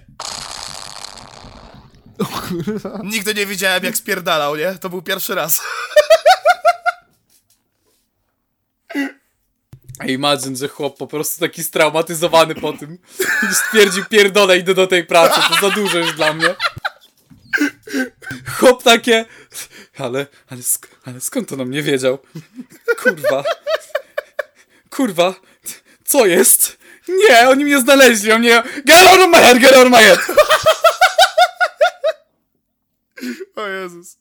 O kurwa. Nigdy nie widziałem, jak spierdalał, nie? To był pierwszy raz. Imagine, że chłop po prostu taki straumatyzowany po tym i stwierdził, pierdolę, idę do tej pracy, to za dużo już dla mnie. Chłop takie, ale skąd on o mnie wiedział? Kurwa, co jest? Nie, oni mnie znaleźli, on mnie, get out of my head. O Jezus.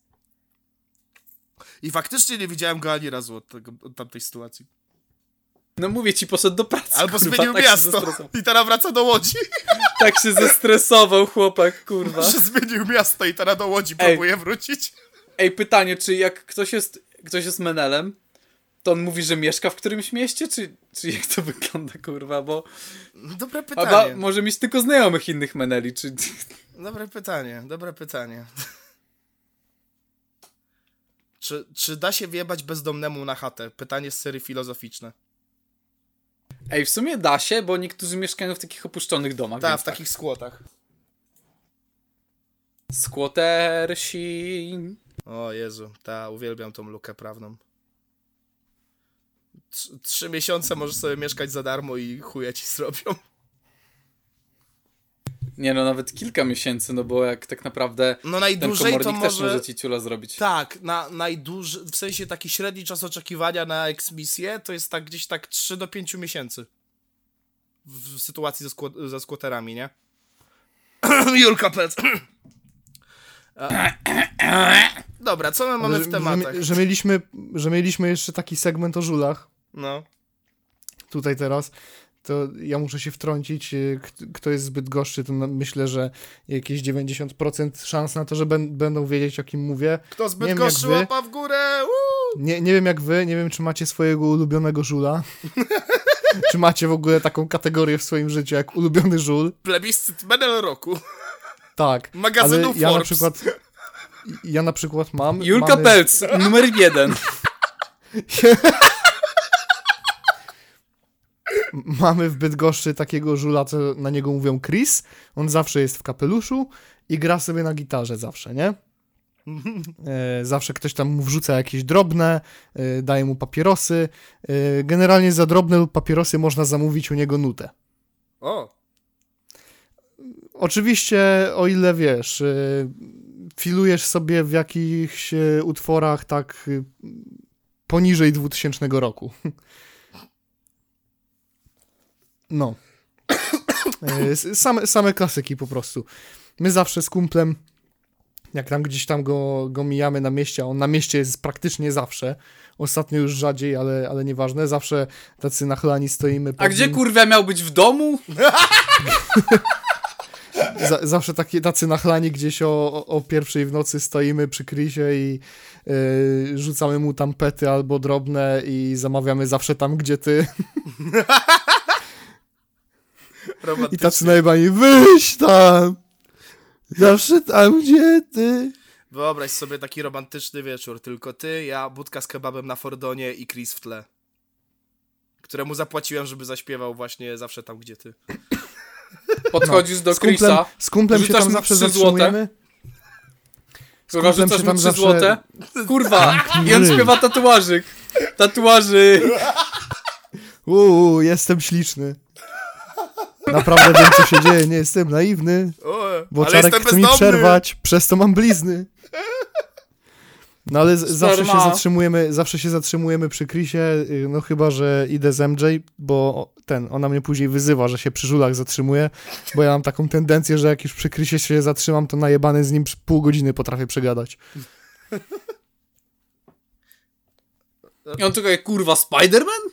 I faktycznie nie widziałem go ani razu od tamtej sytuacji. No mówię ci, poszedł do pracy. Albo kurwa, zmienił tak się miasto zestresował. i teraz wraca do Łodzi. Tak się zestresował chłopak, kurwa. Że zmienił miasto i teraz do Łodzi próbuje wrócić. Ej, pytanie, czy jak ktoś jest Menelem, to on mówi, że mieszka w którymś mieście, czy jak to wygląda, kurwa, bo... Dobre Albo pytanie. może mieć tylko znajomych innych Meneli, czy... Dobre pytanie. Czy da się wjebać bezdomnemu na chatę? Pytanie z serii filozoficzne. Ej, w sumie da się, bo niektórzy mieszkają w takich opuszczonych domach. Tak, więc w takich skłotach. Squattersi. O Jezu, uwielbiam tą lukę prawną. 3 miesiące możesz sobie mieszkać za darmo i chuja ci zrobią. Nie no, nawet kilka miesięcy, no bo jak tak naprawdę No ten najdłużej to komornik też może... może ci ciula zrobić. Tak, najdłużej, w sensie taki średni czas oczekiwania na eksmisję to jest tak gdzieś tak 3 do 5 miesięcy. W sytuacji ze squatterami, nie? Julka Pelc. Dobra, co my mamy w tematach? Że mieliśmy jeszcze taki segment o żulach. No. Tutaj teraz. To ja muszę się wtrącić. Kto jest zbyt goszczy, to myślę, że jakieś 90% szans na to, że będą wiedzieć, o kim mówię. Kto zbyt goszczy, łapa w górę! Nie wiem jak wy, nie wiem czy macie swojego ulubionego żula. Czy macie w ogóle taką kategorię w swoim życiu jak ulubiony żul? Plebiscyt medal roku. Tak. Magazynu ale Forbes. Ja na przykład mam... Julka Pelc, numer 1. Mamy w Bydgoszczy takiego żula, co na niego mówią Chris. On zawsze jest w kapeluszu i gra sobie na gitarze zawsze, nie? Zawsze ktoś tam mu wrzuca jakieś drobne, daje mu papierosy. Generalnie za drobne lub papierosy można zamówić u niego nutę. O. Oczywiście, o ile wiesz, filujesz sobie w jakichś utworach tak poniżej 2000 roku. No. Same klasyki po prostu. My zawsze z kumplem, jak tam gdzieś tam go mijamy na mieście, a on na mieście jest praktycznie zawsze. Ostatnio już rzadziej, ale nieważne. Zawsze tacy nachlani stoimy. A gdzie kurwa miał być w domu? Zawsze tacy nachlani gdzieś o pierwszej w nocy stoimy przy Chrisie i rzucamy mu tam pety albo drobne i zamawiamy zawsze tam, gdzie ty. I tacy najebani, wyjść tam! Zawsze tam, gdzie ty. Wyobraź sobie taki romantyczny wieczór, tylko ty, ja, budka z kebabem na Fordonie i Chris w tle. Któremu zapłaciłem, żeby zaśpiewał właśnie zawsze tam, gdzie ty. Podchodzisz do Chrisa, z kumplem się tam zawsze zatrzymujemy. Kurwa, rzucasz mu 3 złote. Kurwa, i on śpiewa tatuażyk. Tatuażyk. Jestem śliczny. Naprawdę wiem, co się dzieje, nie jestem naiwny. Bo Czarek chce mi przerwać, przez to mam blizny. No ale zawsze się zatrzymujemy przy Chrisie, no chyba, że idę z MJ, bo ona mnie później wyzywa, że się przy żulach zatrzymuje, bo ja mam taką tendencję, że jak już przy Chrisie się zatrzymam, to najebany z nim pół godziny potrafię przegadać. I on tylko jak kurwa Spider-Man?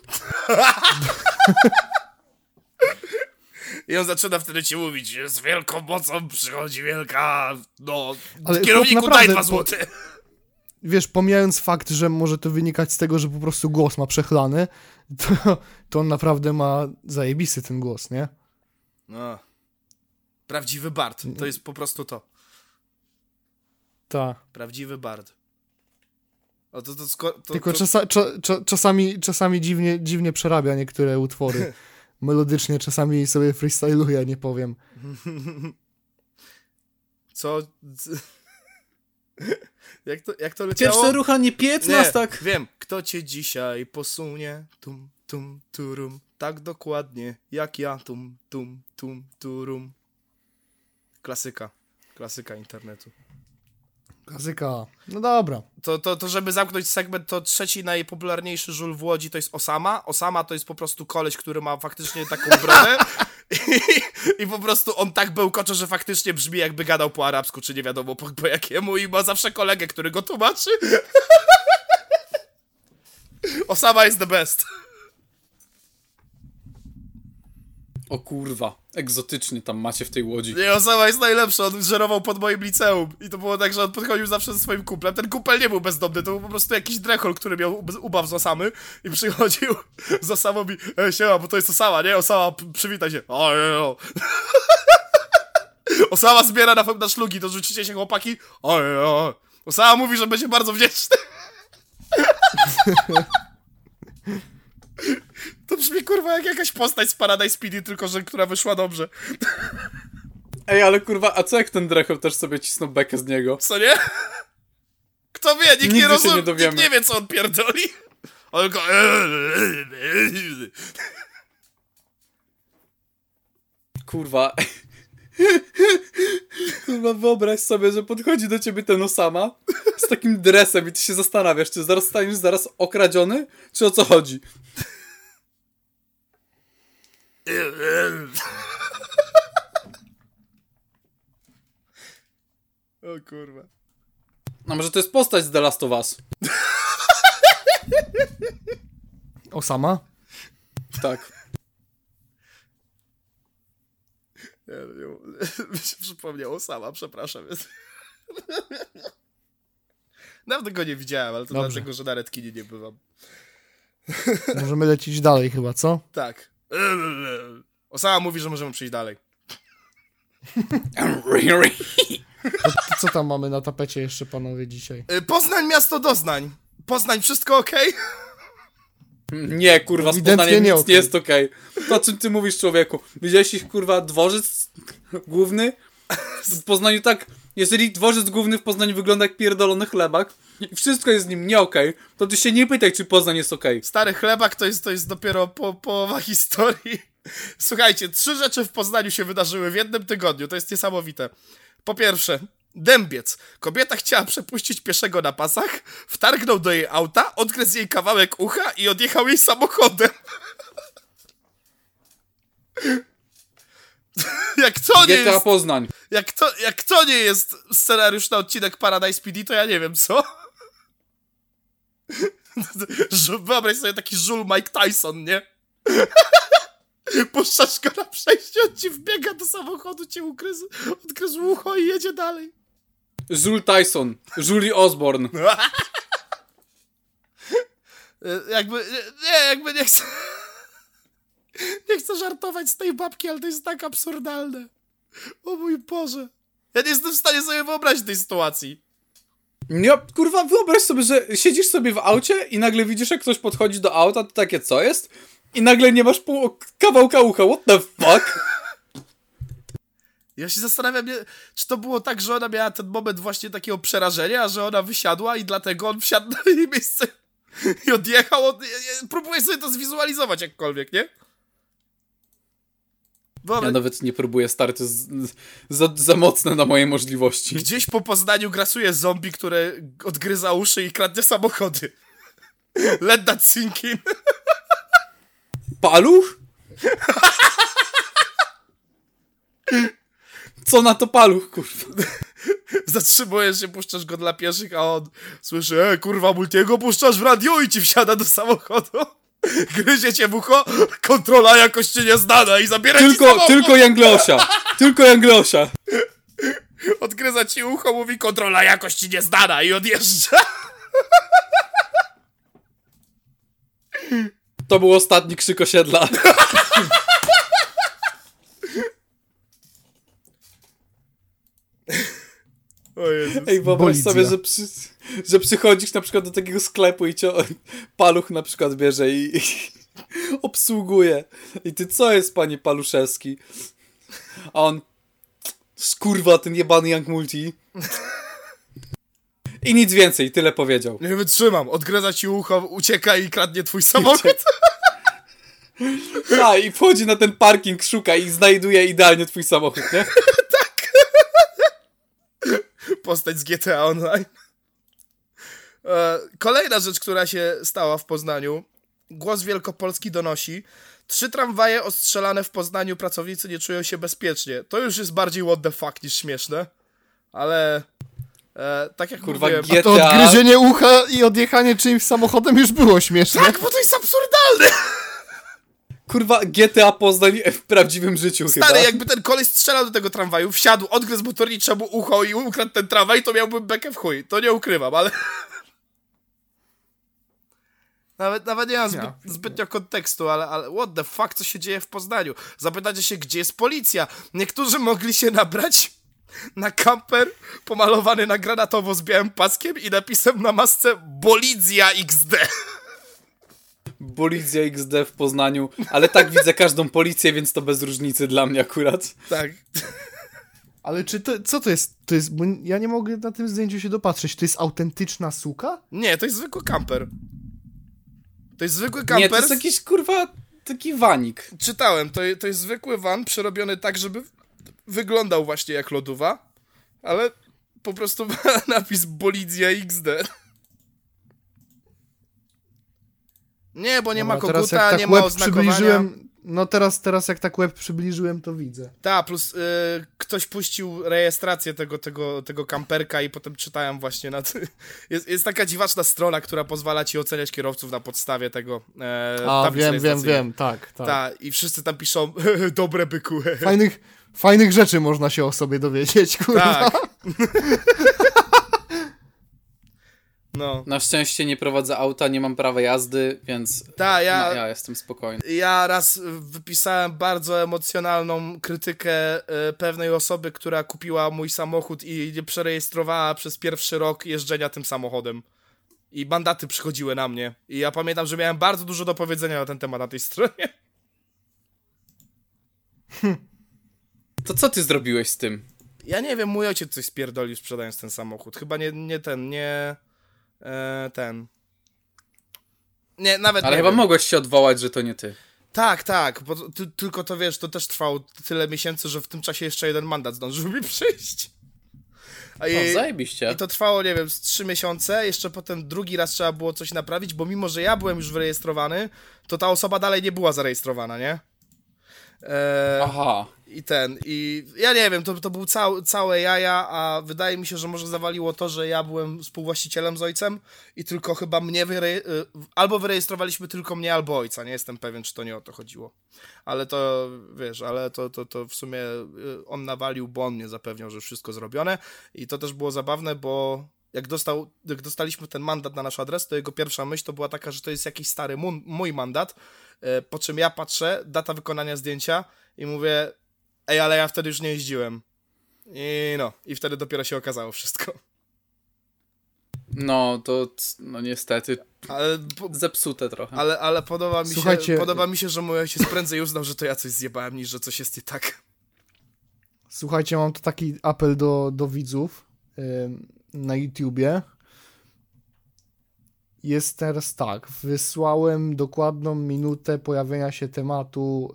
I on zaczyna wtedy ci mówić, z wielką mocą przychodzi wielka, no, ale kierowniku naprawdę, daj 2 złote. Wiesz, pomijając fakt, że może to wynikać z tego, że po prostu głos ma przechlany, to on naprawdę ma zajebisty ten głos, nie? No. Prawdziwy bard, to jest po prostu to. Tak. Prawdziwy bard. O, Tylko czasami dziwnie przerabia niektóre utwory. Melodycznie, czasami sobie freestyluje, nie powiem. Co? Jak to leciało? Pierwsza rucha nie piec nas tak. Wiem. Kto cię dzisiaj posunie? Tum, tum, turum. Tak dokładnie, jak ja. Tum, tum, tum, turum. Klasyka internetu. Klasyka. No dobra. To żeby zamknąć segment, to trzeci najpopularniejszy żul w Łodzi to jest Osama. Osama to jest po prostu koleś, który ma faktycznie taką brodę. I po prostu on tak bełkocze, że faktycznie brzmi jakby gadał po arabsku, czy nie wiadomo po jakiemu, i ma zawsze kolegę, który go tłumaczy. Osama is the best. O kurwa, egzotycznie tam macie w tej Łodzi. Nie, Osama jest najlepszy, on żerował pod moim liceum. I to było tak, że on podchodził zawsze ze swoim kumplem. Ten kumpel nie był bezdomny, to był po prostu jakiś drechol, który miał ubaw z Osamy. I przychodził z Osamą i siema, bo to jest Osama, nie? Osama, przywitaj się. O. Osama zbiera na szlugi, to rzucicie się chłopaki. O. Osama mówi, że będzie bardzo wdzięczny. To brzmi kurwa jak jakaś postać z Paradise PD, tylko że która wyszła dobrze. Ej, ale kurwa, a co jak ten drechol też sobie cisnął bekę z niego? Co nie? Kto wie, nikt nie rozumie, nie dowiemy. Nikt nie wie, co on pierdoli. On tylko... Kurwa. Kurwa, wyobraź sobie, że podchodzi do ciebie ten Osama z takim dresem i ty się zastanawiasz, czy zaraz staniesz okradziony, czy o co chodzi? O kurwa. A może to jest postać z The Last of Us? Osama? Tak. Mi się przypomniało sama, przepraszam. Nawet go nie widziałem, ale to Dobrze. dlatego, że na Redkinie nie bywam. Możemy lecieć dalej chyba, co? Tak. Osama mówi, że możemy przejść dalej. To co tam mamy na tapecie jeszcze, panowie, dzisiaj? Poznań, miasto doznań. Poznań, wszystko okej? Nie, kurwa, z Ewidentnie Poznaniem nie nic okej. nie jest okej. To o czym ty mówisz, człowieku? Widziałeś ich, kurwa, dworzec główny? W Poznaniu tak, jeżeli dworzec główny w Poznaniu wygląda jak pierdolony chlebak i wszystko jest z nim nie okej, to ty się nie pytaj, czy Poznań jest okej. Stary chlebak to jest dopiero połowa historii. Słuchajcie, 3 rzeczy w Poznaniu się wydarzyły w jednym tygodniu. To jest niesamowite. Po pierwsze, dębiec. Kobieta chciała przepuścić pieszego na pasach, wtargnął do jej auta, odgryzł jej kawałek ucha i odjechał jej samochodem. Jak to nie GTA jest... Poznań. Jak to nie jest scenariusz na odcinek Paradise PD, to ja nie wiem, co? Wyobraź sobie taki żul Mike Tyson, nie? Puszczasz go na przejście, on ci wbiega do samochodu, cię odgryzł ucho i jedzie dalej. Jules Tyson. Julie Osborne. Jakby nie chcę... Nie chcę żartować z tej babki, ale to jest tak absurdalne. O mój Boże. Ja nie jestem w stanie sobie wyobrazić tej sytuacji. Nie, kurwa, wyobraź sobie, że siedzisz sobie w aucie i nagle widzisz, jak ktoś podchodzi do auta, to takie, co jest? I nagle nie masz kawałka ucha, what the fuck? Ja się zastanawiam, czy to było tak, że ona miała ten moment właśnie takiego przerażenia, że ona wysiadła i dlatego on wsiadł na jej miejsce i odjechał. Próbuję sobie to zwizualizować jakkolwiek, nie? Ja nawet nie próbuję, stary, to jest za mocne na moje możliwości. Gdzieś po Poznaniu grasuje zombie, które odgryza uszy i kradnie samochody. Let that sink in. Paluch? Co na to paluch, kurwa? Zatrzymujesz się, puszczasz go dla pieszych, a on słyszy, kurwa, Multiego puszczasz w radiu i ci wsiada do samochodu. Gryzie cię w ucho, kontrola jakości nieznana i zabiera ci samochód. Tylko Janglosia. Tylko Janglosia. Odgryza ci ucho, mówi kontrola jakości nieznana i odjeżdża. To był ostatni krzyk osiedla. O Jezus. Ej, wyobraź Bolizja. sobie, że przychodzisz na przykład do takiego sklepu i cię paluch na przykład bierze i obsługuje. I ty, co jest, panie Paluszewski? A on, skurwa, ten jebany Young Multi. I nic więcej, tyle powiedział. Nie wytrzymam, odgryza ci ucho, ucieka i kradnie twój samochód. A, i wchodzi na ten parking, szuka i znajduje idealnie twój samochód, nie? Postać z GTA Online. Kolejna rzecz, która się stała w Poznaniu. Głos Wielkopolski donosi. 3 tramwaje ostrzelane w Poznaniu, pracownicy nie czują się bezpiecznie. To już jest bardziej what the fuck niż śmieszne. Ale tak jak Kurwa, mówiłem... GTA. To odgryzienie ucha i odjechanie czyimś samochodem już było śmieszne. Tak, bo to jest absurdalne! Kurwa, GTA Poznań w prawdziwym życiu Stary, chyba. jakby ten koleś strzelał do tego tramwaju, wsiadł, odgryzł motorniczemu ucho i ukradł ten tramwaj, to miałbym bekę w chuj. To nie ukrywam, ale... Nawet nie mam zbytnio kontekstu, ale what the fuck, co się dzieje w Poznaniu? Zapytacie się, gdzie jest policja? Niektórzy mogli się nabrać na kamper pomalowany na granatowo z białym paskiem i napisem na masce Bolizja XD. Bolizja XD w Poznaniu, ale tak widzę każdą policję, więc to bez różnicy dla mnie akurat. Tak. Ale czy to, co to jest? To jest, bo ja nie mogę na tym zdjęciu się dopatrzeć. To jest autentyczna suka? Nie, to jest zwykły kamper. To jest zwykły kamper. Nie, to jest jakiś, kurwa, taki wanik. Czytałem, to jest zwykły van przerobiony tak, żeby wyglądał właśnie jak lodówa, ale po prostu ma napis Bolizja XD. Nie, bo nie ma Dobra, teraz koguta, jak nie tak ma łeb oznakowania. przybliżyłem, No teraz jak tak łeb przybliżyłem, to widzę. Tak, plus ktoś puścił rejestrację tego kamperka i potem czytałem właśnie jest taka dziwaczna strona, która pozwala ci oceniać kierowców na podstawie tego tablic rejestracyjnych. Wiem, tak. Tak, i wszyscy tam piszą dobre byku. Fajnych rzeczy można się o sobie dowiedzieć, kurwa. Tak. No. Na szczęście nie prowadzę auta, nie mam prawa jazdy, więc ja jestem spokojny. Ja raz wypisałem bardzo emocjonalną krytykę pewnej osoby, która kupiła mój samochód i nie przerejestrowała przez pierwszy rok jeżdżenia tym samochodem. I mandaty przychodziły na mnie. I ja pamiętam, że miałem bardzo dużo do powiedzenia na ten temat na tej stronie. To co ty zrobiłeś z tym? Ja nie wiem, mój ojciec coś spierdolił sprzedając ten samochód. Chyba nie ten. Nie, nawet Ale nie chyba wiem. mogłeś się odwołać, że to nie ty. Tak, bo tylko to wiesz, to też trwało tyle miesięcy, że w tym czasie jeszcze jeden mandat zdążył mi przyjść. Zajebiście. I to trwało, nie wiem, z 3 miesiące, jeszcze potem drugi raz trzeba było coś naprawić, bo mimo, że ja byłem już wyrejestrowany, to ta osoba dalej nie była zarejestrowana, nie? Aha. I ja nie wiem, to był całe jaja, a wydaje mi się, że może zawaliło to, że ja byłem współwłaścicielem z ojcem i tylko chyba mnie albo wyrejestrowaliśmy tylko mnie, albo ojca, nie jestem pewien, czy to nie o to chodziło. Ale to, wiesz, to w sumie on nawalił, bo on mnie zapewniał, że wszystko zrobione i to też było zabawne, bo jak dostaliśmy ten mandat na nasz adres, to jego pierwsza myśl to była taka, że to jest jakiś stary mój mandat, po czym ja patrzę, data wykonania zdjęcia i mówię, ej, ale ja wtedy już nie jeździłem. I wtedy dopiero się okazało wszystko. No, niestety, Ale zepsute trochę. ale Słuchajcie, podoba mi się, że mój ojciec prędzej uznał, że to ja coś zjebałem, niż że coś jest nie tak. Słuchajcie, mam tu taki apel do widzów na YouTubie. Jest teraz tak, wysłałem dokładną minutę pojawienia się tematu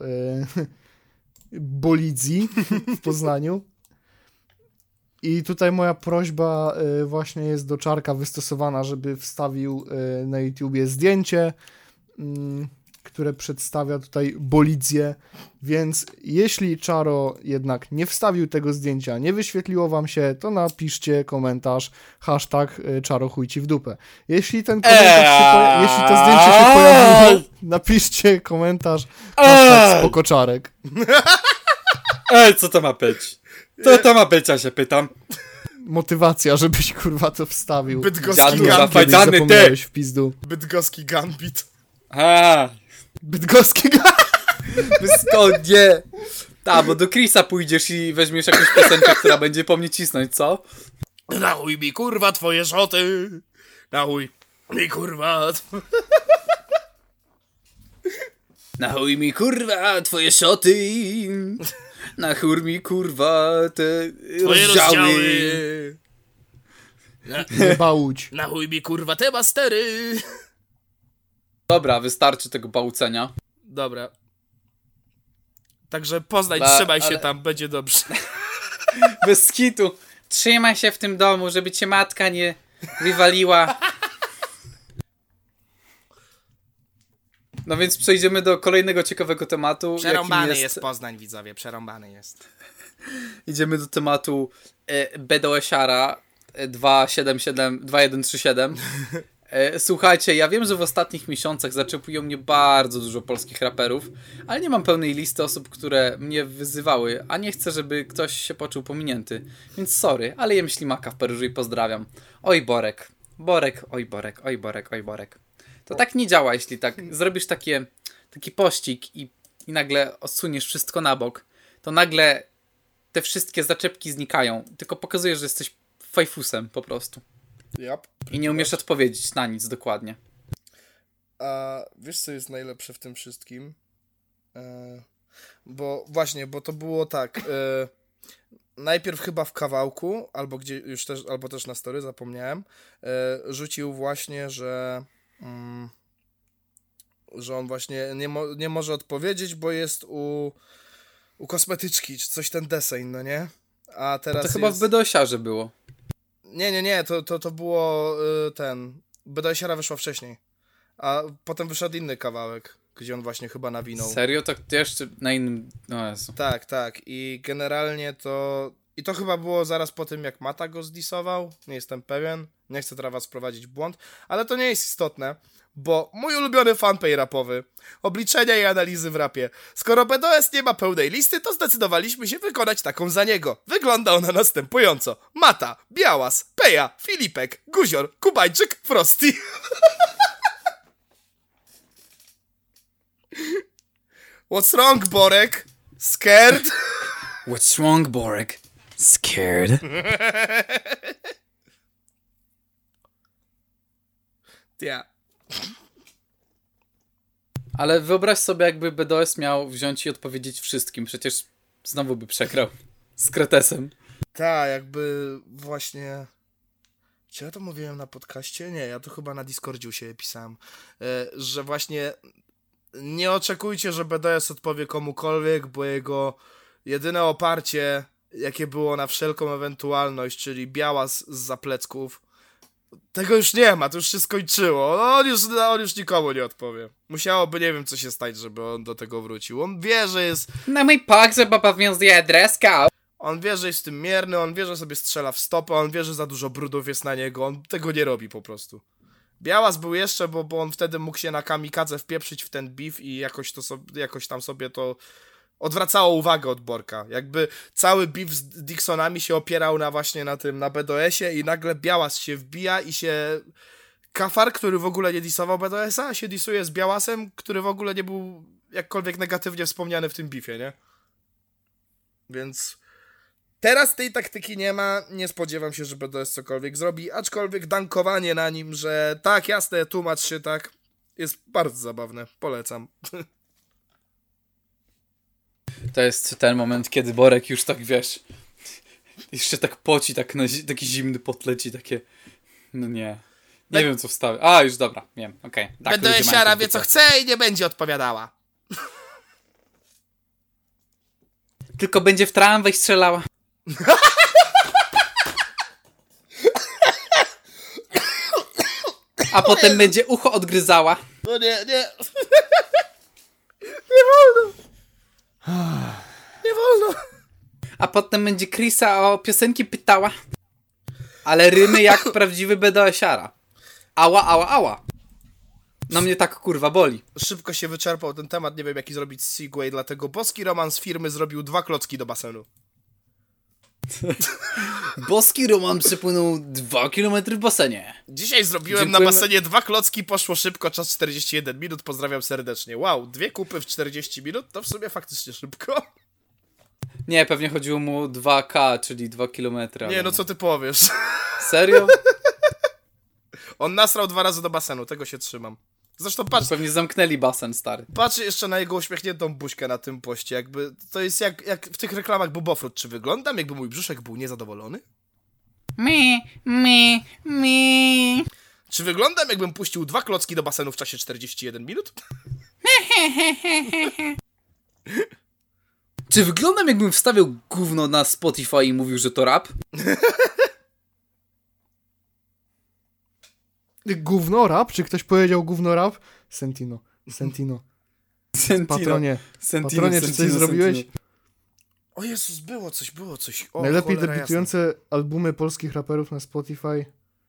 Bolidzi w Poznaniu. I tutaj moja prośba właśnie jest do Czarka wystosowana, żeby wstawił na YouTubie zdjęcie, które przedstawia tutaj Bolidzie, więc jeśli Czaro jednak nie wstawił tego zdjęcia, nie wyświetliło wam się, to napiszcie komentarz #Czaro chuj ci w dupę. Jeśli ten komentarz jeśli to zdjęcie się pojawiło, napiszcie komentarz #spokoczarek. Co to ma być? Co to ma być, ja się pytam. Motywacja, żebyś kurwa to wstawił. Bydgoski Kiedyś zapomniałeś w pizdu. Bydgoski Gambit. Bydgoski Skąd nie? Tak, bo do Chrisa pójdziesz i weźmiesz jakąś piosenkę, która będzie po mnie cisnąć, co? Na chuj mi kurwa twoje szoty. Na chuj mi kurwa. Na chuj mi kurwa twoje szoty. Na chuj mi kurwa te Twoje rozdziały. Nie bałudź. Na chuj mi kurwa te mastery. Dobra, wystarczy tego bałcenia. Dobra. Także Poznań, trzymaj się tam, będzie dobrze. Bez skitu. Trzymaj się w tym domu, żeby cię matka nie wywaliła. No więc przejdziemy do kolejnego ciekawego tematu. Przerąbany jest Poznań, widzowie, przerąbany jest. Idziemy do tematu BDS-ara 2137. Słuchajcie, ja wiem, że w ostatnich miesiącach zaczepiło mnie bardzo dużo polskich raperów, ale nie mam pełnej listy osób, które mnie wyzywały, a nie chcę, żeby ktoś się poczuł pominięty. Więc sorry, ale jem ślimaka w Paryżu i pozdrawiam. Oj Borek. Borek, oj Borek, oj Borek, oj Borek. To tak nie działa, jeśli tak zrobisz taki pościg i nagle odsuniesz wszystko na bok, to nagle te wszystkie zaczepki znikają. Tylko pokazujesz, że jesteś fajfusem po prostu. Yep. I nie umiesz odpowiedzieć na nic dokładnie. A wiesz, co jest najlepsze w tym wszystkim? Bo to było tak. Najpierw chyba w kawałku, albo też na story, zapomniałem, rzucił właśnie, że on właśnie nie może odpowiedzieć, bo jest u kosmetyczki, czy coś ten deseń, no nie? A teraz to chyba w BDS-arze było. Nie, to było BDS-ara wyszła wcześniej, a potem wyszedł inny kawałek. gdzie on właśnie chyba nawinął. Serio? Tak jeszcze na innym... No Jezu. Tak. I generalnie to... I to chyba było zaraz po tym, jak Mata go zdisował. Nie jestem pewien. Nie chcę teraz was wprowadzić w błąd. Ale to nie jest istotne, bo mój ulubiony fanpage rapowy. Obliczenia i analizy w rapie. Skoro BDS nie ma pełnej listy, to zdecydowaliśmy się wykonać taką za niego. Wygląda ona następująco. Mata, Białas, Peja, Filipek, Guzior, Kubańczyk, Frosty. What's wrong, Borek? Scared? What's wrong, Borek? Scared? Ja. Ale wyobraź sobie, jakby BDS miał wziąć i odpowiedzieć wszystkim. Przecież znowu by przegrał z Kretesem. Tak, jakby właśnie... Czy ja to mówiłem na podcaście? Nie, ja to chyba na Discordzie u siebie pisałem. Że właśnie nie oczekujcie, że BDS odpowie komukolwiek, bo jego jedyne oparcie, jakie było na wszelką ewentualność, czyli Białas z zaplecków, tego już nie ma, to już się skończyło. On już nikomu nie odpowie. Musiałoby, nie wiem, co się stać, żeby on do tego wrócił. On wie, że jest... Na mój pogrzeb obowiązuje dress code. On wie, że jest w tym mierny, on wie, że sobie strzela w stopę, on wie, że za dużo brudów jest na niego, on tego nie robi po prostu. Białas był jeszcze, bo on wtedy mógł się na kamikadze wpieprzyć w ten beef i jakoś tam sobie to odwracało uwagę od Borka. Jakby cały beef z Dixonami się opierał na BDS-ie i nagle Białas się wbija i się... Kafar, który w ogóle nie disował BDS-a, się disuje z Białasem, który w ogóle nie był jakkolwiek negatywnie wspomniany w tym beefie, nie? Więc... Teraz tej taktyki nie ma, nie spodziewam się, że BDS cokolwiek zrobi, aczkolwiek dankowanie na nim, że tak, jasne, tłumacz się tak, jest bardzo zabawne, polecam. To jest ten moment, kiedy Borek już tak, wiesz, jeszcze tak poci, tak taki zimny pot leci, takie, no nie, nie wiem co wstawię. A, już dobra, wiem, okej. Tak, BDS-iara wie co chce i nie będzie odpowiadała. Tylko będzie w tramwaj strzelała. A potem będzie ucho odgryzała. No nie. Nie wolno. A potem będzie Chrisa o piosenki pytała. Ale rymy jak prawdziwy BDS-iara. Ała. No mnie tak kurwa boli. Szybko się wyczerpał ten temat, nie wiem jaki zrobić segway, dlatego boski romans firmy zrobił 2 klocki do basenu. Boski Roman przepłynął 2 km w basenie. Dzisiaj zrobiłem Dziękujemy. na basenie 2 klocki, poszło szybko, czas 41 minut, pozdrawiam serdecznie. Wow, 2 kupy w 40 minut, to w sumie faktycznie szybko. Nie, pewnie chodziło mu 2K, czyli 2 km. Nie, no co ty powiesz? Serio? On nasrał 2 razy do basenu, tego się trzymam. Zresztą patrz, Pewnie zamknęli basen, stary. patrz jeszcze na jego uśmiechniętą buźkę na tym poście, jakby to jest jak w tych reklamach Bubofrut. Czy wyglądam, jakby mój brzuszek był niezadowolony? Mi. Czy wyglądam, jakbym puścił 2 klocki do basenu w czasie 41 minut? Czy wyglądam jakbym wstawiał gówno na Spotify i mówił, że to rap? Gówno rap? Czy ktoś powiedział gówno rap? Sentino. Patronie, czy coś zrobiłeś? O Jezus, było coś. O, Najlepiej cholera debiutujące albumy polskich raperów na Spotify.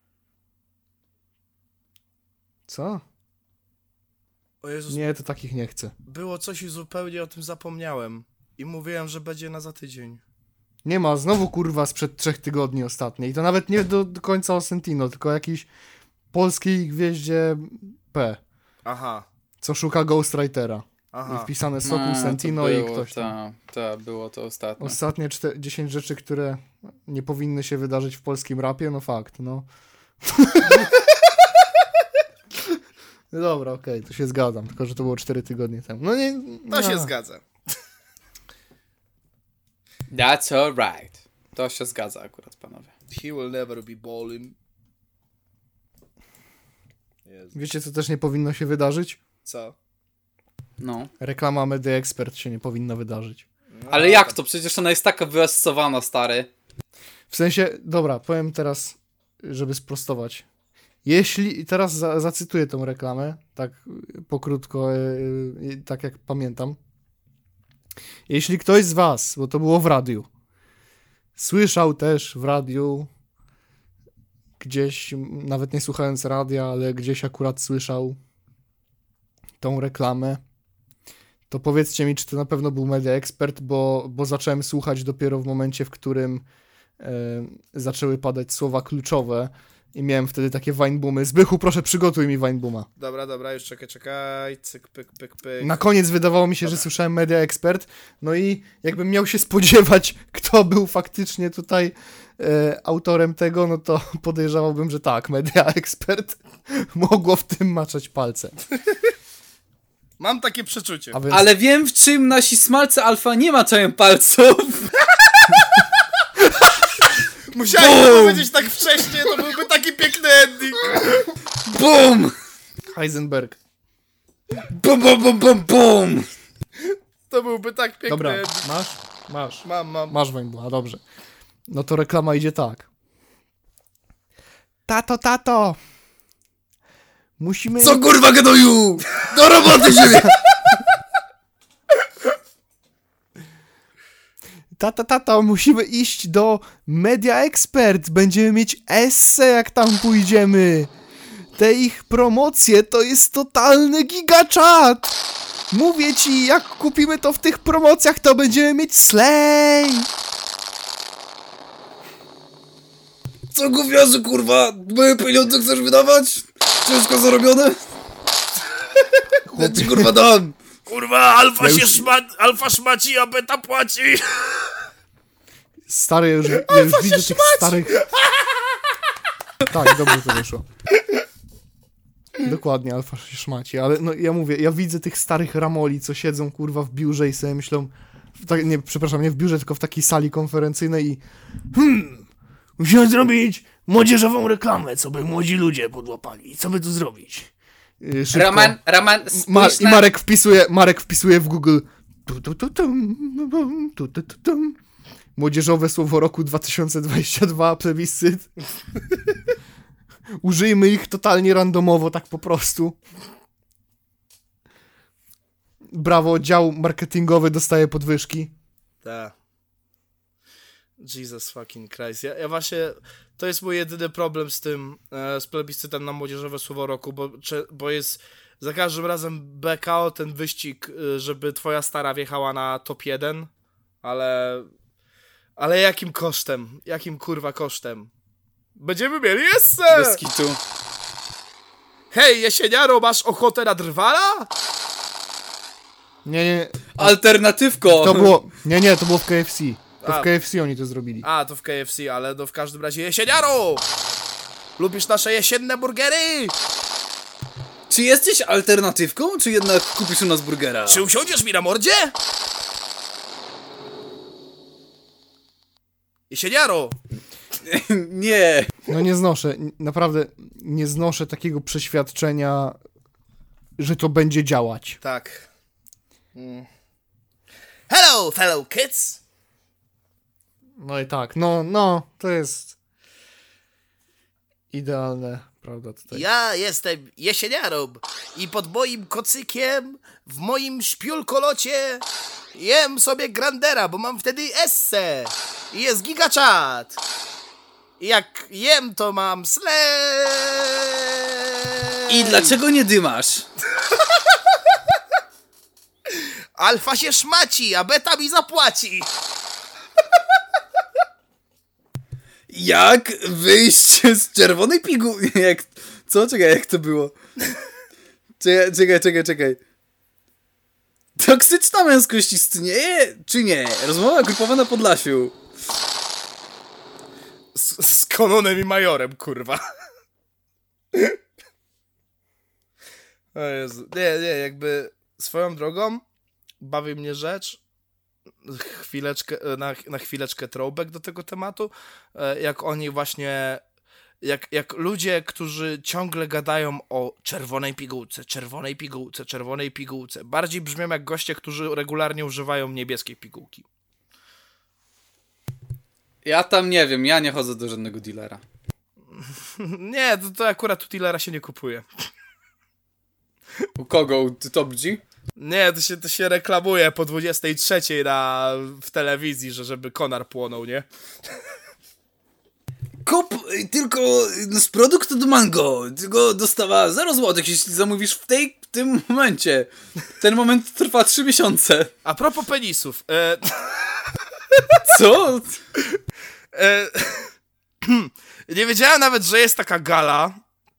Co? jasna. O Jezus, Nie, to takich nie chcę. było coś i zupełnie o tym zapomniałem. I mówiłem, że będzie na za tydzień. Nie ma, znowu kurwa sprzed 3 tygodni ostatniej. I to nawet nie do końca o Sentino, tylko jakiejś polskiej gwieździe P, Aha. co szuka Ghostwritera. I wpisane Sokół Sentino i ktoś tam. Tak, było to ostatnio. Ostatnie 10 rzeczy, które nie powinny się wydarzyć w polskim rapie, no fakt, no. No dobra, okej, to się zgadzam, tylko że to było 4 tygodnie temu. No nie, To się zgadza. That's alright. To się zgadza akurat, panowie. He will never be ballin'. Jezu. Wiecie, co też nie powinno się wydarzyć? Co? No. Reklama Medy Expert się nie powinna wydarzyć. No, Ale jak to? Przecież ona jest taka wyestowana, stary. W sensie, dobra, powiem teraz, żeby sprostować. Jeśli, teraz zacytuję tą reklamę, tak pokrótko, tak jak pamiętam. Jeśli ktoś z was, bo to było w radiu, słyszał też w radiu, gdzieś, nawet nie słuchając radia, ale gdzieś akurat słyszał tą reklamę, to powiedzcie mi, czy to na pewno był Media Expert, bo zacząłem słuchać dopiero w momencie, w którym zaczęły padać słowa kluczowe i miałem wtedy takie Weinboomy. Zbychu, proszę, przygotuj mi Weinbooma. Dobra, już czekaj, cyk, pyk. Na koniec wydawało mi się, że słyszałem Media Expert, no i jakbym miał się spodziewać, kto był faktycznie tutaj autorem tego, no to podejrzewałbym, że tak, Media Expert mogło w tym maczać palce. Mam takie przeczucie. A więc... Ale wiem, w czym nasi smalce alfa nie maczają palców. Musiałem to powiedzieć tak wcześnie, to byłby taki piękny ending. BUM! Heisenberg. Bum, bum, bum, bum, bum! To byłby tak piękny Dobra, ending. masz. Mam. Masz Weinbooma, dobrze. No to reklama idzie tak. Tato! Musimy... Co kurwa gnoju? Do roboty się! Tato, musimy iść do Media Expert. Będziemy mieć esse, jak tam pójdziemy. Te ich promocje to jest totalny gigaczat. Mówię ci, jak kupimy to w tych promocjach, to będziemy mieć slay. Co gówniarzu kurwa? Moje pieniądze chcesz wydawać? Wszystko zarobione? Ja ci kurwa dam! Kurwa, alfa szmaci, a beta płaci. Stary, ja już widzę tych starych... Tak, dobrze to wyszło. Dokładnie, alfa się szmaci, ale no ja mówię, ja widzę tych starych ramoli, co siedzą kurwa w biurze i sobie myślą, nie w biurze, tylko w takiej sali konferencyjnej i musimy zrobić młodzieżową reklamę, co by młodzi ludzie podłapali. Co by tu zrobić? Szybko. Roman, I Marek wpisuje w Google młodzieżowe słowo roku 2022, plebiscyt. Użyjmy ich totalnie randomowo, tak po prostu. Brawo, dział marketingowy dostaje podwyżki. Tak. Jesus fucking Christ. Ja właśnie, to jest mój jedyny problem z tym, z plebiscytem na młodzieżowe słowo roku, bo jest za każdym razem BKO ten wyścig, żeby twoja stara wjechała na top 1, ale jakim kosztem? Jakim kurwa kosztem? Będziemy mieli esse! Bez kitu. Hej, jesieniaro, masz ochotę na drwala? Nie. Alternatywko! To było w KFC. To A. w KFC oni to zrobili. A, to w KFC, ale no w każdym razie jesieniaro! Lubisz nasze jesienne burgery? Czy jesteś alternatywką, czy jednak kupisz u nas burgera? Czy usiądziesz mi na mordzie? Jesieniaro! Nie. No nie znoszę, naprawdę nie znoszę takiego przeświadczenia, że to będzie działać. Tak. Hello, fellow kids! No i tak, no, to jest idealne, prawda, tutaj. Ja jestem jesieniarą i pod moim kocykiem, w moim śpiulkolocie jem sobie grandera, bo mam wtedy esse i jest gigaczat. I jak jem, to mam slay. I dlaczego nie dymasz? Alfa się szmaci, a beta mi zapłaci. Jak wyjść z czerwonej Co? Czekaj, jak to było? Czekaj. Toksyczna męskość istnieje, czy nie? Rozmowa grupowa na Podlasiu. Z Kononem i Majorem, kurwa. O Jezu. Nie, jakby swoją drogą bawi mnie rzecz, na chwileczkę throwback do tego tematu, jak oni właśnie, jak ludzie, którzy ciągle gadają o czerwonej pigułce, bardziej brzmią jak goście, którzy regularnie używają niebieskiej pigułki. Ja tam nie wiem, ja nie chodzę do żadnego dealera. Nie, to akurat u dealera się nie kupuje. U kogo? U Top G? Nie, to się reklamuje po 23 w telewizji, żeby konar płonął, nie? Kup tylko z produktu do Mango. Tylko dostawa 0 zł, jeśli zamówisz w tym momencie. Ten moment trwa 3 miesiące. A propos penisów. Co? Nie wiedziałem nawet, że jest taka gala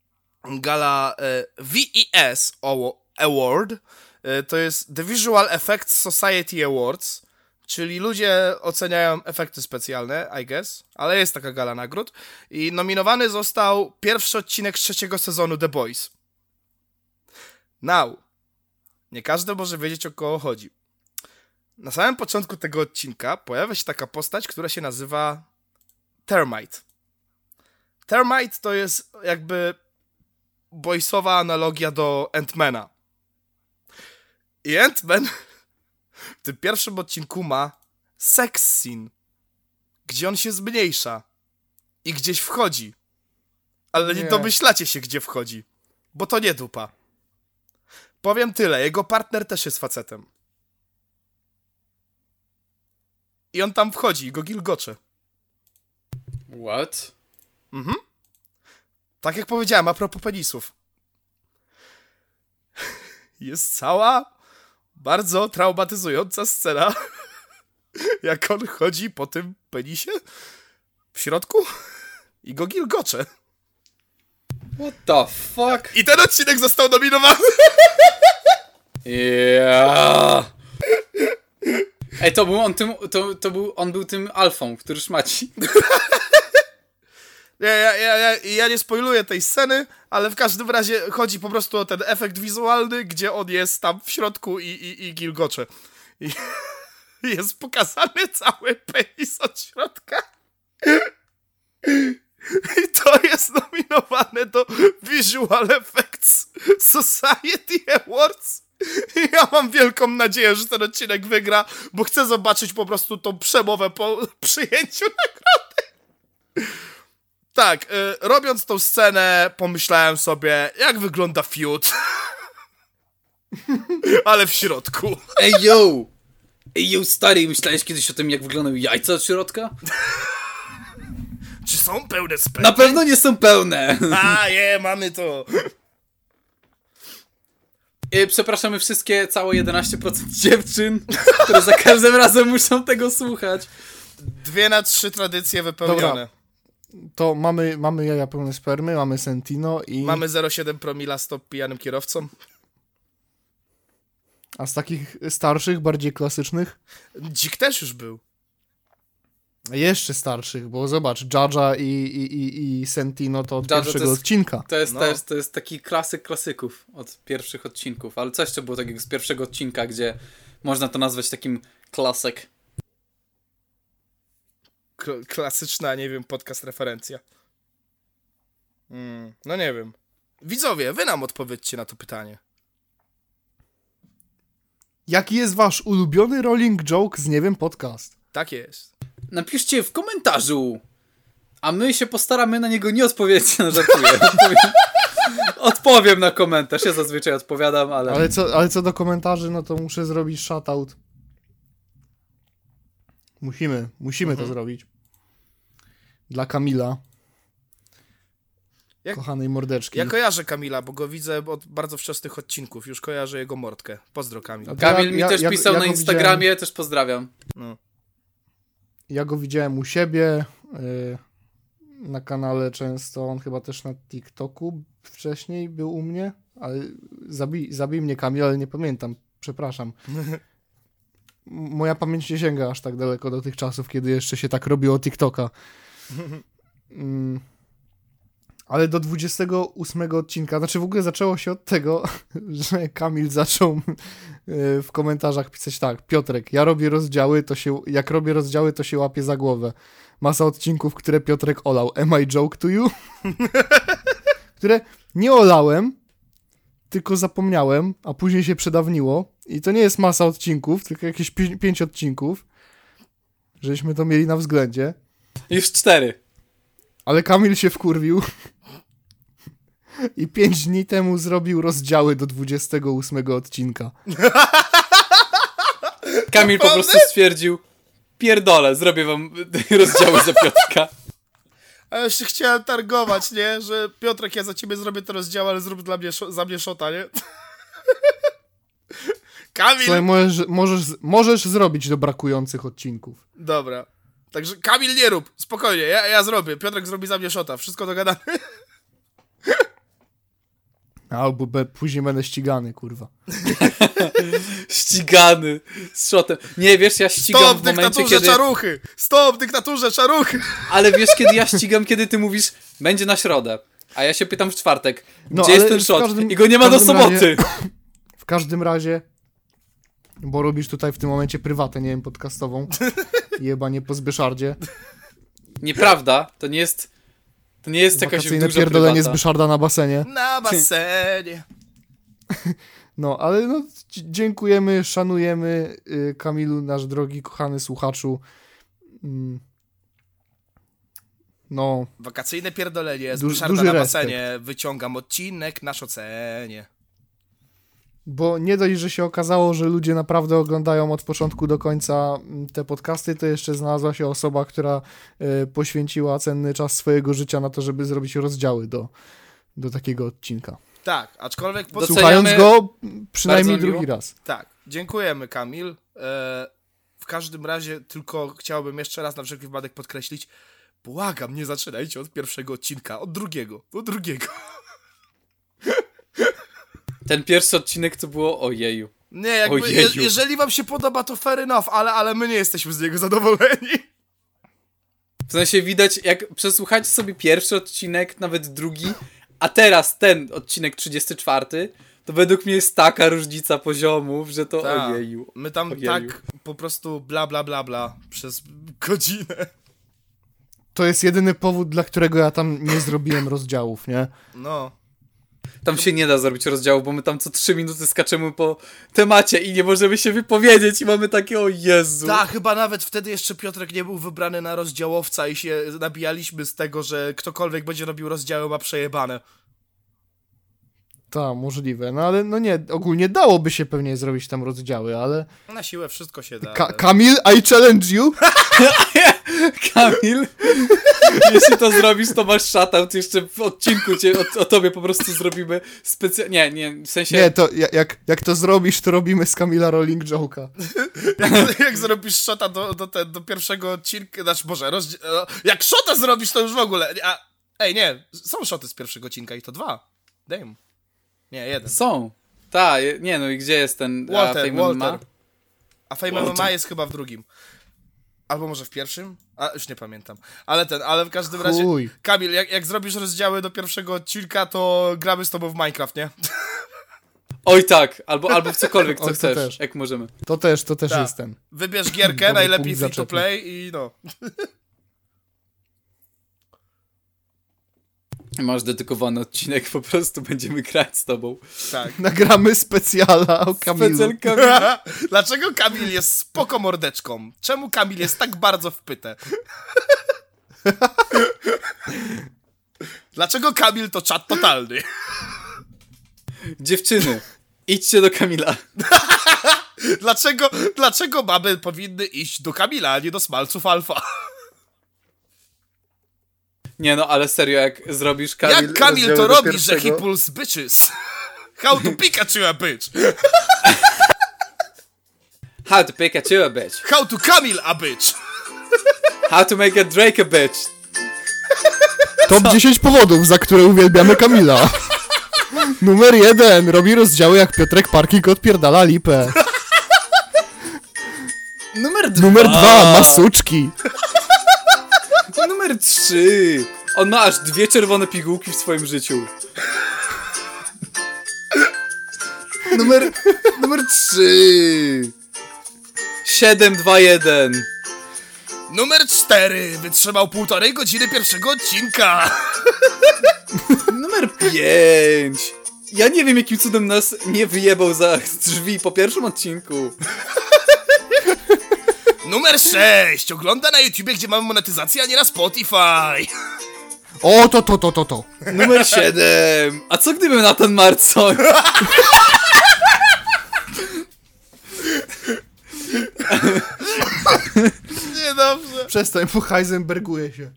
VES Award. To jest The Visual Effects Society Awards, czyli ludzie oceniają efekty specjalne, I guess, ale jest taka gala nagród. I nominowany został pierwszy odcinek 3. sezonu The Boys. Now, nie każdy może wiedzieć, o kogo chodzi. Na samym początku tego odcinka pojawia się taka postać, która się nazywa Termite. Termite to jest jakby boysowa analogia do Ant-Mana. I Ant-Man w tym pierwszym odcinku ma sex scene, gdzie on się zmniejsza i gdzieś wchodzi. Ale nie domyślacie się, gdzie wchodzi, bo to nie dupa. Powiem tyle, jego partner też jest facetem. I on tam wchodzi i go gilgocze. What? Tak jak powiedziałem, a propos penisów. Jest cała bardzo traumatyzująca scena, jak on chodzi po tym penisie w środku i go gilgocze. What the fuck? I ten odcinek został nominowany. Yeah. Ej, to był on był tym alfą, który szmaci. Ja nie spoiluję tej sceny, ale w każdym razie chodzi po prostu o ten efekt wizualny, gdzie on jest tam w środku i gilgocze. I jest pokazany cały penis od środka. I to jest nominowane do Visual Effects Society Awards. I ja mam wielką nadzieję, że ten odcinek wygra, bo chcę zobaczyć po prostu tą przemowę po przyjęciu nagrody. Tak, robiąc tą scenę, pomyślałem sobie, jak wygląda feud. Ale w środku. Ej, yo, stary, myślałeś kiedyś o tym, jak wyglądają jajca od środka? Czy są pełne spermy? Na pewno nie są pełne. Mamy to. Przepraszamy całe 11% dziewczyn, które za każdym razem muszą tego słuchać. 2 na 3 tradycje wypełnione. Dobra. To mamy jaja pełne spermy, mamy Sentino i... Mamy 0,7 promila stop pijanym kierowcom. A z takich starszych, bardziej klasycznych? Dzik też już był. Jeszcze starszych, bo zobacz, Jaja i Sentino to od Jaja pierwszego odcinka. To jest taki klasyk klasyków od pierwszych odcinków, ale coś to było takiego z pierwszego odcinka, gdzie można to nazwać takim klasyk. Klasyczna, nie wiem, podcast referencja. No nie wiem. Widzowie, wy nam odpowiedzcie na to pytanie. Jaki jest wasz ulubiony rolling joke z Nie wiem podcast? Tak jest. Napiszcie w komentarzu, a my się postaramy na niego nie odpowiedzieć, no żartuję. Odpowiem na komentarz, ja zazwyczaj odpowiadam, ale... Ale co do komentarzy, no to muszę zrobić shoutout. Musimy to zrobić. Dla Kamila. Kochanej mordeczki. Ja kojarzę Kamila, bo go widzę od bardzo wczesnych odcinków. Już kojarzę jego mordkę. Pozdro, Kamil. Kamil mi też pisał na Instagramie, też pozdrawiam. No. Ja go widziałem u siebie na kanale często, on chyba też na TikToku wcześniej był u mnie, ale zabij mnie Kamil, ale nie pamiętam, przepraszam. Moja pamięć nie sięga aż tak daleko do tych czasów, kiedy jeszcze się tak robiło TikToka. Ale do 28 odcinka, znaczy w ogóle zaczęło się od tego, że Kamil zaczął w komentarzach pisać tak: Piotrek, jak robię rozdziały, to się łapię za głowę. Masa odcinków, które Piotrek olał. Am I joke to you? Które nie olałem, tylko zapomniałem, a później się przedawniło. I to nie jest masa odcinków, tylko jakieś 5 odcinków, żeśmy to mieli na względzie. Już 4. Ale Kamil się wkurwił i 5 dni temu zrobił rozdziały do 28 odcinka. Kamil po prostu stwierdził, pierdolę, zrobię wam rozdziały za Piotrka. A jeszcze chciałem targować, nie? Że Piotrek, ja za ciebie zrobię te rozdziały, ale zrób dla mnie za mnie szota, nie? Kamil! Słuchaj, możesz zrobić do brakujących odcinków. Dobra. Także Kamil, nie rób, spokojnie, ja zrobię. Piotrek zrobi za mnie szota, wszystko dogadane. Albo później będę ścigany, kurwa. Ścigany z shotem. Nie, wiesz, ja ścigam Stop w momencie, dyktaturze kiedy... czaruchy! Stop dyktaturze czaruchy! Ale wiesz, kiedy ja ścigam, kiedy ty mówisz, będzie na środę. A ja się pytam w czwartek, No, gdzie ale jest ten w shot? każdym- I go nie ma w do każdym soboty. W każdym razie, bo robisz tutaj w tym momencie prywatę, nie wiem, podcastową. Jeba nie po Zbyszardzie. Nieprawda, to nie jest jakaś Wakacyjne duża pierdolenie prywata. Zbyszarda na basenie. Na basenie. No, ale no, dziękujemy, szanujemy Kamilu, nasz drogi, kochany słuchaczu. No, Wakacyjne pierdolenie, z Duży Ryszarda na respekt. basenie. Wyciągam odcinek, nasz ocenie. bo nie dość, że się okazało, że ludzie naprawdę oglądają od początku do końca te podcasty, to jeszcze znalazła się osoba, która poświęciła cenny czas swojego życia na to, żeby zrobić rozdziały do takiego odcinka. Tak, aczkolwiek... Słuchając go przynajmniej Bardzo miło. drugi raz. Tak, dziękujemy, Kamil. W każdym razie tylko chciałbym jeszcze raz na wszelki wypadek podkreślić, błagam, nie zaczynajcie od pierwszego odcinka, od drugiego. Ten pierwszy odcinek to było ojeju. Nie, jakby, Ojeju. jeżeli wam się podoba, to fair enough, ale my nie jesteśmy z niego zadowoleni. W sensie widać, jak przesłuchacie sobie pierwszy odcinek, nawet drugi, a teraz ten odcinek 34, to według mnie jest taka różnica poziomów, że to Tak. ojeju. My tam Ojeju. tak po prostu bla bla bla bla przez godzinę. To jest jedyny powód, dla którego ja tam nie zrobiłem rozdziałów, nie? No. Tam się nie da zrobić rozdziału, bo my tam co 3 minuty skaczemy po temacie i nie możemy się wypowiedzieć i mamy takie, o Jezu. Tak, chyba nawet wtedy jeszcze Piotrek nie był wybrany na rozdziałowca i się nabijaliśmy z tego, że ktokolwiek będzie robił rozdziały ma przejebane. Tak, możliwe. No ale no nie, ogólnie dałoby się pewnie zrobić tam rozdziały, ale... Na siłę wszystko się da. Kamil, I challenge you! Kamil, jeśli to zrobisz, to masz shoutout jeszcze w odcinku o tobie po prostu zrobimy specjalnie, nie, w sensie... Nie, to jak to zrobisz, to robimy z Kamila rolling joke'a. Jak zrobisz shota do pierwszego odcinka, znaczy Boże, jak shota zrobisz, to już w ogóle. Ej, nie, są shoty z pierwszego odcinka i to 2. Damn. Nie, 1. Są. Nie no i gdzie jest ten Walter. MMA? A Fame MMA jest chyba w drugim. Albo może w pierwszym? Już nie pamiętam. Ale w każdym razie... Chuj. Kamil, jak zrobisz rozdziały do pierwszego odcinka, to gramy z tobą w Minecraft, nie? Oj tak, albo w cokolwiek, co Oj, to chcesz, też. jak możemy. To też Tak. jest ten. Wybierz gierkę, Dobry najlepiej punkt free to zaczepu. play i no. Masz dedykowany odcinek, po prostu będziemy grać z tobą. Tak. Nagramy specjala o Kamilu. Specjalka. Dlaczego Kamil jest spoko mordeczką? Czemu Kamil jest tak bardzo w pytę? Dlaczego Kamil to czat totalny? Dziewczyny, idźcie do Kamila. Dlaczego baby powinny iść do Kamila, a nie do smalców alfa? Nie no, ale serio, jak zrobisz Kamil... Jak Kamil rozdziały to do robi, że pierwszego- he pulls bitches? How to Pikachu a bitch? How to Pikachu a bitch. How to Kamil a bitch? How to make a Drake a bitch. Top 10 powodów, za które uwielbiamy Kamila. Numer 1. Robi rozdziały jak Piotrek Parking odpierdala lipę. Numer 2. Numer 2. Ma suczki. Numer 3. On ma aż 2 czerwone pigułki w swoim życiu. Numer 3. 7, 2, 1. Numer 4. Wytrzymał 1,5 godziny pierwszego odcinka. Numer 5. Ja nie wiem, jakim cudem nas nie wyjebał za drzwi po pierwszym odcinku. Numer 6. Ogląda na YouTubie, gdzie mamy monetyzację, a nie na Spotify. O, to. Numer 7. A co gdyby Nathan Marcoń? Niedobrze. Przestań, bo Heisenberguje się.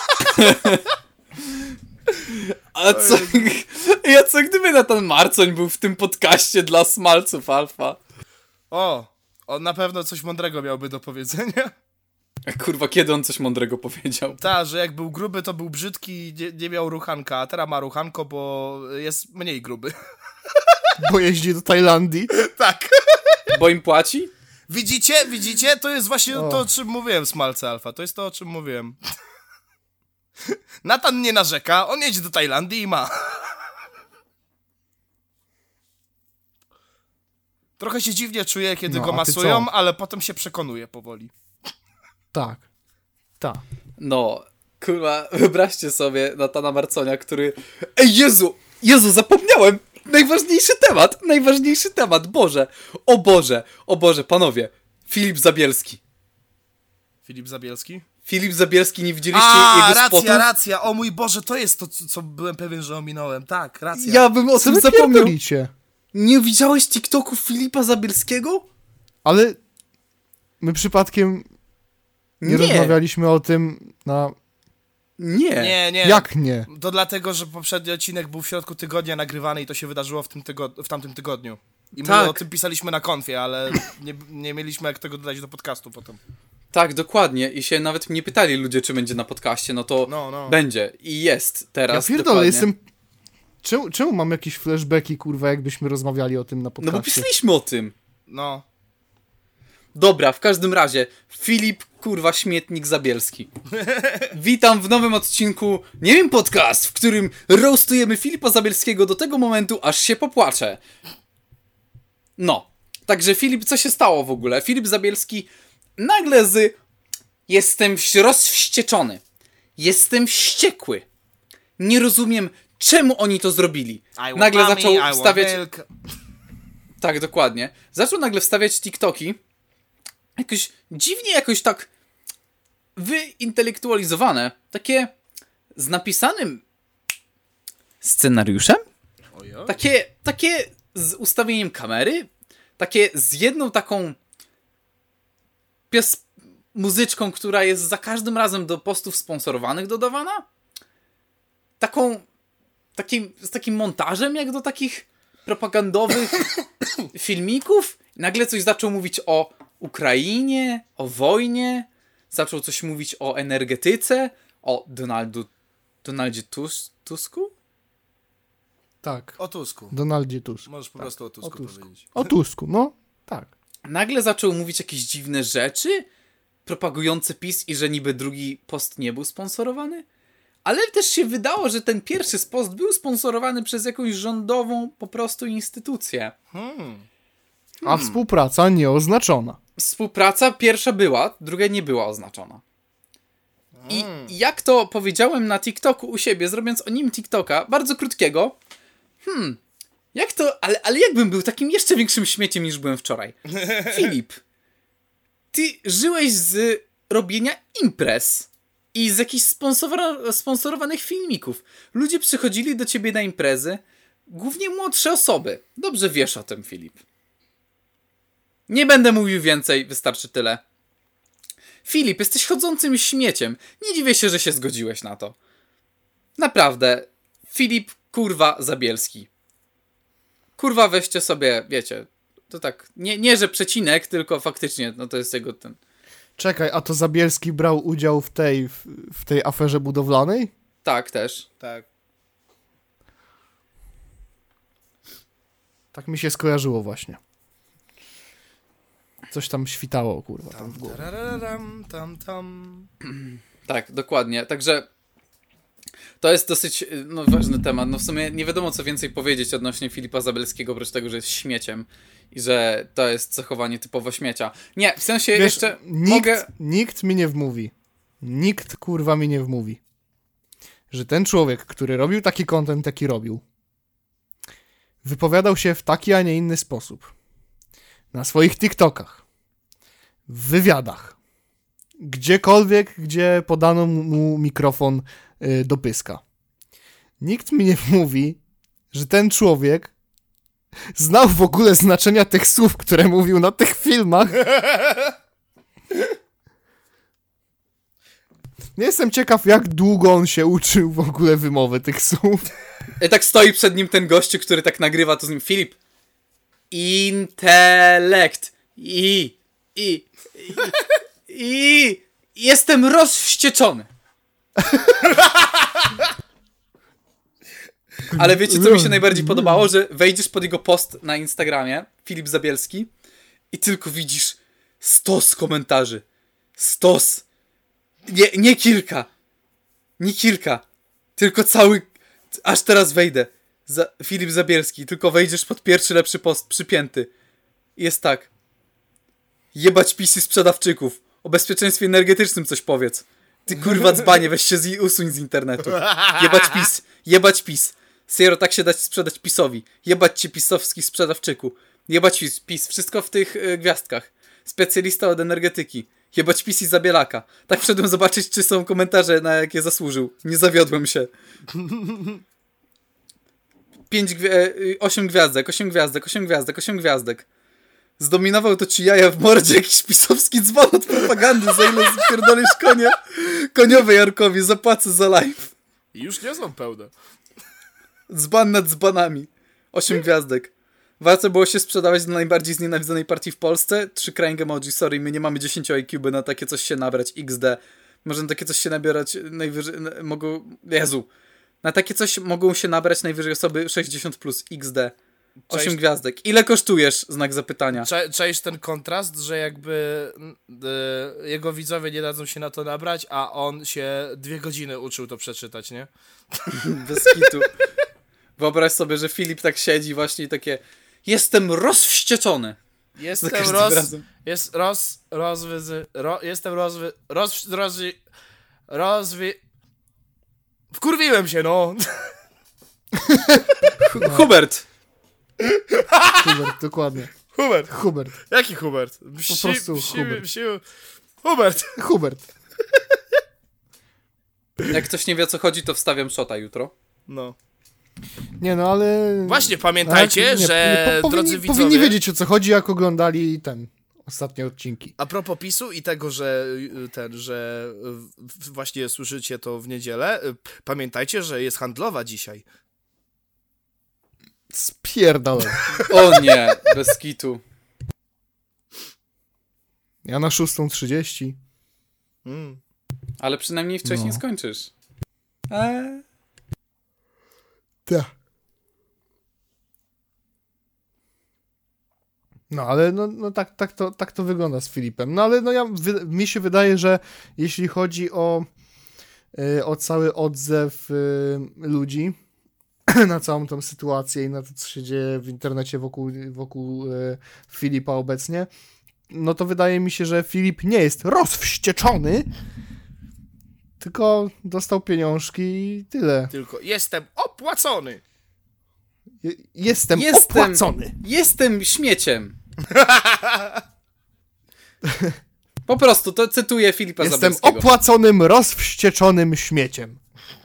A co gdyby Nathan Marcoń był w tym podcaście dla smalców alfa? O, on na pewno coś mądrego miałby do powiedzenia. Kurwa, kiedy on coś mądrego powiedział? Ta, że jak był gruby, to był brzydki i nie miał ruchanka, a teraz ma ruchanko, bo jest mniej gruby. Bo jeździ do Tajlandii. Tak. Bo im płaci? Widzicie? To jest właśnie to, o czym mówiłem, Smalce Alfa. To jest to, o czym mówiłem. Nathan nie narzeka, on jedzie do Tajlandii i ma. Trochę się dziwnie czuje, kiedy go a ty masują, co? ale potem się przekonuje powoli. Tak. No, kurwa, wyobraźcie sobie Nathana Marconia, który... Ej, Jezu, zapomniałem! Najważniejszy temat, Boże, panowie. Filip Zabielski, nie widzieliście jego spotów? Racja, o mój Boże, to jest to, co byłem pewien, że ominąłem. Tak, racja. Ja bym o Co tym wy zapomniał. pierdolicie? Nie widziałeś TikToków Filipa Zabielskiego? Ale my przypadkiem nie rozmawialiśmy o tym na... Nie. Nie. Jak nie? To dlatego, że poprzedni odcinek był w środku tygodnia nagrywany i to się wydarzyło w tamtym tygodniu. I my Tak. o tym pisaliśmy na konfie, ale nie mieliśmy jak tego dodać do podcastu potem. Tak, dokładnie. I się nawet mnie pytali ludzie, czy będzie na podcaście. No to No. będzie. I jest teraz. Ja pierdolę, dokładnie. jestem... Czemu mam jakieś flashbacki, kurwa, jakbyśmy rozmawiali o tym na No podcaście? bo pisaliśmy o tym. No. Dobra, w każdym razie, Filip, kurwa, śmietnik Zabielski. Witam w nowym odcinku, nie wiem, podcast, w którym roastujemy Filipa Zabielskiego do tego momentu, aż się popłaczę. No, także Filip, co się stało w ogóle? Filip Zabielski nagle jestem rozwścieczony. Jestem wściekły. Nie rozumiem, czemu oni to zrobili. Nagle zaczął wstawiać... Tak, dokładnie. Zaczął nagle wstawiać TikToki. Jakoś dziwnie, jakoś tak wyintelektualizowane. Takie z napisanym scenariuszem. Takie z ustawieniem kamery. Takie z jedną taką muzyczką, która jest za każdym razem do postów sponsorowanych dodawana. Z takim montażem jak do takich propagandowych filmików. Nagle coś zaczął mówić o Ukrainie, o wojnie, zaczął coś mówić o energetyce, o Donaldzie Tusku? Tak. O Tusku. Donaldzie Tusk. Możesz po prostu o Tusku powiedzieć. O Tusku, no. Tak. Nagle zaczął mówić jakieś dziwne rzeczy, propagujące PiS i że niby drugi post nie był sponsorowany. Ale też się wydało, że ten pierwszy post był sponsorowany przez jakąś rządową po prostu instytucję. A współpraca nieoznaczona. Współpraca pierwsza była, druga nie była oznaczona. I jak to powiedziałem na TikToku u siebie, zrobiąc o nim TikToka, bardzo krótkiego, jak to, ale jakbym był takim jeszcze większym śmieciem niż byłem wczoraj. Filip, ty żyłeś z robienia imprez i z jakichś sponsorowanych filmików. Ludzie przychodzili do ciebie na imprezy, głównie młodsze osoby. Dobrze wiesz o tym, Filip. Nie będę mówił więcej, wystarczy tyle. Filip, jesteś chodzącym śmieciem. Nie dziwię się, że się zgodziłeś na to. Naprawdę. Filip, kurwa, Zabielski. Kurwa, weźcie sobie, wiecie, to tak, nie że przecinek, tylko faktycznie, no to jest jego ten... Czekaj, a to Zabielski brał udział w tej aferze budowlanej? Tak, też. Tak. Tak mi się skojarzyło właśnie. Coś tam świtało, kurwa, tam w głowie. Tak, dokładnie. Także to jest dosyć ważny temat. No w sumie nie wiadomo, co więcej powiedzieć odnośnie Filipa Zabielskiego, oprócz tego, że jest śmieciem i że to jest zachowanie typowo śmiecia. Nie, w sensie Wiesz, jeszcze nikt mi nie wmówi. Nikt, kurwa, mi nie wmówi, że ten człowiek, który robił taki content, jaki robił, wypowiadał się w taki, a nie inny sposób. Na swoich TikTokach, w wywiadach, gdziekolwiek, gdzie podano mu mikrofon do pyska. Nikt mi nie mówi, że ten człowiek znał w ogóle znaczenia tych słów, które mówił na tych filmach. Nie jestem ciekaw, jak długo on się uczył w ogóle wymowy tych słów. I tak stoi przed nim ten gościu, który tak nagrywa to z nim. Filip. Intelekt. Jestem rozwścieczony. Ale wiecie, co mi się najbardziej podobało? Że wejdziesz pod jego post na Instagramie, Filip Zabielski, i tylko widzisz stos komentarzy. Stos. Nie kilka. Nie kilka. Tylko cały... Aż teraz wejdę. Filip Zabielski. Tylko wejdziesz pod pierwszy lepszy post, przypięty. I jest tak. Jebać pisy sprzedawczyków. O bezpieczeństwie energetycznym coś powiedz. Ty kurwa dzbanie, weź się usuń z internetu. Jebać PiS. Jebać PiS. Serio, tak się dać sprzedać PiSowi. Jebać cię pisowski sprzedawczyku. Jebać PiS. Wszystko w tych gwiazdkach. Specjalista od energetyki. Jebać PiS i Zabielaka. Tak wszedłem zobaczyć, czy są komentarze, na jakie zasłużył. Nie zawiodłem się. 8 gwiazdek, 8 gwiazdek, 8 gwiazdek, 8 gwiazdek. Zdominował to ci jaja w mordzie jakiś pisowski dzwon od propagandy, za ile spierdolisz koniowe Jarkowi, zapłacę za live. I już nie są pełne. Dzban nad dzbanami. 8 gwiazdek. Warto było się sprzedawać do najbardziej znienawidzonej partii w Polsce. 3 crying emoji, sorry, my nie mamy 10 IQ, by na takie coś się nabrać. XD. Może na takie coś się nabierać najwyżej... Jezu. Na takie coś mogą się nabrać najwyżej osoby 60+. XD. 8 gwiazdek. Ile kosztujesz? Znak zapytania. Czaisz ten kontrast, że jakby jego widzowie nie dadzą się na to nabrać, a on się 2 godziny uczył to przeczytać, nie? Bez kitu. Wyobraź sobie, że Filip tak siedzi właśnie i takie jestem rozwścieczony. Jestem wkurwiłem się, no. Hubert. Hubert, dokładnie. Hubert. Jaki Hubert? Po prostu Hubert. Hubert. Hubert. Jak ktoś nie wie, o co chodzi, to wstawiam shota jutro. No. Nie no, ale... Właśnie, pamiętajcie, że drodzy widzowie... Powinni wiedzieć, o co chodzi, jak oglądali ostatnie odcinki. A propos PiS-u i tego, że właśnie słyszycie to w niedzielę, pamiętajcie, że jest handlowa dzisiaj. Spierdolę. O nie, bez kitu. Ja na 6:30. Ale przynajmniej wcześniej skończysz. Tak. No, ale tak to wygląda z Filipem. No, ale mi się wydaje, że jeśli chodzi o cały odzew ludzi na całą tą sytuację i na to, co się dzieje w internecie wokół Filipa obecnie, no to wydaje mi się, że Filip nie jest rozwścieczony, tylko dostał pieniążki i tyle. Tylko jestem opłacony. Jestem opłacony. Jestem śmieciem. Po prostu, to cytuję Filipa Jestem Zabielskiego. opłaconym, rozwścieczonym śmieciem.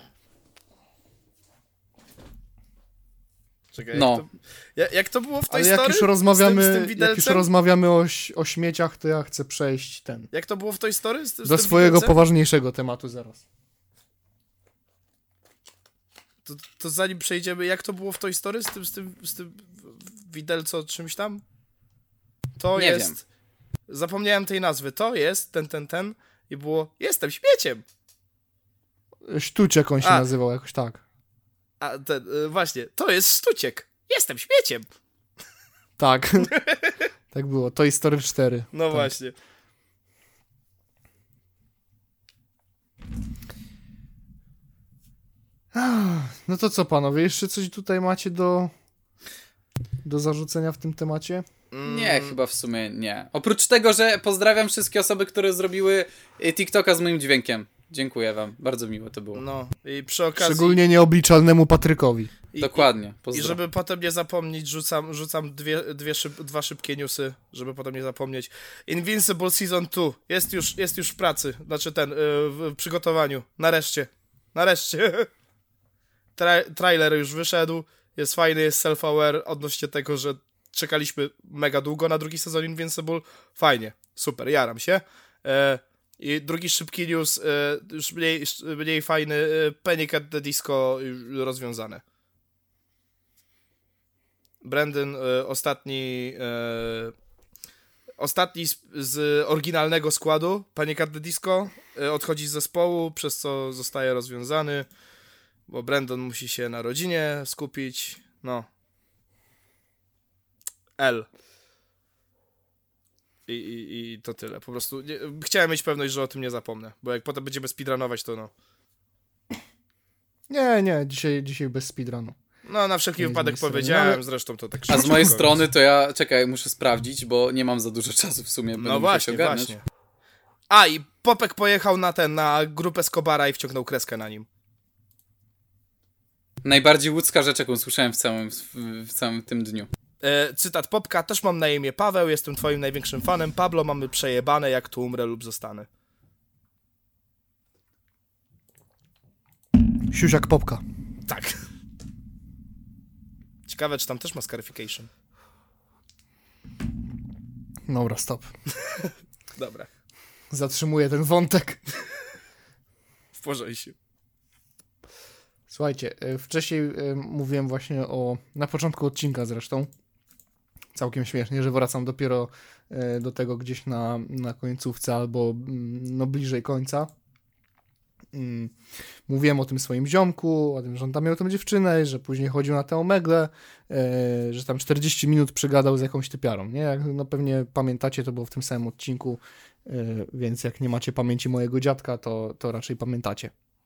Czekaj, No. Jak to było w tej Ale story? jak już rozmawiamy, z tym widelcem? o śmieciach, to ja chcę przejść Jak to było w tej story? Z do tym swojego widelcem? poważniejszego tematu zaraz. To zanim przejdziemy, jak to było w tej story z tym widelco czymś tam? To Nie jest... wiem. Zapomniałem tej nazwy. To jest ten i było jestem śmieciem. Sztuciek on się nazywał jakoś tak. A właśnie, to jest sztuciek. Jestem śmieciem. Tak. Tak było. Toy Story 4. No tak. właśnie. No to co, panowie? Jeszcze coś tutaj macie do zarzucenia w tym temacie? Nie, chyba w sumie nie. Oprócz tego, że pozdrawiam wszystkie osoby, które zrobiły TikToka z moim dźwiękiem. Dziękuję wam. Bardzo miło to było. No i przy okazji... Szczególnie nieobliczalnemu Patrykowi. Dokładnie. I żeby potem nie zapomnieć, rzucam dwa szybkie newsy, żeby potem nie zapomnieć. Invincible Season 2 jest już w pracy, znaczy w przygotowaniu, nareszcie. Nareszcie. Trailer już wyszedł, jest fajny, jest self-aware odnośnie tego, że czekaliśmy mega długo na drugi sezon Invincible. Fajnie, super, jaram się. I drugi szybki news, już mniej fajny, Panic at the Disco już rozwiązane. Brandon, ostatni z oryginalnego składu Panic at the Disco odchodzi z zespołu, przez co zostaje rozwiązany, bo Brandon musi się na rodzinie skupić. No. I to tyle. Po prostu chciałem mieć pewność, że o tym nie zapomnę, bo jak potem będziemy speedrunować, to no. Nie, dzisiaj bez speedrunu. No, na wszelki wypadek powiedziałem, zresztą to tak A z mojej strony to ja, czekaj, muszę sprawdzić, bo nie mam za dużo czasu w sumie. No właśnie. A, i Popek pojechał na grupę Escobara i wciągnął kreskę na nim. Najbardziej łódzka rzecz, jaką słyszałem w całym tym dniu. Cytat Popka: też mam na imię Paweł, jestem twoim największym fanem. Pablo, mamy przejebane, jak tu umrę lub zostanę. Siusiak Popka. Tak. Ciekawe, czy tam też ma scarification. Dobra, stop. Dobra. Zatrzymuję ten wątek. W porządku. Słuchajcie, wcześniej mówiłem właśnie na początku odcinka zresztą, całkiem śmiesznie, że wracam dopiero do tego gdzieś na końcówce albo no bliżej końca. Mówiłem o tym swoim ziomku, o tym, że on tam miał tą dziewczynę, że później chodził na tę Omegle, że tam 40 minut przegadał z jakąś typiarą, nie? Jak no pewnie pamiętacie, to było w tym samym odcinku, więc jak nie macie pamięci mojego dziadka, to raczej pamiętacie.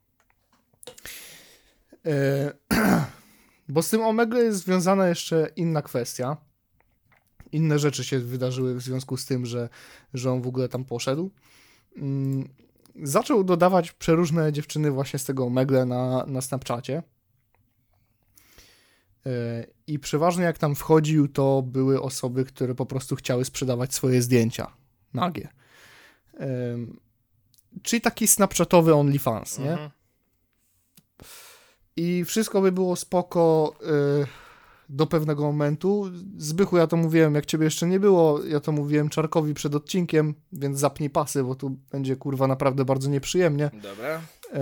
Bo z tym Omegle jest związana jeszcze inna kwestia. Inne rzeczy się wydarzyły w związku z tym, że on w ogóle tam poszedł. Zaczął dodawać przeróżne dziewczyny właśnie z tego Omegle na Snapchacie. I przeważnie jak tam wchodził, to były osoby, które po prostu chciały sprzedawać swoje zdjęcia nagie. Czyli taki snapchatowy OnlyFans, nie? Mhm. I wszystko by było spoko do pewnego momentu. Zbychu, ja to mówiłem, jak ciebie jeszcze nie było, ja to mówiłem Czarkowi przed odcinkiem, więc zapnij pasy, bo tu będzie kurwa naprawdę bardzo nieprzyjemnie. Dobra.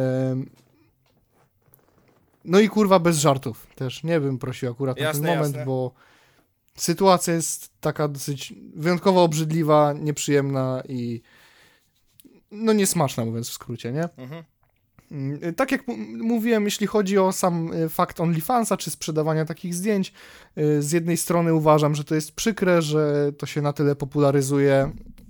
No i kurwa bez żartów też. Nie bym prosił akurat na ten moment, bo sytuacja jest taka dosyć wyjątkowo obrzydliwa, nieprzyjemna i no niesmaczna, mówiąc w skrócie, nie? Mhm. Tak jak mówiłem, jeśli chodzi o sam fakt OnlyFansa, czy sprzedawania takich zdjęć, z jednej strony uważam, że to jest przykre, że to się na tyle popularyzuje,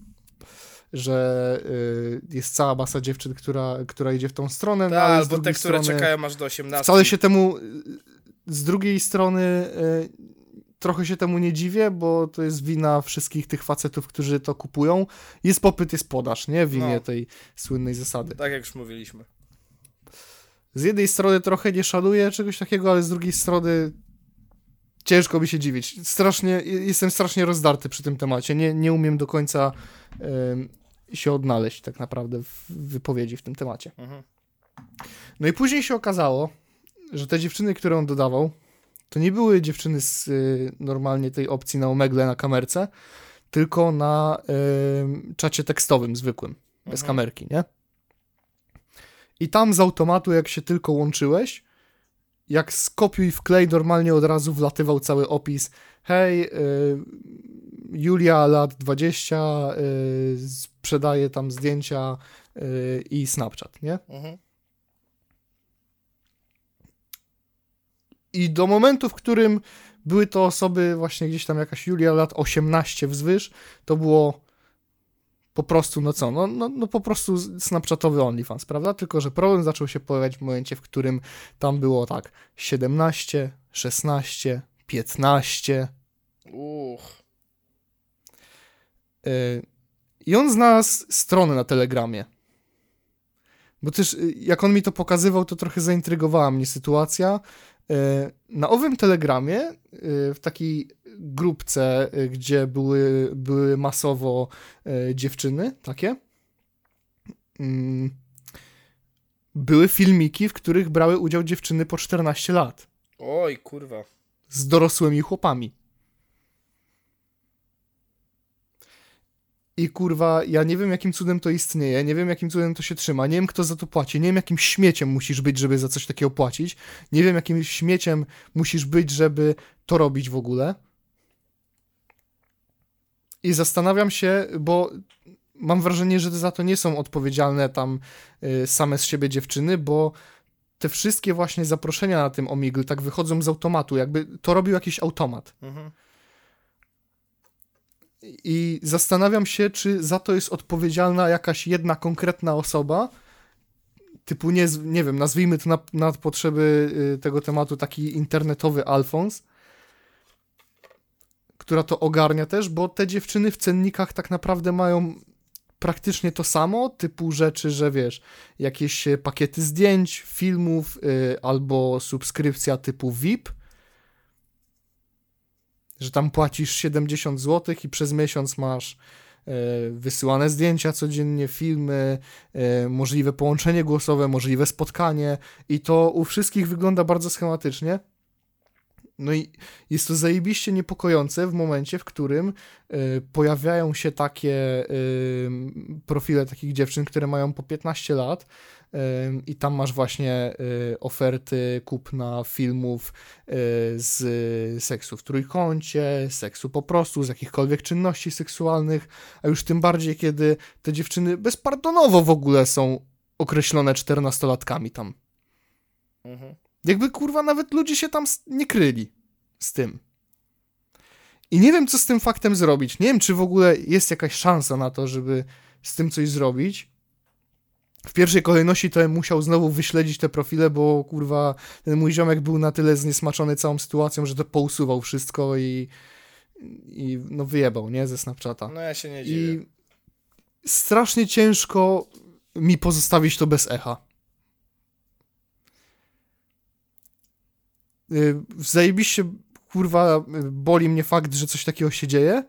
że jest cała masa dziewczyn, która idzie w tą stronę. Tak, ale albo te, które czekają aż do 18. Wcale się temu, z drugiej strony trochę się temu nie dziwię, bo to jest wina wszystkich tych facetów, którzy to kupują. Jest popyt, jest podaż, nie? W imię tej słynnej zasady. Tak jak już mówiliśmy. Z jednej strony trochę nie szanuję czegoś takiego, ale z drugiej strony ciężko mi się dziwić. Jestem strasznie rozdarty przy tym temacie. Nie umiem do końca się odnaleźć tak naprawdę w wypowiedzi w tym temacie. Mhm. No i później się okazało, że te dziewczyny, które on dodawał, to nie były dziewczyny z normalnie tej opcji na Omegle na kamerce, tylko na czacie tekstowym zwykłym, bez kamerki, nie? I tam z automatu, jak się tylko łączyłeś, jak skopiuj wklej, normalnie od razu wlatywał cały opis. Hej, Julia, lat 20, sprzedaje tam zdjęcia i Snapchat, nie? Mhm. I do momentu, w którym były to osoby, właśnie gdzieś tam jakaś Julia, lat 18 wzwyż, to było po prostu, no po prostu snapchatowy OnlyFans, prawda? Tylko że problem zaczął się pojawiać w momencie, w którym tam było tak 17, 16, 15. I on znalazł stronę na Telegramie. Bo też jak on mi to pokazywał, to trochę zaintrygowała mnie sytuacja. Na owym Telegramie, w takiej grupce, gdzie były masowo dziewczyny takie, Były filmiki, w których brały udział dziewczyny po 14 lat. Oj, kurwa. Z dorosłymi chłopami. I kurwa, ja nie wiem jakim cudem to istnieje, nie wiem jakim cudem to się trzyma, nie wiem kto za to płaci, nie wiem jakim śmieciem musisz być, żeby za coś takiego płacić, nie wiem jakim śmieciem musisz być, żeby to robić w ogóle. I zastanawiam się, bo mam wrażenie, że za to nie są odpowiedzialne tam same z siebie dziewczyny, bo te wszystkie właśnie zaproszenia na tym Omegle tak wychodzą z automatu, jakby to robił jakiś automat. Mhm. I zastanawiam się, czy za to jest odpowiedzialna jakaś jedna konkretna osoba, typu, nie wiem, nazwijmy to na potrzeby tego tematu taki internetowy Alfons, która to ogarnia też, bo te dziewczyny w cennikach tak naprawdę mają praktycznie to samo, typu rzeczy, że wiesz, jakieś pakiety zdjęć, filmów, albo subskrypcja typu VIP, że tam płacisz 70 zł i przez miesiąc masz wysyłane zdjęcia codziennie, filmy, możliwe połączenie głosowe, możliwe spotkanie i to u wszystkich wygląda bardzo schematycznie. No i jest to zajebiście niepokojące w momencie, w którym pojawiają się takie profile takich dziewczyn, które mają po 15 lat i tam masz właśnie oferty kupna filmów z seksu w trójkącie, seksu po prostu, z jakichkolwiek czynności seksualnych, a już tym bardziej, kiedy te dziewczyny bezpardonowo w ogóle są określone 14-latkami tam. Mhm. Jakby, kurwa, nawet ludzie się tam nie kryli z tym. I nie wiem, co z tym faktem zrobić. Nie wiem, czy w ogóle jest jakaś szansa na to, żeby z tym coś zrobić. W pierwszej kolejności to musiał znowu wyśledzić te profile, bo, kurwa, ten mój ziomek był na tyle zniesmaczony całą sytuacją, że to pousuwał wszystko i no wyjebał, nie? Ze Snapchata. No ja się nie dziwię. I strasznie ciężko mi pozostawić to bez echa. Zajebiście, kurwa, boli mnie fakt, że coś takiego się dzieje.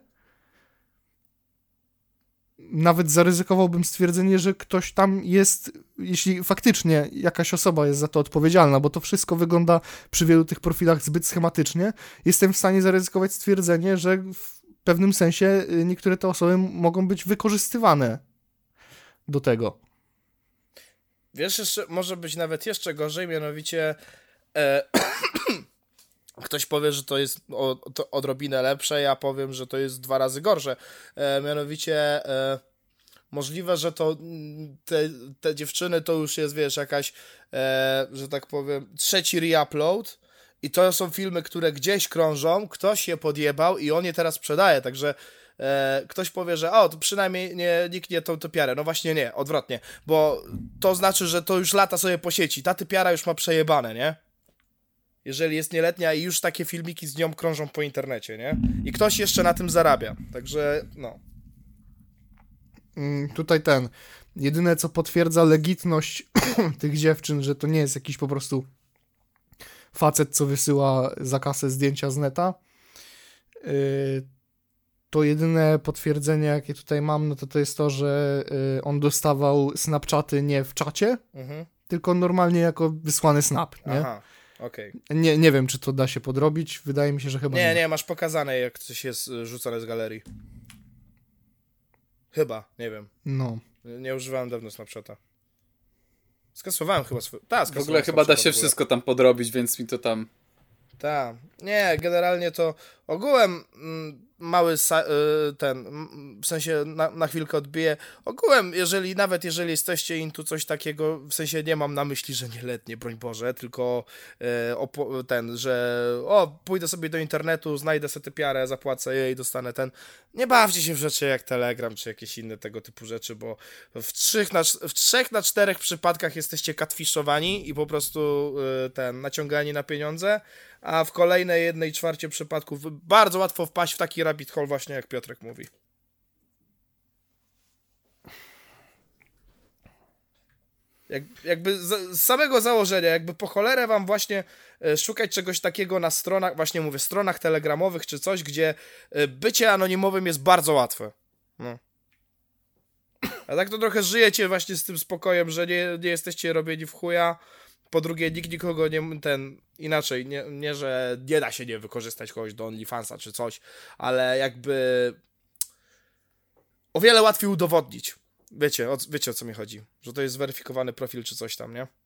Nawet zaryzykowałbym stwierdzenie, że ktoś tam jest, jeśli faktycznie jakaś osoba jest za to odpowiedzialna, bo to wszystko wygląda przy wielu tych profilach zbyt schematycznie, jestem w stanie zaryzykować stwierdzenie, że w pewnym sensie niektóre te osoby mogą być wykorzystywane do tego. Wiesz, jeszcze może być nawet jeszcze gorzej, mianowicie ktoś powie, że to jest to odrobinę lepsze, ja powiem, że to jest 2 razy gorsze. Mianowicie możliwe, że to te dziewczyny to już jest, wiesz, jakaś, że tak powiem, 3. reupload i to są filmy, które gdzieś krążą, ktoś je podjebał i on je teraz sprzedaje, także ktoś powie, że to przynajmniej nikt nie tą typiarę. No właśnie nie, odwrotnie, bo to znaczy, że to już lata sobie po sieci, ta typiara już ma przejebane, nie? Jeżeli jest nieletnia i już takie filmiki z nią krążą po internecie, nie? I ktoś jeszcze na tym zarabia, także no. Tutaj jedyne co potwierdza legitność tych dziewczyn, że to nie jest jakiś po prostu facet, co wysyła za kasę zdjęcia z neta, to jedyne potwierdzenie, jakie tutaj mam, no to jest to, że on dostawał Snapchaty nie w czacie, tylko normalnie jako wysłany snap, nie? Aha, okej. Nie wiem, czy to da się podrobić, wydaje mi się, że chyba nie. Nie, masz pokazane, jak coś jest rzucone z galerii. Chyba, nie wiem. No. Nie używałem dawno Snapchata. Skasowałem chyba swój... W ogóle chyba da się wszystko tam podrobić, więc mi to tam... Tak. Nie, generalnie to ogółem mały w sensie na chwilkę odbiję. Ogółem, nawet jeżeli jesteście into coś takiego, w sensie nie mam na myśli, że nieletnie, broń Boże, tylko że pójdę sobie do internetu, znajdę sobie typiarę, zapłacę jej i dostanę Nie bawcie się w rzeczy jak Telegram, czy jakieś inne tego typu rzeczy, bo w 3 na 4 przypadkach jesteście catfishowani i po prostu naciągani na pieniądze, a w kolejnej 1/4 przypadków bardzo łatwo wpaść w taki rabbit hole właśnie jak Piotrek mówi. Jakby z samego założenia, jakby po cholerę wam właśnie szukać czegoś takiego na stronach, właśnie mówię, stronach telegramowych czy coś, gdzie bycie anonimowym jest bardzo łatwe. No. A tak to trochę żyjecie właśnie z tym spokojem, że nie jesteście robieni w chuja. Po drugie, nikt nikogo inaczej, nie, że nie da się nie wykorzystać kogoś do OnlyFansa czy coś, ale jakby o wiele łatwiej udowodnić. Wiecie o co mi chodzi, że to jest zweryfikowany profil czy coś tam, nie?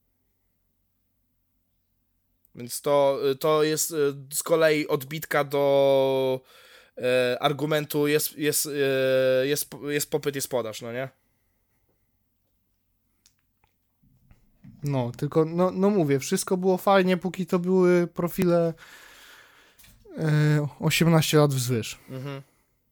Więc to jest z kolei odbitka do argumentu jest popyt, jest podaż, no nie? No, tylko, no mówię, wszystko było fajnie, póki to były profile 18 lat wzwyż. Mhm.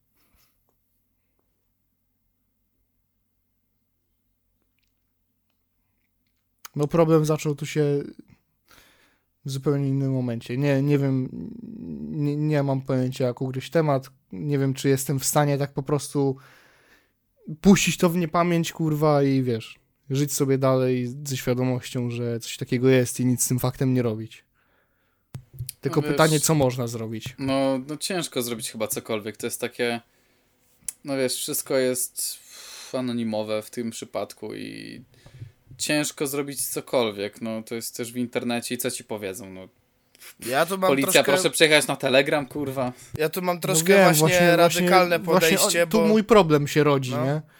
No problem zaczął tu się w zupełnie innym momencie. Nie wiem, nie mam pojęcia, jak ugryźć temat. Nie wiem, czy jestem w stanie tak po prostu puścić to w niepamięć, kurwa, i wiesz, żyć sobie dalej ze świadomością, że coś takiego jest i nic z tym faktem nie robić. Tylko wiesz, pytanie, co można zrobić? No ciężko zrobić chyba cokolwiek. To jest takie... No wiesz, wszystko jest anonimowe w tym przypadku i ciężko zrobić cokolwiek. No to jest też w internecie i co ci powiedzą, no. Ja tu mam Policja, troszkę, proszę przejechać na Telegram, kurwa. ja tu mam No troszkę wiem, właśnie radykalne podejście, właśnie tu bo... mój problem się rodzi, No. nie?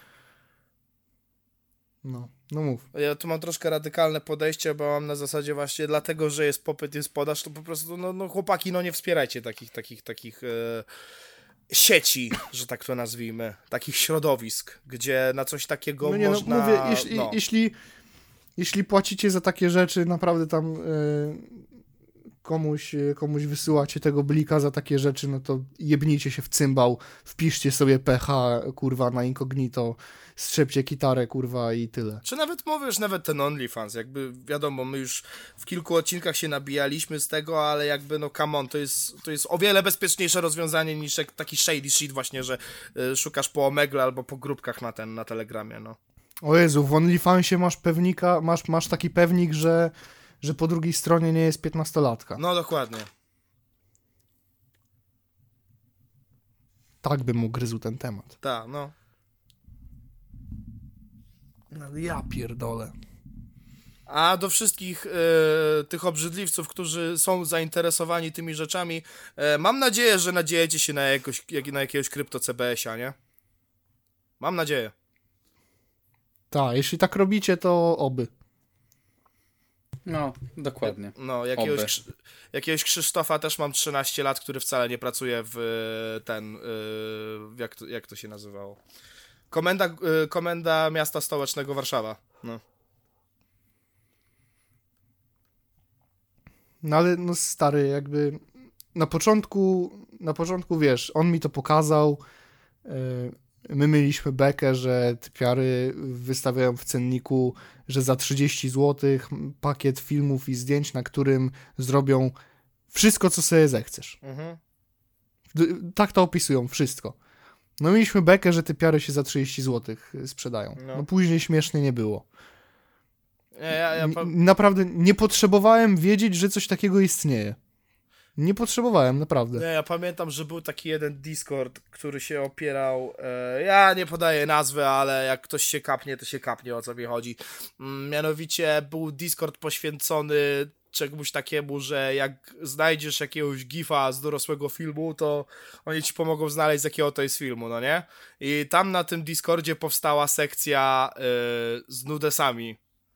No mów. Ja tu mam troszkę radykalne podejście, bo mam na zasadzie właśnie dlatego, że jest popyt, jest podaż, to po prostu, no chłopaki, no nie wspierajcie takich sieci, że tak to nazwijmy, takich środowisk, gdzie na coś takiego No nie, można... no mówię, jeśli płacicie za takie rzeczy, naprawdę tam komuś wysyłacie tego blika za takie rzeczy, no to jebnijcie się w cymbał, wpiszcie sobie PH, kurwa, na incognito, strzepcie gitarę, kurwa, i tyle. Czy nawet mówisz, nawet ten OnlyFans, jakby wiadomo, my już w kilku odcinkach się nabijaliśmy z tego, ale jakby no come on, to jest o wiele bezpieczniejsze rozwiązanie niż taki shady shit właśnie, że szukasz po Omegle albo po grupkach na Telegramie, no. O Jezu, w OnlyFansie masz pewnika, masz taki pewnik, że po drugiej stronie nie jest 15-latka. No dokładnie. Tak bym ugryzł ten temat. Tak, no. Ale ja pierdolę. A do wszystkich tych obrzydliwców, którzy są zainteresowani tymi rzeczami, mam nadzieję, że nadziejecie się na jakiegoś krypto-CBS-a, nie? Mam nadzieję. Tak, jeśli tak robicie, to oby. No, dokładnie. No, Oby. jakiegoś Krzysztofa też mam 13 lat, który wcale nie pracuje w jak to się nazywało? Komenda Miasta Stołecznego Warszawa. No. No ale no stary, jakby na początku wiesz, on mi to pokazał, my mieliśmy bekę, że typiary wystawiają w cenniku, że za 30 zł pakiet filmów i zdjęć, na którym zrobią wszystko, co sobie zechcesz. Mhm. Tak to opisują, wszystko. No mieliśmy bekę, że typiary się za 30 zł sprzedają. No później śmiesznie nie było. Naprawdę nie potrzebowałem wiedzieć, że coś takiego istnieje. Nie potrzebowałem, naprawdę. Nie, ja pamiętam, że był taki jeden Discord, który się opierał, ja nie podaję nazwy, ale jak ktoś się kapnie, to się kapnie, o co mi chodzi. Mianowicie był Discord poświęcony czemuś takiemu, że jak znajdziesz jakiegoś gifa z dorosłego filmu, to oni ci pomogą znaleźć, z jakiego to jest filmu, no nie? I tam na tym Discordzie powstała sekcja z nudesami.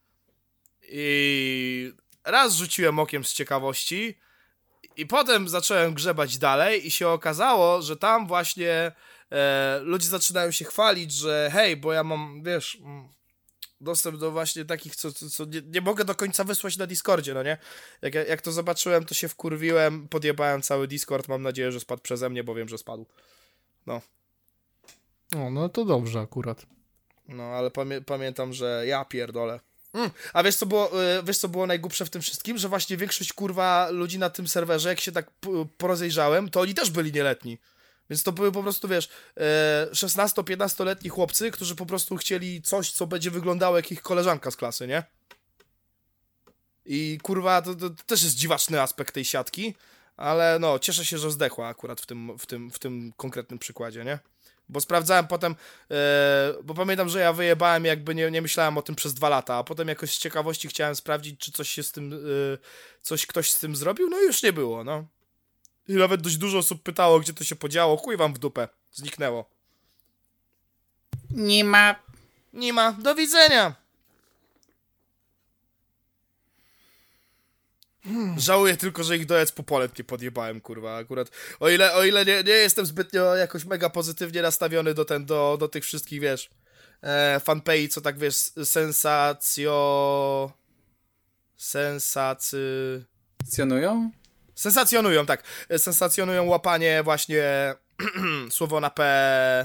I raz rzuciłem okiem z ciekawości i potem zacząłem grzebać dalej i się okazało, że tam właśnie ludzie zaczynają się chwalić, że hej, bo ja mam, wiesz, dostęp do właśnie takich, co nie mogę do końca wysłać na Discordzie, no nie? Jak to zobaczyłem, to się wkurwiłem, podjebałem cały Discord, mam nadzieję, że spadł przeze mnie, bo wiem, że spadł. No. No to dobrze akurat. No, ale pamiętam, że ja pierdolę. A wiesz co było najgłupsze w tym wszystkim? Że właśnie większość kurwa ludzi na tym serwerze, jak się tak porozejrzałem, to oni też byli nieletni. Więc to były po prostu, wiesz, 16-15-letni chłopcy, którzy po prostu chcieli coś, co będzie wyglądało jak ich koleżanka z klasy, nie? I kurwa, to też jest dziwaczny aspekt tej siatki, ale no, cieszę się, że zdechła akurat w tym konkretnym przykładzie, nie? Bo sprawdzałem potem, bo pamiętam, że ja wyjebałem, jakby nie myślałem o tym przez 2 lata, a potem jakoś z ciekawości chciałem sprawdzić, czy coś się z tym, coś ktoś z tym zrobił, no i już nie było, no. I nawet dość dużo osób pytało, gdzie to się podziało, chuj wam w dupę, zniknęło. Nie ma. Nie ma, do widzenia! Żałuję tylko, że ich do Ecpopolet nie podjebałem, kurwa, akurat. O ile nie jestem zbytnio jakoś mega pozytywnie nastawiony do tych wszystkich, wiesz, fanpage, co tak, wiesz, sensacjonują, tak. Sensacjonują łapanie właśnie słowo na P...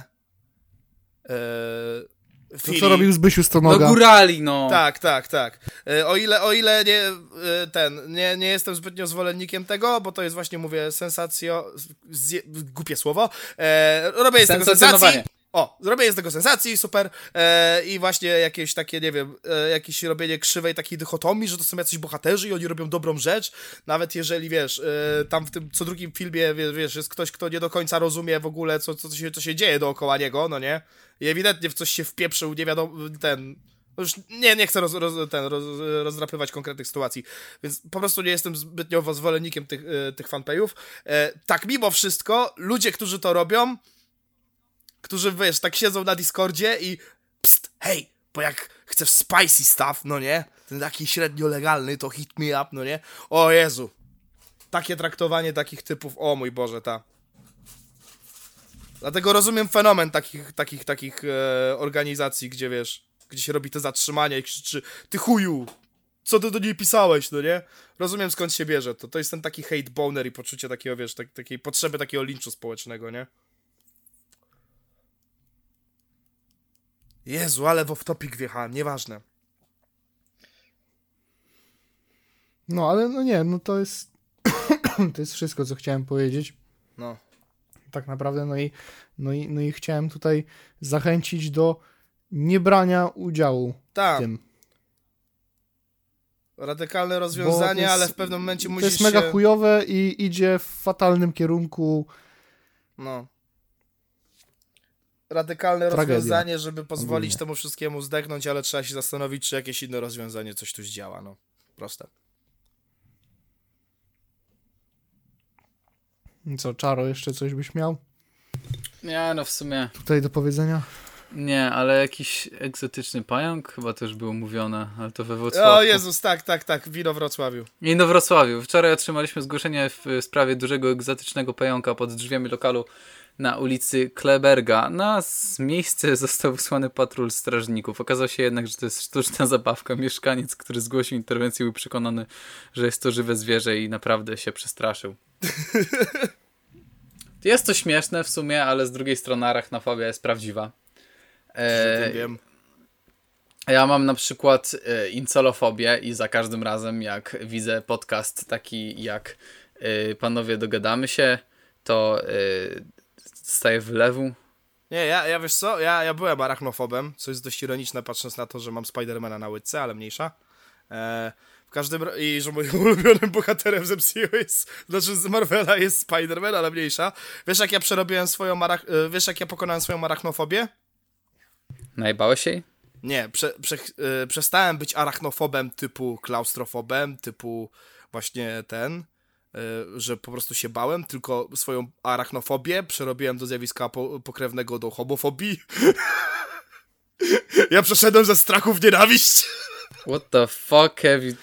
To co robił Zbysiu Stonoga. No górali, no. Tak. O ile nie jestem zbytnio zwolennikiem tego, bo to jest właśnie, mówię, głupie słowo. Robię z tego sensacji. Zrobię z tego sensacji, super. I właśnie jakieś takie, nie wiem, jakieś robienie krzywej takiej dychotomii, że to są jacyś bohaterzy i oni robią dobrą rzecz. Nawet jeżeli, wiesz, tam w tym co drugim filmie, wiesz, jest ktoś, kto nie do końca rozumie w ogóle, co się dzieje dookoła niego, no nie? I ewidentnie w coś się wpieprzył, nie wiadomo, już nie chcę rozdrapywać konkretnych sytuacji, więc po prostu nie jestem zbytnio zwolennikiem tych fanpayów. Tak, mimo wszystko, ludzie, którzy to robią, którzy, wiesz, tak siedzą na Discordzie i pst, hej, bo jak chcesz spicy stuff, no nie, ten taki średnio legalny, to hit me up, no nie, o Jezu, takie traktowanie takich typów, o mój Boże, Dlatego rozumiem fenomen takich organizacji, gdzie, wiesz, gdzie się robi te zatrzymania i krzyczy, ty chuju, co ty do niej pisałeś, no nie? Rozumiem, skąd się bierze to jest ten taki hate boner i poczucie takiego, wiesz, takiej potrzeby takiego linczu społecznego, nie? Jezu, ale w off-topic wjechałem, nieważne. No, ale no nie, no to jest to jest wszystko, co chciałem powiedzieć. No. Tak naprawdę, no i chciałem tutaj zachęcić do niebrania udziału w tym. Radykalne rozwiązanie, ale w pewnym momencie musisz się... To jest mega chujowe i idzie w fatalnym kierunku. No. Radykalne Tragedia. rozwiązanie, żeby pozwolić Ogólnie. temu wszystkiemu zdechnąć, ale trzeba się zastanowić, czy jakieś inne rozwiązanie coś tu zdziała, no. Proste. Co, Czaro, jeszcze coś byś miał Nie, no w sumie tutaj do powiedzenia? nie, ale jakiś egzotyczny pająk chyba też było mówione, ale to we Wrocławiu. O Jezus, tak, wino w Wrocławiu. I no Wrocławiu. Wczoraj otrzymaliśmy zgłoszenie w sprawie dużego egzotycznego pająka pod drzwiami lokalu na ulicy Kleberga. Na miejsce został wysłany patrol strażników. Okazało się jednak, że to jest sztuczna zabawka. Mieszkaniec, który zgłosił interwencję, był przekonany, że jest to żywe zwierzę i naprawdę się przestraszył. Jest to śmieszne w sumie, ale z drugiej strony arachnofobia jest prawdziwa. Wiem. Ja mam na przykład incolofobię i za każdym razem, jak widzę podcast taki jak Panowie Dogadamy się, to staję w lewu. Nie, ja wiesz co, ja byłem arachnofobem, co jest dość ironiczne, patrząc na to, że mam Spidermana na łydce, ale mniejsza. I że moim ulubionym bohaterem z MCU jest, znaczy z Marvela jest Spider-Man, ale mniejsza. Wiesz jak ja przerobiłem wiesz jak ja pokonałem swoją arachnofobię? Najbałeś jej? Nie, przestałem być arachnofobem typu klaustrofobem, typu właśnie że po prostu się bałem, tylko swoją arachnofobię przerobiłem do zjawiska pokrewnego do homofobii. Ja przeszedłem ze strachu w nienawiść. What the fuck have you...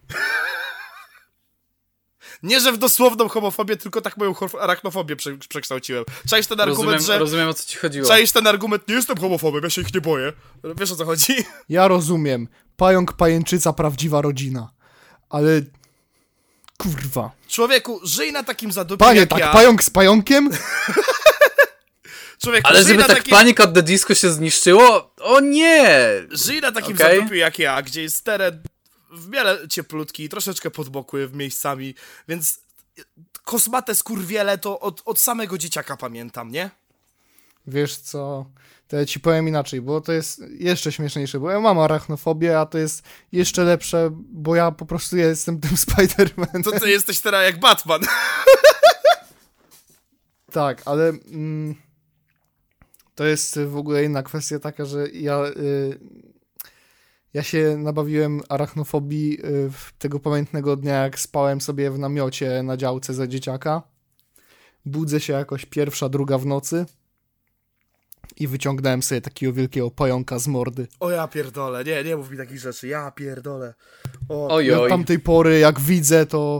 Nie, że w dosłowną homofobię, tylko tak moją arachnofobię przekształciłem. Czaisz ten argument, Rozumiem, o co ci chodziło. Czaisz ten argument, nie jestem homofobem, ja się ich nie boję. Wiesz, o co chodzi? Ja rozumiem. Pająk, pajęczyca, prawdziwa rodzina. Ale... Kurwa. Człowieku, żyj na takim zadupie Panie, jak tak ja. pająk z pająkiem? Człowieku, Ale żyj żeby na tak takim... Panic at the Disco się zniszczyło? O nie! Żyj na takim Okej. zadupiu jak ja, gdzie jest teren w miarę cieplutki, troszeczkę podmokły miejscami, więc kosmate skurwiele to od samego dzieciaka pamiętam, nie? Wiesz co, to ja ci powiem inaczej, bo to jest jeszcze śmieszniejsze, bo ja mam arachnofobię, a to jest jeszcze lepsze, bo ja po prostu jestem tym Spider-Manem. To ty jesteś teraz jak Batman. Tak, ale To jest w ogóle inna kwestia taka, że ja się nabawiłem arachnofobii tego pamiętnego dnia, jak spałem sobie w namiocie na działce za dzieciaka. Budzę się jakoś 1, 2 w nocy i wyciągnąłem sobie takiego wielkiego pająka z mordy. O ja pierdolę, nie mów mi takich rzeczy, ja pierdolę. Oj, I od oj. tamtej pory, jak widzę, to...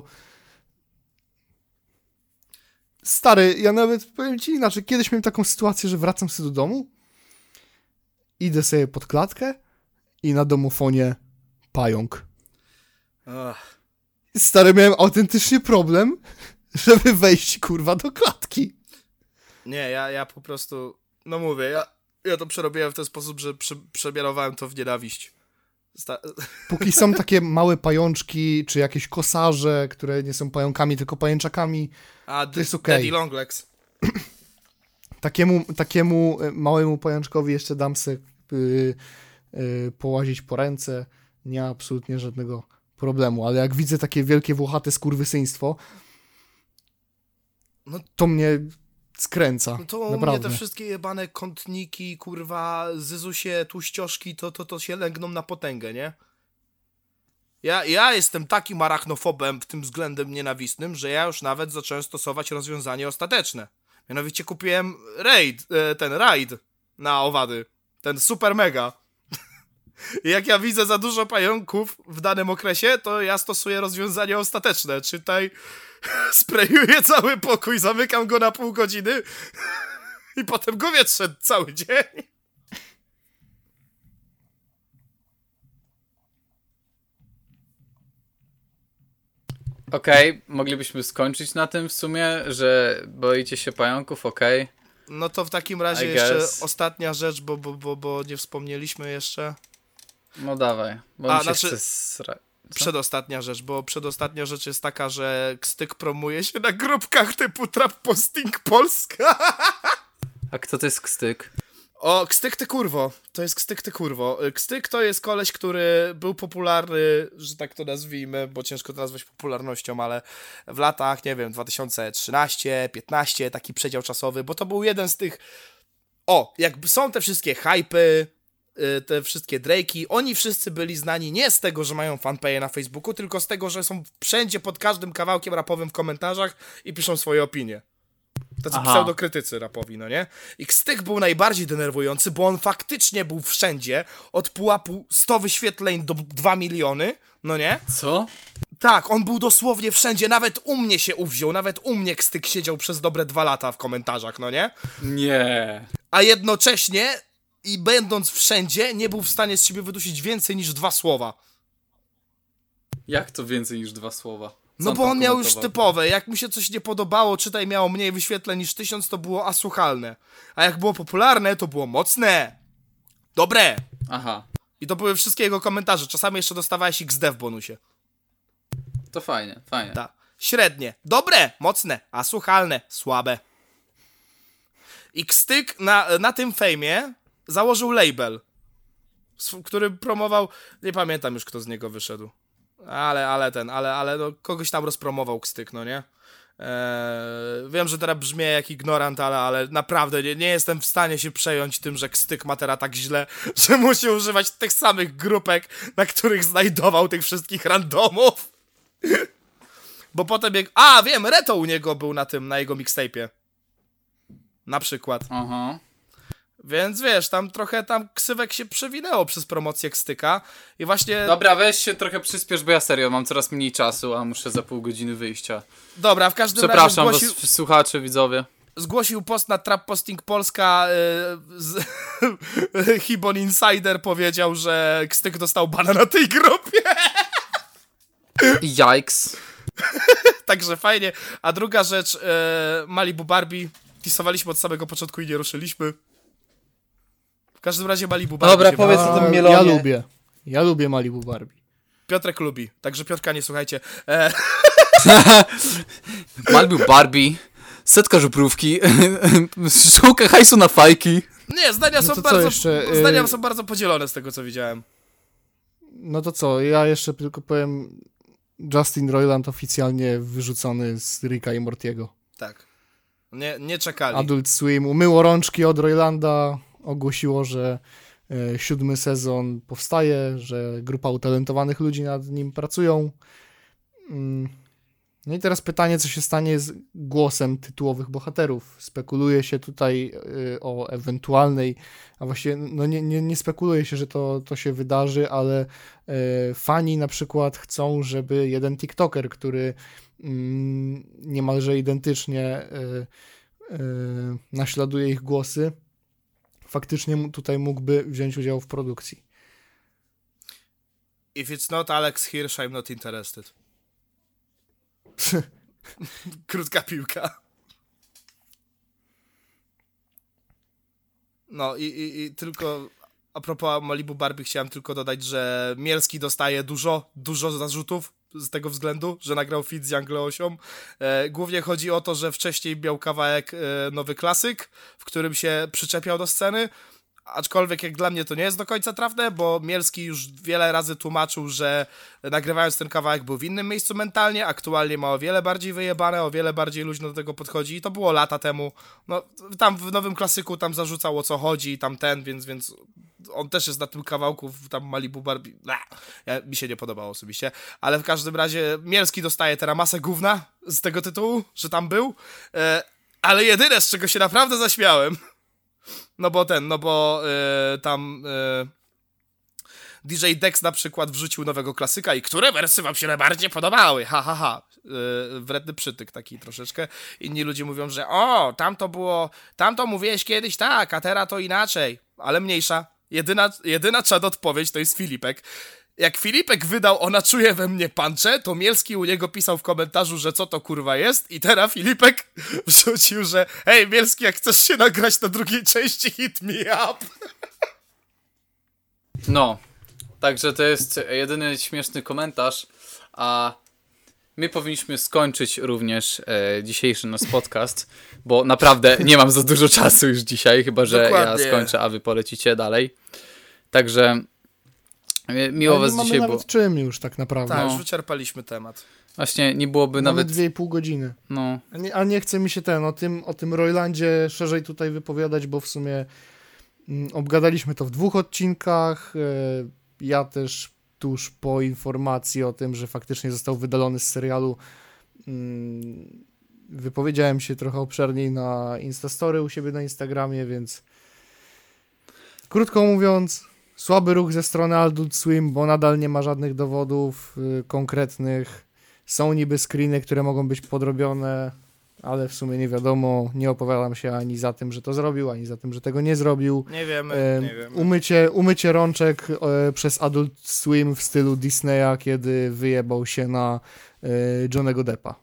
Stary, ja nawet powiem ci inaczej, kiedyś miałem taką sytuację, że wracam sobie do domu, idę sobie pod klatkę i na domofonie pająk. Ach. Stary, miałem autentycznie problem, żeby wejść, kurwa, do klatki. Nie, ja po prostu, no mówię, ja to przerobiłem w ten sposób, że przemianowałem to w nienawiść. Póki są takie małe pajączki, czy jakieś kosarze, które nie są pająkami, tylko pajęczakami, to jest okej. Daddy Longlegs. Takiemu małemu pajączkowi jeszcze dam se połazić po ręce, nie ma absolutnie żadnego problemu, ale jak widzę takie wielkie włochate skurwysyństwo, to mnie skręca, No to u mnie naprawdę. te wszystkie jebane kątniki, kurwa, zyzusie, tłuścioszki, to się lęgną na potęgę, nie? Ja jestem takim arachnofobem w tym względem nienawistnym, że ja już nawet zacząłem stosować rozwiązanie ostateczne. Mianowicie kupiłem ten raid na owady. Ten super mega. I jak ja widzę za dużo pająków w danym okresie, to ja stosuję rozwiązanie ostateczne. Czytaj, sprayuję cały pokój, zamykam go na pół godziny i potem go wietrzę cały dzień. Okej, moglibyśmy skończyć na tym w sumie, że boicie się pająków, okej. No to w takim razie I jeszcze guess. ostatnia rzecz, bo nie wspomnieliśmy jeszcze. No dawaj, bo mi się znaczy- chce Co? Przedostatnia rzecz, bo przedostatnia rzecz jest taka, że Kstyk promuje się na grupkach typu Trap Posting Polska. A kto to jest Kstyk? O, Kstyk ty kurwo. To jest Kstyk ty kurwo. Kstyk to jest koleś, który był popularny, że tak to nazwijmy, bo ciężko to nazwać popularnością, ale w latach, nie wiem, 2013, 15, taki przedział czasowy, bo to był jeden z tych... O, jakby są te wszystkie hypy, te wszystkie Drake'i, oni wszyscy byli znani nie z tego, że mają fanpage na Facebooku, tylko z tego, że są wszędzie pod każdym kawałkiem rapowym w komentarzach i piszą swoje opinie. Tacy Aha. pseudokrytycy rapowi, no nie? I Kstyk był najbardziej denerwujący, bo on faktycznie był wszędzie, od pułapu 100 wyświetleń do 2 miliony, no nie? Co? Tak, on był dosłownie wszędzie, nawet u mnie się uwziął, nawet u mnie Kstyk siedział przez dobre 2 lata w komentarzach, no nie? Nie. A jednocześnie i będąc wszędzie, nie był w stanie z siebie wydusić więcej niż 2 słowa. Jak to więcej niż 2 słowa? Co No bo tam on miał już komentował? typowe, jak mu się coś nie podobało, czytaj miało mniej wyświetleń niż 1000, to było asłuchalne. A jak było popularne, to było mocne. Dobre. Aha, I to były wszystkie jego komentarze. Czasami jeszcze dostawałeś XD w bonusie. to fajnie, fajnie. Tak. Średnie. Dobre. Mocne. Asłuchalne. Słabe. I Kstyk na tym fejmie założył label, który promował... Nie pamiętam już, kto z niego wyszedł. Ale no, kogoś tam rozpromował Kstyk, no nie? Wiem, że teraz brzmię jak ignorant, ale naprawdę nie jestem w stanie się przejąć tym, że Kstyk ma teraz tak źle, że musi używać tych samych grupek, na których znajdował tych wszystkich randomów. Bo potem jak... A, wiem, Reto u niego był na jego mixtape'ie. Na przykład. Aha. Więc wiesz, tam trochę ksywek się przewinęło przez promocję Kstyka i właśnie... Dobra, weź się trochę przyspiesz, bo ja serio mam coraz mniej czasu, a muszę za pół godziny wyjścia. Dobra, w każdym razie Przepraszam was, słuchacze, widzowie. zgłosił post na Trap Posting Polska, Hibon Insider powiedział, że Kstyk dostał bana na tej grupie. Yikes. Także fajnie. A druga rzecz, Malibu Barbie. Tisowaliśmy od samego początku i nie ruszyliśmy. W każdym razie Malibu Barbie Dobra, się powiedz wydaje. o tym Mielonie. Ja lubię Malibu Barbie. Piotrek lubi, także Piotrka nie słuchajcie. Malibu Barbie, setka żubrówki, sztuka hajsu na fajki. Nie, zdania No są to co bardzo jeszcze? zdania są bardzo podzielone z tego, co widziałem. No to co, ja jeszcze tylko powiem, Justin Roiland oficjalnie wyrzucony z Ricka i Mortiego. Tak. Nie czekali. Adult Swim umyło rączki od Roylanda, ogłosiło, że 7. sezon powstaje, że grupa utalentowanych ludzi nad nim pracują. No i teraz pytanie, co się stanie z głosem tytułowych bohaterów. Spekuluje się tutaj o ewentualnej, a właściwie no nie spekuluje się, że to się wydarzy, ale fani na przykład chcą, żeby jeden TikToker, który niemalże identycznie naśladuje ich głosy, faktycznie tutaj mógłby wziąć udział w produkcji. If it's not Alex Hirsch, I'm not interested. Krótka piłka. No i tylko a propos Malibu Barbie chciałem tylko dodać, że Mielski dostaje dużo zarzutów z tego względu, że nagrał feat z Jangleosią. Głównie chodzi o to, że wcześniej miał kawałek Nowy Klasyk, w którym się przyczepiał do sceny, aczkolwiek jak dla mnie to nie jest do końca trafne, bo Mielski już wiele razy tłumaczył, że nagrywając ten kawałek był w innym miejscu mentalnie, aktualnie ma o wiele bardziej wyjebane, o wiele bardziej luźno do tego podchodzi i to było lata temu. No, tam w Nowym Klasyku tam zarzucał o co chodzi i tam więc on też jest na tym kawałku, tam Malibu Barbie, mi się nie podobało osobiście, ale w każdym razie Mielski dostaje teraz masę gówna z tego tytułu, że tam był, ale jedyne z czego się naprawdę zaśmiałem, tam DJ Dex na przykład wrzucił Nowego Klasyka i które wersy wam się najbardziej podobały? Wredny przytyk taki troszeczkę. Inni ludzie mówią, że tamto mówiłeś kiedyś tak, a teraz to inaczej. Ale mniejsza. Jedyna czad odpowiedź to jest Filipek. Jak Filipek wydał Ona czuje we mnie pancze, to Mielski u niego pisał w komentarzu, że co to kurwa jest i teraz Filipek wrzucił, że hej Mielski, jak chcesz się nagrać do drugiej części, hit me up. No, także to jest jedyny śmieszny komentarz, a my powinniśmy skończyć również dzisiejszy nasz podcast, bo naprawdę nie mam za dużo czasu już dzisiaj, chyba że Dokładnie. ja skończę, a wy polecicie dalej. Także miło was nie dzisiaj mamy było. nawet czym już tak naprawdę. Tak, No. już wyczerpaliśmy temat. Właśnie nie byłoby Mamy nawet... 2,5 godziny. No, A nie chce mi się o tym Roylandzie szerzej tutaj wypowiadać, bo w sumie obgadaliśmy to w 2 odcinkach. Ja też tuż po informacji o tym, że faktycznie został wydalony z serialu, wypowiedziałem się trochę obszerniej na Instastory u siebie na Instagramie, więc krótko mówiąc, słaby ruch ze strony Adult Swim, bo nadal nie ma żadnych dowodów konkretnych. Są niby screeny, które mogą być podrobione, ale w sumie nie wiadomo. Nie opowiadam się ani za tym, że to zrobił, ani za tym, że tego nie zrobił. Nie wiemy. Umycie rączek przez Adult Swim w stylu Disneya, kiedy wyjebał się na Johnny'ego Deppa.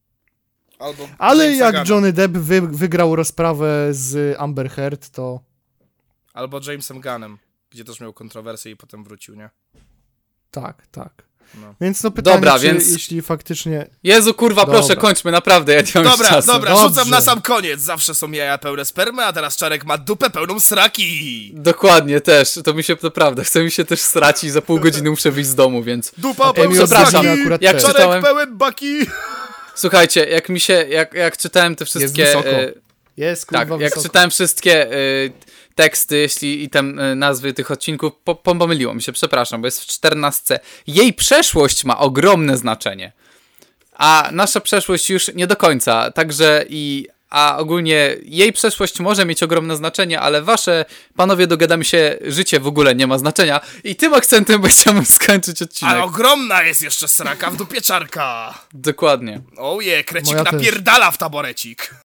Ale Jamesa jak Gunna. Johnny Depp wygrał rozprawę z Amber Heard, to Albo Jamesem Gunnem, gdzie też miał kontrowersję i potem wrócił, nie? tak. No. Więc no pytanie, Dobra, czy więc- jeśli faktycznie... Jezu, kurwa, Dobra. proszę, kończmy, naprawdę, ja nie mam już czasu. Dobra, Dobrze. rzucam na sam koniec. Zawsze są jaja pełne spermy, a teraz Czarek ma dupę pełną sraki. Dokładnie, też, to prawda, chce mi się też srać i za pół godziny muszę wyjść z domu, więc... Dupa pełna przepraszam, sraki. akurat jak też. czyta- Czarek czytałem- pełen baki. Słuchajcie, jak czytałem te wszystkie... wysoko. Jest kurwa Tak, jak wysoko. czytałem wszystkie teksty i tam nazwy tych odcinków, pomyliło mi się, przepraszam, bo jest w 14. Jej przeszłość ma ogromne znaczenie, a nasza przeszłość już nie do końca, także a ogólnie jej przeszłość może mieć ogromne znaczenie, ale wasze, panowie, dogadamy się, życie w ogóle nie ma znaczenia i tym akcentem chciałbym skończyć odcinek. A ogromna jest jeszcze sraka w dupie Czarka. Dokładnie. Krecik Moja też. napierdala w taborecik.